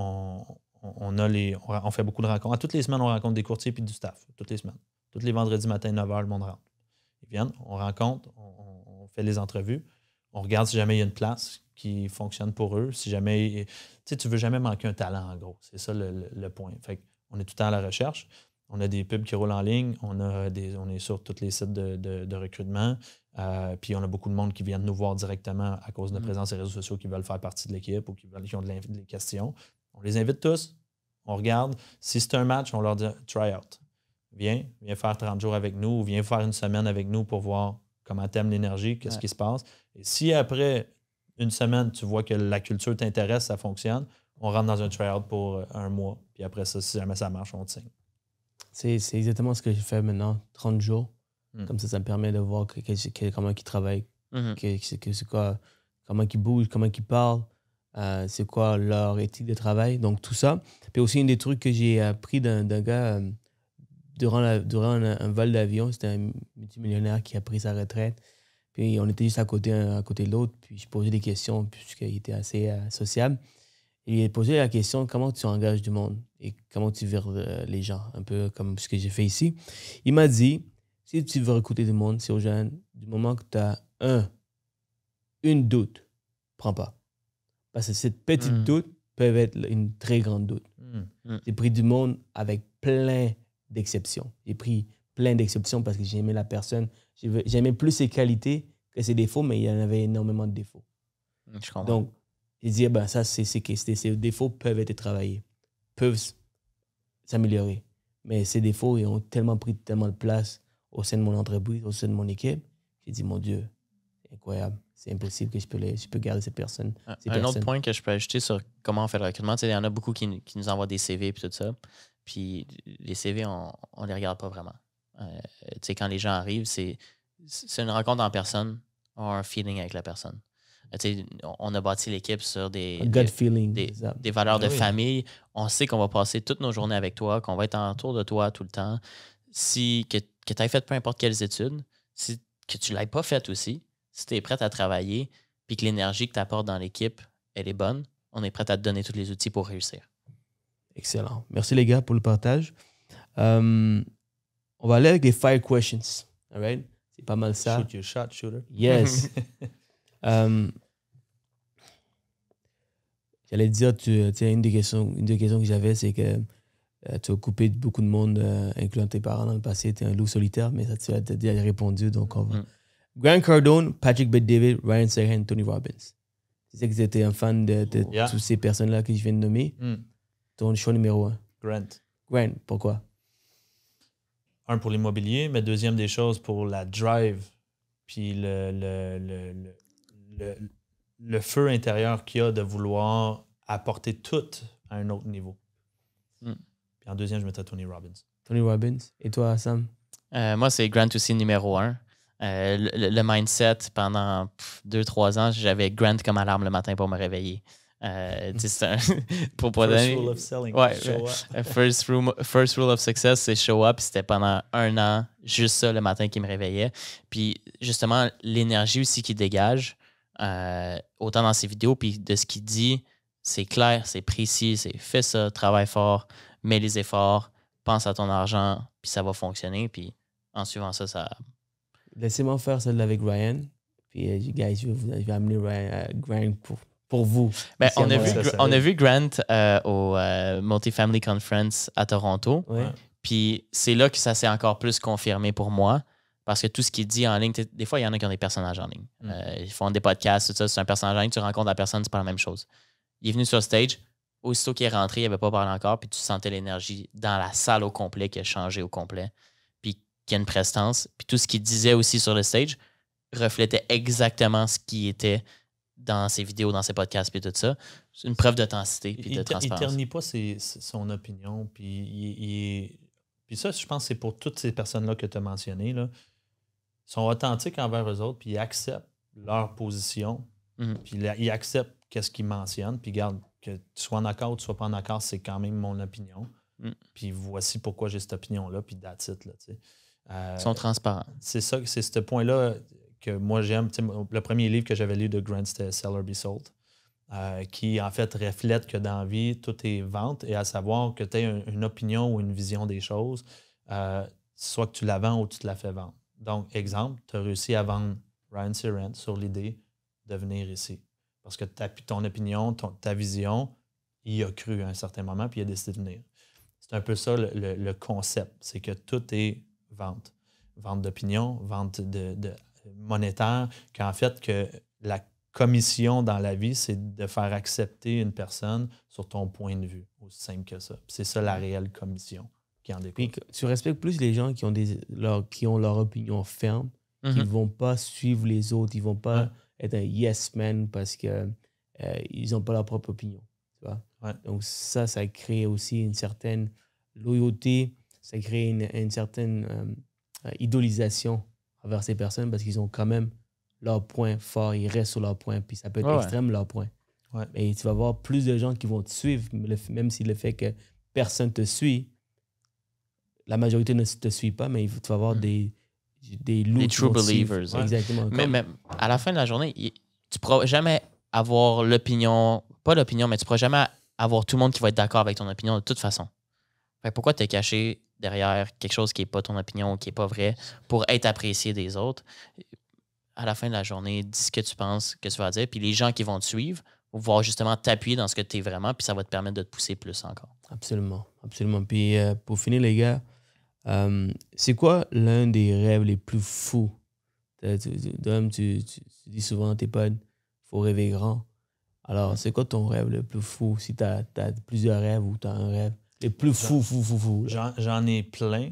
on fait beaucoup de rencontres. Toutes les semaines, on rencontre des courtiers puis du staff. Toutes les semaines. Tous les vendredis matin, 9h, le monde rentre. Ils viennent, on rencontre, on fait les entrevues. On regarde si jamais il y a une place qui fonctionne pour eux. Si jamais... Tu sais, tu veux jamais manquer un talent, en gros. C'est ça le point. Fait qu'on est tout le temps à la recherche. On a des pubs qui roulent en ligne. On est sur tous les sites de recrutement. Puis on a beaucoup de monde qui viennent nous voir directement à cause de notre présence sur les réseaux sociaux qui veulent faire partie de l'équipe ou qui ont des questions. On les invite tous. On regarde. Si c'est un match, on leur dit « try out ». Viens faire 30 jours avec nous ou viens faire une semaine avec nous pour voir comment t'aimes l'énergie, qu'est-ce qui se passe. Et si après une semaine, tu vois que la culture t'intéresse, ça fonctionne, on rentre dans un try-out pour 1 mois. Puis après ça, si jamais ça marche, on te signe. C'est exactement ce que je fais maintenant, 30 jours. Comme ça me permet de voir comment ils travaillent, c'est quoi, comment ils bougent, comment ils parlent, c'est quoi leur éthique de travail. Donc tout ça. Puis aussi, un des trucs que j'ai appris d'un gars durant un vol d'avion, c'était un multimillionnaire qui a pris sa retraite. Puis on était juste à côté de l'autre. Puis je posais des questions puisqu'il était assez sociable. Et il a posé la question, comment tu engages du monde et comment tu vires les gens, un peu comme ce que j'ai fait ici. Il m'a dit, si tu veux recruter du monde, c'est aux jeunes, du moment que tu as une doute, prends pas. Parce que cette petite doute peut être une très grande doute. J'ai pris du monde avec plein d'exceptions. J'ai pris plein d'exceptions parce que j'aimais la personne. J'aimais plus ses qualités que ses défauts, mais il y en avait énormément de défauts. Je comprends. Donc, je disais, ça, ces défauts peuvent être travaillés, peuvent s'améliorer. Mais ces défauts, ils ont pris tellement de place au sein de mon entreprise, au sein de mon équipe. J'ai dit, mon Dieu, c'est incroyable. C'est impossible que je peux garder cette personne. Un autre point que je peux ajouter sur comment on fait le recrutement, il y en a beaucoup qui nous envoient des CV et tout ça. Puis les CV, on les regarde pas vraiment. Quand les gens arrivent, c'est une rencontre en personne, on a un feeling avec la personne. On a bâti l'équipe sur des valeurs de famille. On sait qu'on va passer toutes nos journées avec toi, qu'on va être autour de toi tout le temps. Que tu aies fait peu importe quelles études, que tu ne l'aies pas fait aussi, si tu es prête à travailler puis que l'énergie que tu apportes dans l'équipe, elle est bonne, on est prêt à te donner tous les outils pour réussir. Excellent. Merci les gars pour le partage. On va aller avec les 5 questions. All right? C'est pas mal ça. Shoot your shot, shooter. Yes. J'allais dire, une des questions que j'avais, c'est que tu as coupé beaucoup de monde, incluant tes parents dans le passé. Tu es un loup solitaire, mais ça, tu as déjà répondu. Donc, on va. Grant Cardone, Patrick Bet-David, Ryan Serhant, Tony Robbins. Tu sais que tu étais un fan de toutes ces personnes-là que je viens de nommer. Ton choix numéro 1. Grant, pourquoi? Un, pour l'immobilier, mais deuxième des choses, pour la drive, puis le feu intérieur qu'il y a de vouloir apporter tout à un autre niveau. Puis en deuxième, je mettrais Tony Robbins. Tony Robbins. Et toi, Sam? Moi, c'est Grant aussi numéro 1. Le mindset, pendant 2-3 ans, j'avais Grant comme alarme le matin pour me réveiller. Pour First rule of selling. Ouais, first rule of success, c'est show up. C'était pendant 1 an, juste ça le matin qui me réveillait. Puis justement, l'énergie aussi qu'il dégage, autant dans ses vidéos, puis de ce qu'il dit, c'est clair, c'est précis, c'est fais ça, travaille fort, mets les efforts, pense à ton argent, puis ça va fonctionner. Puis en suivant ça, ça... Laissez-moi faire celle avec Ryan. Puis, guys, je vais amener Grant pour vous. Ben, on a vu Grant au Multifamily Conference à Toronto. Ouais. Puis c'est là que ça s'est encore plus confirmé pour moi. Parce que tout ce qu'il dit en ligne, des fois, il y en a qui ont des personnages en ligne. Ils font des podcasts, tout ça. C'est un personnage en ligne, tu rencontres la personne, c'est pas la même chose. Il est venu sur le stage. Aussitôt qu'il est rentré, il n'avait pas parlé encore. Puis tu sentais l'énergie dans la salle au complet qui a changé au complet. Puis qu'il y a une prestance. Puis tout ce qu'il disait aussi sur le stage reflétait exactement ce qui était dans ses vidéos, dans ses podcasts, puis tout ça. C'est une preuve d'authenticité puis de transparence. Il ne ternit pas son opinion. Puis ça, je pense que c'est pour toutes ces personnes-là que tu as mentionnées. Là. Ils sont authentiques envers eux autres, puis ils acceptent leur position. Puis ils acceptent qu'est-ce qu'ils mentionnent. Puis regarde, que tu sois en accord ou tu ne sois pas en accord, c'est quand même mon opinion. Puis voici pourquoi j'ai cette opinion-là, puis that's it. Là, ils sont transparents. C'est ça, c'est ce point-là que moi j'aime. Le premier livre que j'avais lu de Grant, c'était Sell or Be Sold, qui en fait reflète que dans la vie, tout est vente, et à savoir que tu aies une opinion ou une vision des choses, soit que tu la vends ou tu te la fais vendre. Donc, exemple, tu as réussi à vendre Ryan Serent sur l'idée de venir ici. Parce que ton opinion, ta vision, il y a cru à un certain moment, puis il a décidé de venir. C'est un peu ça le concept, c'est que tout est vente. Vente d'opinion, vente de monétaire, qu'en fait, que la commission dans la vie, c'est de faire accepter une personne sur ton point de vue. Aussi simple que ça. Puis c'est ça la réelle commission qui en découle. Puis tu respectes plus les gens qui ont leur opinion ferme, qui ne vont pas suivre les autres, ils ne vont pas être un yes man parce qu'ils n'ont pas leur propre opinion. Tu vois? Ouais. Donc ça crée aussi une certaine loyauté, ça crée une certaine idolisation envers ces personnes parce qu'ils ont quand même leur point fort, ils restent sur leur point, puis ça peut être extrême leur point. Ouais. Mais tu vas avoir plus de gens qui vont te suivre, même si le fait que personne te suit, la majorité ne te suit pas, mais tu vas avoir des loups. Des true believers. Ouais. Exactement. Mais à la fin de la journée, tu ne pourras jamais avoir l'opinion, pas l'opinion, mais tu ne pourras jamais avoir tout le monde qui va être d'accord avec ton opinion de toute façon. Fait que pourquoi te cacher derrière quelque chose qui n'est pas ton opinion, qui n'est pas vrai, pour être apprécié des autres? À la fin de la journée, dis ce que tu penses, que tu vas dire, puis les gens qui vont te suivre vont pouvoir justement t'appuyer dans ce que tu es vraiment, puis ça va te permettre de te pousser plus encore. Absolument, absolument. Puis pour finir, les gars, c'est quoi l'un des rêves les plus fous? Dom, tu dis souvent, t'es pas, faut rêver grand. Alors, c'est quoi ton rêve le plus fou? Si tu as plusieurs rêves ou tu as un rêve le plus fou. J'en ai plein,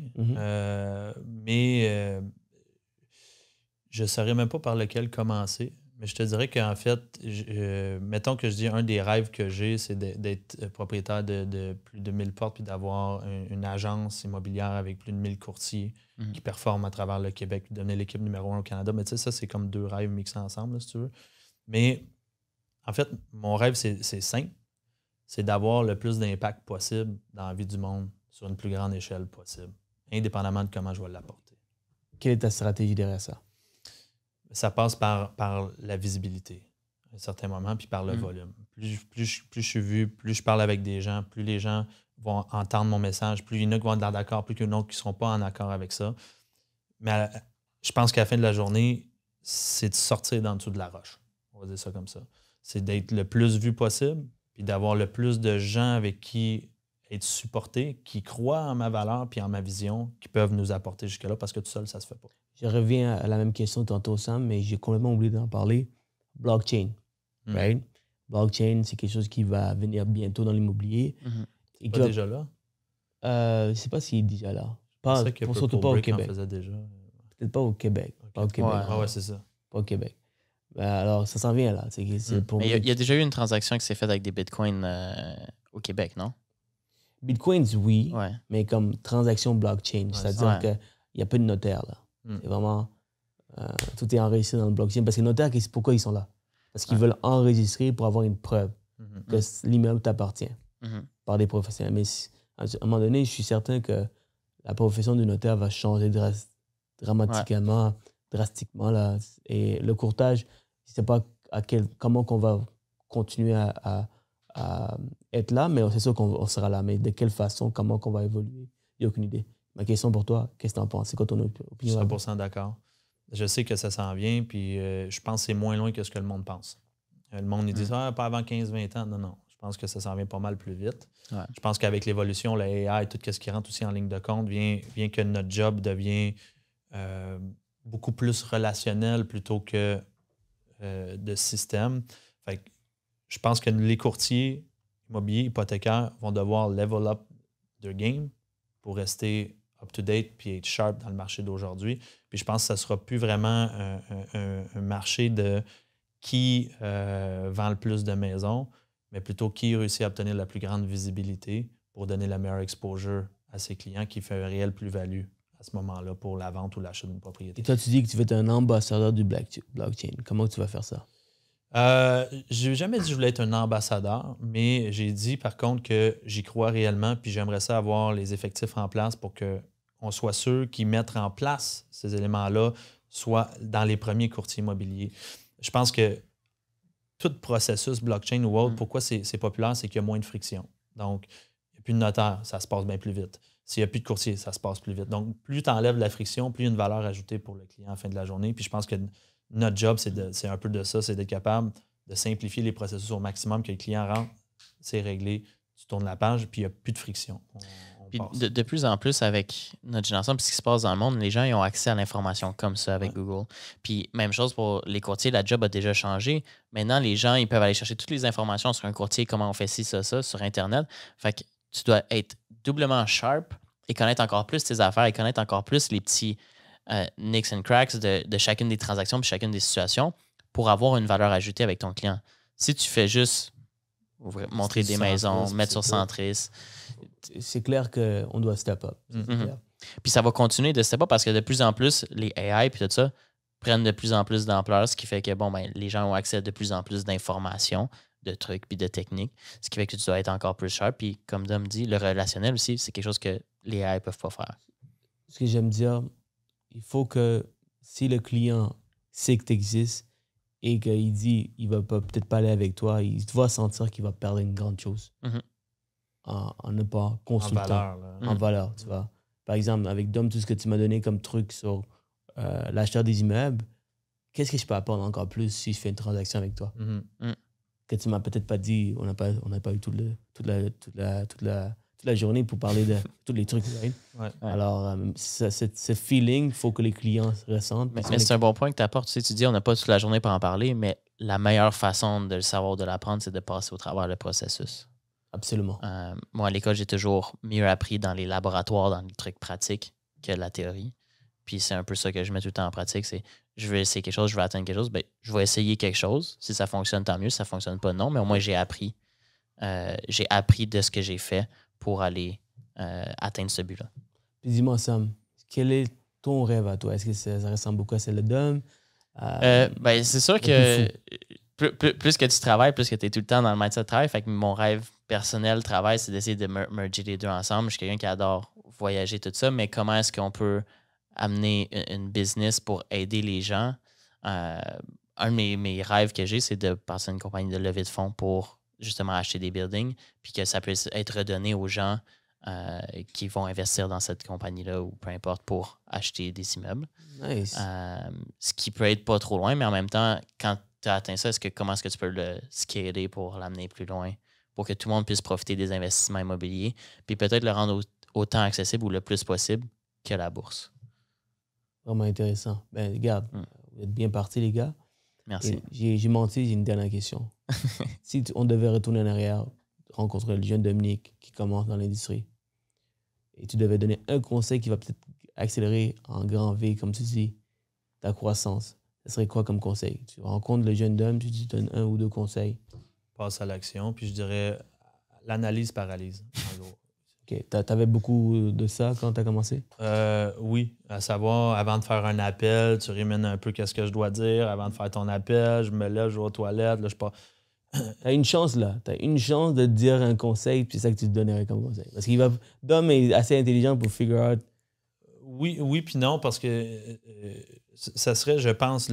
mais je ne saurais même pas par lequel commencer. Mais je te dirais qu'en fait, mettons que je dis un des rêves que j'ai, c'est d'être propriétaire de plus de 1000 portes puis d'avoir une agence immobilière avec plus de 1000 courtiers qui performent à travers le Québec, puis devenir l'équipe numéro 1 au Canada. Mais tu sais, ça, c'est comme 2 rêves mixés ensemble, là, si tu veux. Mais en fait, mon rêve, c'est simple. C'est d'avoir le plus d'impact possible dans la vie du monde sur une plus grande échelle possible, indépendamment de comment je vais l'apporter. Quelle est ta stratégie derrière ça? Ça passe par la visibilité, à un certain moment, puis par le volume. Plus je suis vu, plus je parle avec des gens, plus les gens vont entendre mon message, plus il y en a qui vont être d'accord, plus il y en a qui ne seront pas en accord avec ça. Mais je pense qu'à la fin de la journée, c'est de sortir d'en dessous de la roche. On va dire ça comme ça. C'est d'être le plus vu possible, puis d'avoir le plus de gens avec qui être supporté, qui croient en ma valeur puis en ma vision, qui peuvent nous apporter jusque-là, parce que tout seul, ça se fait pas. Je reviens à la même question tantôt, Sam, mais j'ai complètement oublié d'en parler. Blockchain. right? Blockchain, c'est quelque chose qui va venir bientôt dans l'immobilier. Et Pas déjà là? Je ne sais pas s'il est déjà là. Pas, C'est ça que surtout Purple pas au Brick en Québec. faisait déjà. Peut-être pas au Québec. Pas au Québec. Ah ouais, c'est ça. Pas au Québec. Alors, ça s'en vient là. C'est pour Mais il y a déjà eu une transaction qui s'est faite avec des bitcoins au Québec, non? Bitcoins, oui, Ouais. mais comme transaction blockchain. C'est-à-dire qu'il n'y a pas de notaire là. C'est vraiment... tout est enregistré dans le blockchain. Parce que les notaires, pourquoi ils sont là? Parce qu'ils veulent enregistrer pour avoir une preuve que l'immeuble t'appartient par des professionnels. Mais à un moment donné, je suis certain que la profession du notaire va changer drastiquement. Là. Et le courtage, je ne sais pas comment qu'on va continuer à être là, mais c'est sûr qu'on sera là. Mais de quelle façon, comment qu'on va évoluer, il n'y a aucune idée. Ma question pour toi, qu'est-ce que tu en penses? C'est quoi ton opinion? 100% d'accord. Je sais que ça s'en vient, puis je pense que c'est moins loin que ce que le monde pense. Le monde, il dit pas avant 15-20 ans. Non. Je pense que ça s'en vient pas mal plus vite. Ouais. Je pense qu'avec l'évolution, la AI, tout ce qui rentre aussi en ligne de compte, vient que notre job devient beaucoup plus relationnel plutôt que de système. Fait que je pense que les courtiers immobiliers, hypothécaires vont devoir level up their game pour rester up-to-date puis être sharp dans le marché d'aujourd'hui. Puis je pense que ça ne sera plus vraiment un marché de qui vend le plus de maisons, mais plutôt qui réussit à obtenir la plus grande visibilité pour donner la meilleure exposure à ses clients qui fait un réel plus-value à ce moment-là pour la vente ou l'achat d'une propriété. Et toi, tu dis que tu veux être un ambassadeur du blockchain. Comment tu vas faire ça? Je n'ai jamais dit que je voulais être un ambassadeur, mais j'ai dit par contre que j'y crois réellement puis j'aimerais ça avoir les effectifs en place pour qu'on soit sûr qu'ils mettent en place ces éléments-là, soit dans les premiers courtiers immobiliers. Je pense que tout processus blockchain ou autre, pourquoi c'est populaire, c'est qu'il y a moins de friction. Donc, il n'y a plus de notaire, ça se passe bien plus vite. S'il n'y a plus de courtier, ça se passe plus vite. Donc, plus tu enlèves la friction, plus il y a une valeur ajoutée pour le client à la fin de la journée. Puis je pense que notre job, c'est un peu de ça, c'est d'être capable de simplifier les processus au maximum, que le client rentre, c'est réglé, tu tournes la page, puis il n'y a plus de friction. Puis de plus en plus, avec notre génération, puis ce qui se passe dans le monde, les gens ils ont accès à l'information comme ça avec Google. Puis même chose pour les courtiers, la job a déjà changé. Maintenant, les gens, ils peuvent aller chercher toutes les informations sur un courtier, comment on fait ci, ça, sur Internet. Fait que tu dois être doublement sharp et connaître encore plus tes affaires et connaître encore plus les petits nicks and cracks de chacune des transactions puis chacune des situations pour avoir une valeur ajoutée avec ton client. Si tu fais juste montrer des maisons, mettre sur Centris, c'est clair qu'on doit step up. Puis ça va continuer de step up parce que de plus en plus, les AI et tout ça prennent de plus en plus d'ampleur, ce qui fait que les gens ont accès à de plus en plus d'informations, de trucs puis de techniques, ce qui fait que tu dois être encore plus sharp. Puis comme Dom dit, le relationnel aussi, c'est quelque chose que les AI ne peuvent pas faire. Ce que j'aime dire, il faut que si le client sait que tu existes et qu'il dit il va peut-être pas aller avec toi, il doit sentir qu'il va perdre une grande chose en ne pas consultant. En valeur, tu vois. Par exemple, avec Dom, tout ce que tu m'as donné comme truc sur l'achat des immeubles, qu'est-ce que je peux apprendre encore plus si je fais une transaction avec toi? Que tu m'as peut-être pas dit, on n'a pas eu toute la journée pour parler de tous les trucs. Right? Ouais. Alors, ce feeling, il faut que les clients ressentent. Mais c'est un bon point que tu apportes. Tu dis, on n'a pas toute la journée pour en parler, mais la meilleure façon de le savoir, de l'apprendre, c'est de passer au travers le processus. Absolument. Moi, à l'école, j'ai toujours mieux appris dans les laboratoires, dans les trucs pratiques que la théorie. Puis c'est un peu ça que je mets tout le temps en pratique. C'est, je vais essayer quelque chose, je vais atteindre quelque chose, ben, je vais essayer quelque chose. Si ça fonctionne, tant mieux. Si ça ne fonctionne pas, non. Mais au moins, j'ai appris. J'ai appris de ce que j'ai fait pour aller atteindre ce but-là. Puis dis-moi, Sam, quel est ton rêve à toi? Est-ce que ça ressemble beaucoup à celle de Dom? Ben, c'est sûr que plus que tu travailles, plus que tu es tout le temps dans le mindset de travail. Fait que mon rêve personnel, travail, c'est d'essayer de merger les deux ensemble. Je suis quelqu'un qui adore voyager, tout ça, mais comment est-ce qu'on peut amener une business pour aider les gens? Un de mes rêves que j'ai, c'est de passer une compagnie de levée de fonds pour justement acheter des buildings, puis que ça puisse être redonné aux gens qui vont investir dans cette compagnie-là ou peu importe pour acheter des immeubles. Nice. Ce qui peut être pas trop loin, mais en même temps, quand tu as atteint ça, comment est-ce que tu peux le scaler pour l'amener plus loin, pour que tout le monde puisse profiter des investissements immobiliers, puis peut-être le rendre autant accessible ou le plus possible que la bourse. Vraiment intéressant. Ben, regarde, vous êtes bien partis, les gars. Merci. J'ai menti, j'ai une dernière question. Si on devait retourner en arrière, rencontrer le jeune Dominique qui commence dans l'industrie, et tu devais donner un conseil qui va peut-être accélérer en grand V, comme tu dis, ta croissance, ce serait quoi comme conseil? Tu rencontres le jeune Dom, tu lui donnes 1 ou 2 conseils. Passe à l'action, puis je dirais l'analyse paralyse, en gros. OK. T'avais beaucoup de ça quand tu as commencé? Oui, à savoir, avant de faire un appel, tu rumines un peu qu'est-ce que je dois dire. Avant de faire ton appel, je me lève, je vais aux toilettes, là, je pars. T'as une chance, là. T'as une chance de te dire un conseil, puis c'est ça que tu te donnerais comme conseil. Parce qu'il va... Dom est assez intelligent pour figure out. Oui, puis non, parce que ça serait, je pense,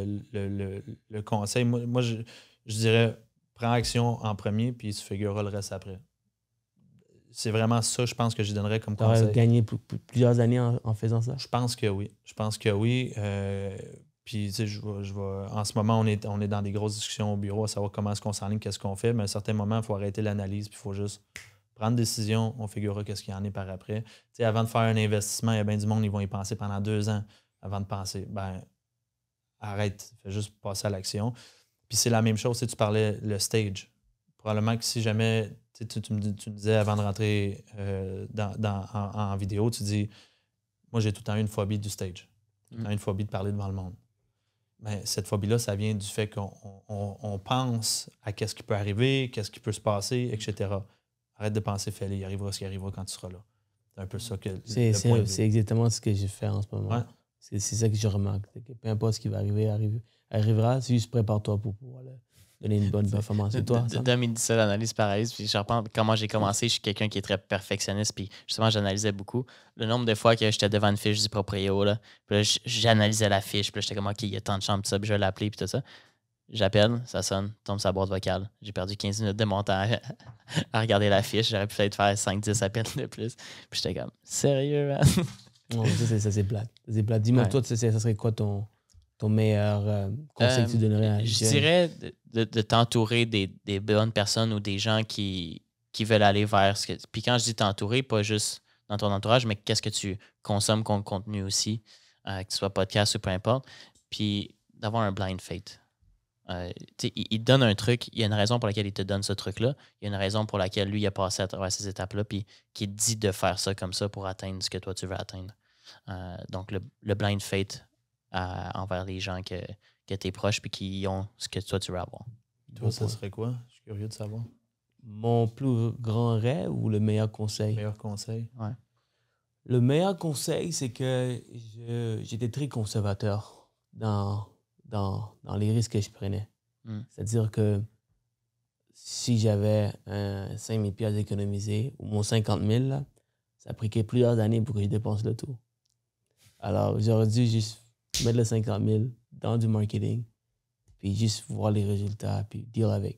le conseil. Moi je dirais, prends action en premier, puis tu figureras le reste après. C'est vraiment ça, je pense, que je donnerais comme T'aurais conseil. gagné plusieurs années en faisant ça? Je pense que oui. Je pense que oui. Puis, tu sais, en ce moment, on est dans des grosses discussions au bureau à savoir comment est-ce qu'on s'enligne, qu'est-ce qu'on fait. Mais à un certain moment, il faut arrêter l'analyse, puis il faut juste prendre une décision, on figurera qu'est-ce qu'il y en est par après. Tu sais, avant de faire un investissement, il y a bien du monde, ils vont y penser pendant 2 ans avant de penser. Ben, arrête, fais juste passer à l'action. Puis c'est la même chose, tu parlais le stage. Probablement que si jamais, tu me disais avant de rentrer en vidéo, tu dis, moi j'ai tout le temps eu une phobie du stage. Tout le temps une phobie de parler devant le monde. Mais cette phobie-là, ça vient du fait qu'on pense à qu'est-ce qui peut arriver, qu'est-ce qui peut se passer, etc. Arrête de penser, fais-le, il arrivera ce qui arrivera quand tu seras là. C'est un peu ça que c'est exactement ce que je fais en ce moment. Ouais. C'est ça que je remarque. Que peu importe ce qui va arrivera, c'est juste prépare-toi pour pouvoir donner une bonne performance. C'est toi, ça? Dom, il dit ça, l'analyse paralyse. Puis je reprends comment j'ai commencé. Je suis quelqu'un qui est très perfectionniste. Puis justement, j'analysais beaucoup. Le nombre de fois que j'étais devant une fiche du proprio, là, puis là, j'analysais la fiche. Puis là, j'étais comme, OK, il y a tant de chambres, tout ça. Puis je vais l'appeler, puis tout ça. J'appelle, ça sonne, tombe sa boîte vocale. J'ai perdu 15 minutes de mon temps à regarder la fiche. J'aurais pu peut-être faire 5-10 appels de plus. Puis j'étais comme, sérieux, man? Non, ça, c'est plate. C'est plate. Dis-moi, toi, ça serait quoi ton meilleur conseil que tu donnerais à Je dirais de t'entourer des bonnes personnes ou des gens qui veulent aller vers ce que... Puis quand je dis t'entourer, pas juste dans ton entourage, mais qu'est-ce que tu consommes comme contenu aussi, que ce soit podcast ou peu importe. Puis d'avoir un blind faith. Il te donne un truc, il y a une raison pour laquelle il te donne ce truc-là, il y a une raison pour laquelle lui il a passé à travers ces étapes-là, puis qui te dit de faire ça comme ça pour atteindre ce que toi tu veux atteindre. Donc le blind faith envers les gens que tu es proche puis qui ont ce que toi tu veux avoir. Toi, ça serait quoi? Je suis curieux de savoir. Mon plus grand rêve ou le meilleur conseil? Meilleur conseil? Ouais. Le meilleur conseil, c'est que j'étais très conservateur dans les risques que je prenais. C'est-à-dire que si j'avais 5 000 $ économisés ou mon 50 000, là, ça a pris plusieurs années pour que je dépense le tout. Alors, j'aurais dû juste mettre le 50 000 dans du marketing, puis juste voir les résultats, puis deal avec.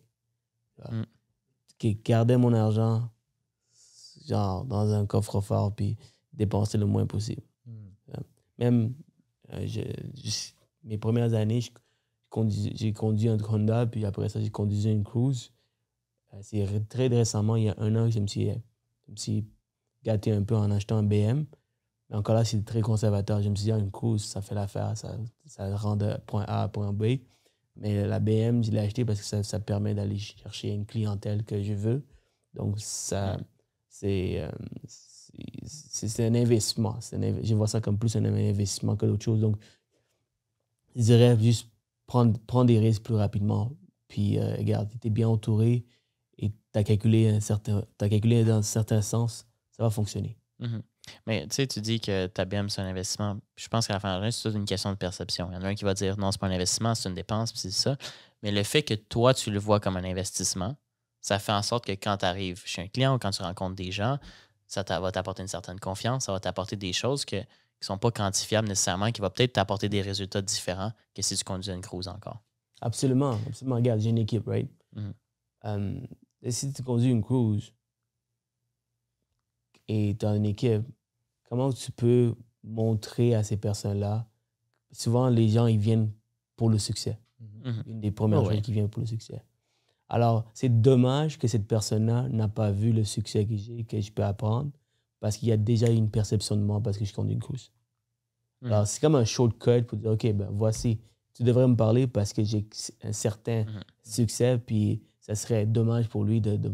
Garder mon argent genre dans un coffre-fort, puis dépenser le moins possible. Même mes premières années, j'ai conduit un Honda, puis après ça, j'ai conduit une Cruise. C'est très récemment, il y a 1 an, que je me suis gâté un peu en achetant un BM. Mais encore là, c'est très conservateur. Je me suis dit, une Cruise, ça fait l'affaire, ça rend de point A à point B. Mais la BM, je l'ai acheté parce que ça permet d'aller chercher une clientèle que je veux. Donc, ça, c'est un investissement. Je vois ça comme plus un investissement que d'autres choses. Donc, je dirais juste prendre des risques plus rapidement. Puis, regarde, tu es bien entouré et tu as calculé dans un certain sens, ça va fonctionner. Mm-hmm. Mais tu sais, tu dis que ta BM, c'est un investissement. Je pense qu'à la fin de la journée, c'est toute une question de perception. Il y en a un qui va dire non, c'est pas un investissement, c'est une dépense, puis c'est ça. Mais le fait que toi, tu le vois comme un investissement, ça fait en sorte que quand tu arrives chez un client ou quand tu rencontres des gens, ça va t'apporter une certaine confiance, ça va t'apporter des choses qui ne sont pas quantifiables nécessairement, qui va peut-être t'apporter des résultats différents que si tu conduis une Cruise encore. Absolument. Regarde, j'ai une équipe, right? Et si tu conduis une Cruise et tu as une équipe, comment tu peux montrer à ces personnes-là? Souvent, les gens, ils viennent pour le succès. Une des premières choses qui viennent pour le succès. Alors, c'est dommage que cette personne-là n'a pas vu le succès que j'ai, que je peux apprendre, parce qu'il y a déjà une perception de moi parce que je conduis une Cruise. Alors, c'est comme un shortcut pour dire, OK, ben voici, tu devrais me parler parce que j'ai un certain succès, puis ça serait dommage pour lui de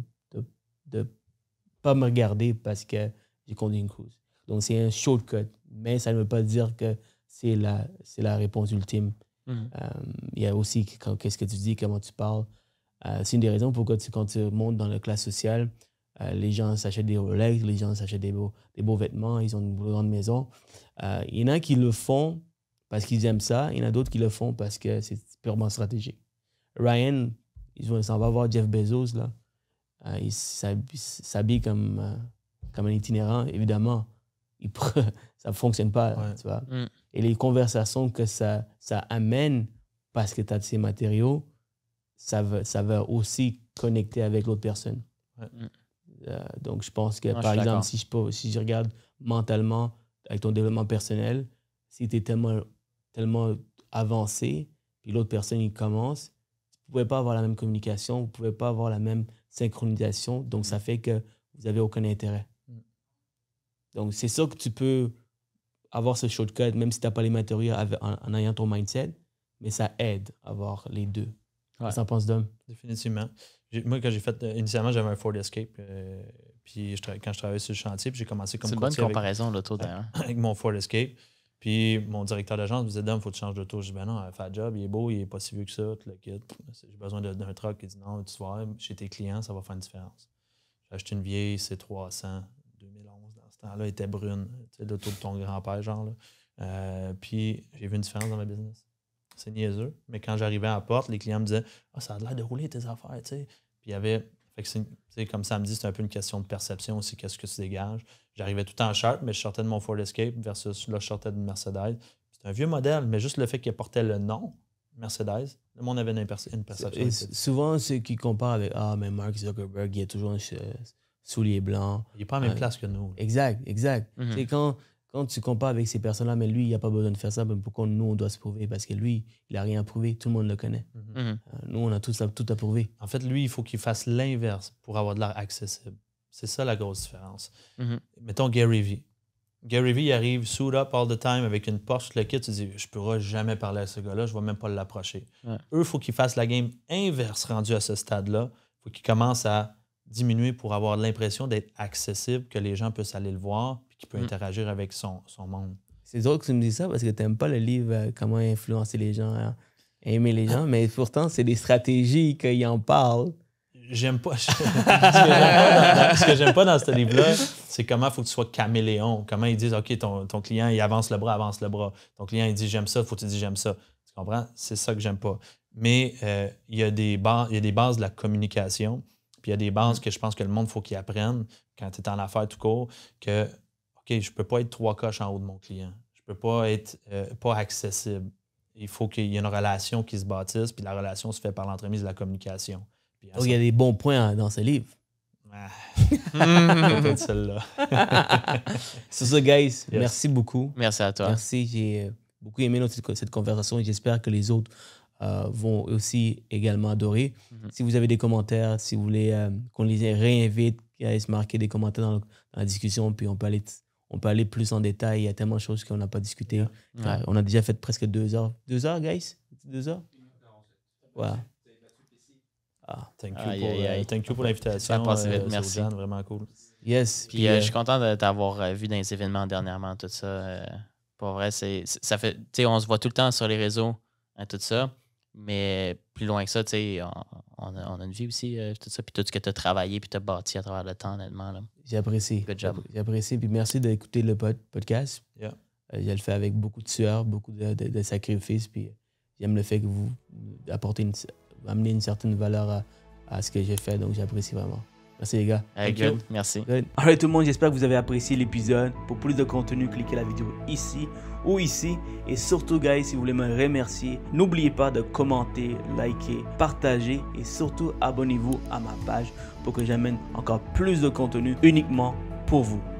pas me regarder parce que j'ai conduit une cruise. Donc, c'est un shortcut, mais ça ne veut pas dire que c'est la réponse ultime. Il y a aussi qu'est-ce que tu dis, comment tu parles. C'est une des raisons pourquoi quand tu montes dans la classe sociale, les gens s'achètent des Rolex, les gens s'achètent des beaux vêtements, ils ont une grande maison. Il y en a qui le font parce qu'ils aiment ça, il y en a d'autres qui le font parce que c'est purement stratégique. Ryan, il s'en va voir Jeff Bezos, là. Il s'habille comme un itinérant, évidemment. Ça ne fonctionne pas, là, tu vois. Et les conversations que ça amène parce que tu as ces matériaux, ça va aussi connecter avec l'autre personne. Donc, je pense que, par exemple, si je regarde mentalement avec ton développement personnel, si tu es tellement avancé, puis l'autre personne, il commence, vous ne pouvez pas avoir la même communication, vous ne pouvez pas avoir la même synchronisation, donc ça fait que vous n'avez aucun intérêt. Donc, c'est sûr que tu peux avoir ce shortcut, même si tu n'as pas les matériaux en ayant ton mindset, mais ça aide à avoir les deux. Qu'est-ce que tu en penses, Dom? Définitivement. Moi, quand j'ai fait, initialement, j'avais un Ford Escape, puis quand je travaillais sur le chantier, puis j'ai commencé comme courtier. C'est une bonne comparaison, l'auto, d'ailleurs. Avec mon Ford Escape. Puis mon directeur d'agence me disait, Dom, il faut que tu changes d'auto. Je dis, ben non, fais le job, il est beau, il est pas si vieux que ça, tout le kit. J'ai besoin d'un truck. Il dit, non, tu vois, chez tes clients, ça va faire une différence. J'ai acheté une vieille C300 2011. Dans ce temps-là, elle était brune. Tu sais, l'auto de ton grand-père, genre. Là. Puis j'ai vu une différence dans ma business. C'est niaiseux. Mais quand j'arrivais à la porte, les clients me disaient, ça a l'air de rouler tes affaires, tu sais. Puis il y avait. Fait que comme samedi, c'est un peu une question de perception aussi, qu'est-ce que tu dégages. J'arrivais tout en Sharp, mais je sortais de mon Ford Escape versus là, je sortais d'une Mercedes. C'est un vieux modèle, mais juste le fait qu'il portait le nom Mercedes, le monde avait une perception. Et souvent, ceux qui comparent avec mais Mark Zuckerberg, il a toujours un soulier blanc. Il n'est pas à la même place que nous. Exact. C'est quand tu compares avec ces personnes-là, mais lui, il n'a pas besoin de faire ça, mais pourquoi nous, on doit se prouver? Parce que lui, il n'a rien à prouver. Tout le monde le connaît. Nous, on a tout à prouver. En fait, lui, il faut qu'il fasse l'inverse pour avoir de l'air accessible. C'est ça la grosse différence. Mettons Gary Vee. Gary Vee, il arrive suit up all the time avec une Porsche, le kit, tu dis, je ne pourrai jamais parler à ce gars-là, je ne vais même pas l'approcher. Eux, il faut qu'ils fassent la game inverse rendue à ce stade-là. Il faut qu'ils commencent à diminuer pour avoir l'impression d'être accessible, que les gens puissent aller le voir puis qu'il peut interagir avec son monde. C'est drôle que tu me dis ça parce que tu n'aimes pas le livre Comment influencer les gens, aimer les gens, mais pourtant, c'est des stratégies qu'ils en parlent. J'aime pas. Ce que j'aime pas dans ce livre-là, c'est comment il faut que tu sois caméléon. Comment ils disent, OK, ton client, il avance le bras. Ton client, il dit, j'aime ça, il faut que tu dises, j'aime ça. Tu comprends? C'est ça que j'aime pas. Mais il y a des bases de la communication. Puis il y a des bases que je pense que le monde, il faut qu'il apprenne quand tu es en affaires tout court, que, OK, je peux pas être 3 coches en haut de mon client. Je peux pas être pas accessible. Il faut qu'il y ait une relation qui se bâtisse, puis la relation se fait par l'entremise de la communication. Donc, il y a des bons points dans ce livre. Peut-être celle-là. C'est ça, guys. Merci beaucoup. Merci à toi. Merci. J'ai beaucoup aimé cette conversation et j'espère que les autres vont aussi également adorer. Si vous avez des commentaires, si vous voulez qu'on les réinvite, se marquer des commentaires dans la discussion, puis on peut aller plus en détail. Il y a tellement de choses qu'on n'a pas discuté. On a déjà fait presque 2 heures. 2 heures, guys? 2 heures? Voilà. Thank you pour l'invitation. Ça a passé vite, merci. Vraiment cool. Yes. Puis je suis content de t'avoir vu dans les événements dernièrement, tout ça. Pour vrai, ça fait. Tu sais, on se voit tout le temps sur les réseaux, tout ça. Mais plus loin que ça, tu sais, on a une vie aussi, tout ça. Puis tout ce que tu as travaillé puis tu as bâti à travers le temps, honnêtement. Là. J'ai apprécié. Good job. J'ai apprécié. Puis merci d'écouter le podcast. Yeah. Je le fais avec beaucoup de sueur, beaucoup de sacrifices. Puis j'aime le fait que vous amenez une certaine valeur à ce que j'ai fait. Donc j'apprécie vraiment. Merci les gars. Good. Merci. Good. Alright tout le monde, j'espère que vous avez apprécié l'épisode. Pour plus de contenu, cliquez la vidéo ici ou ici. Et surtout, guys, si vous voulez me remercier, n'oubliez pas de commenter, liker, partager et surtout abonnez-vous à ma page pour que j'amène encore plus de contenu uniquement pour vous.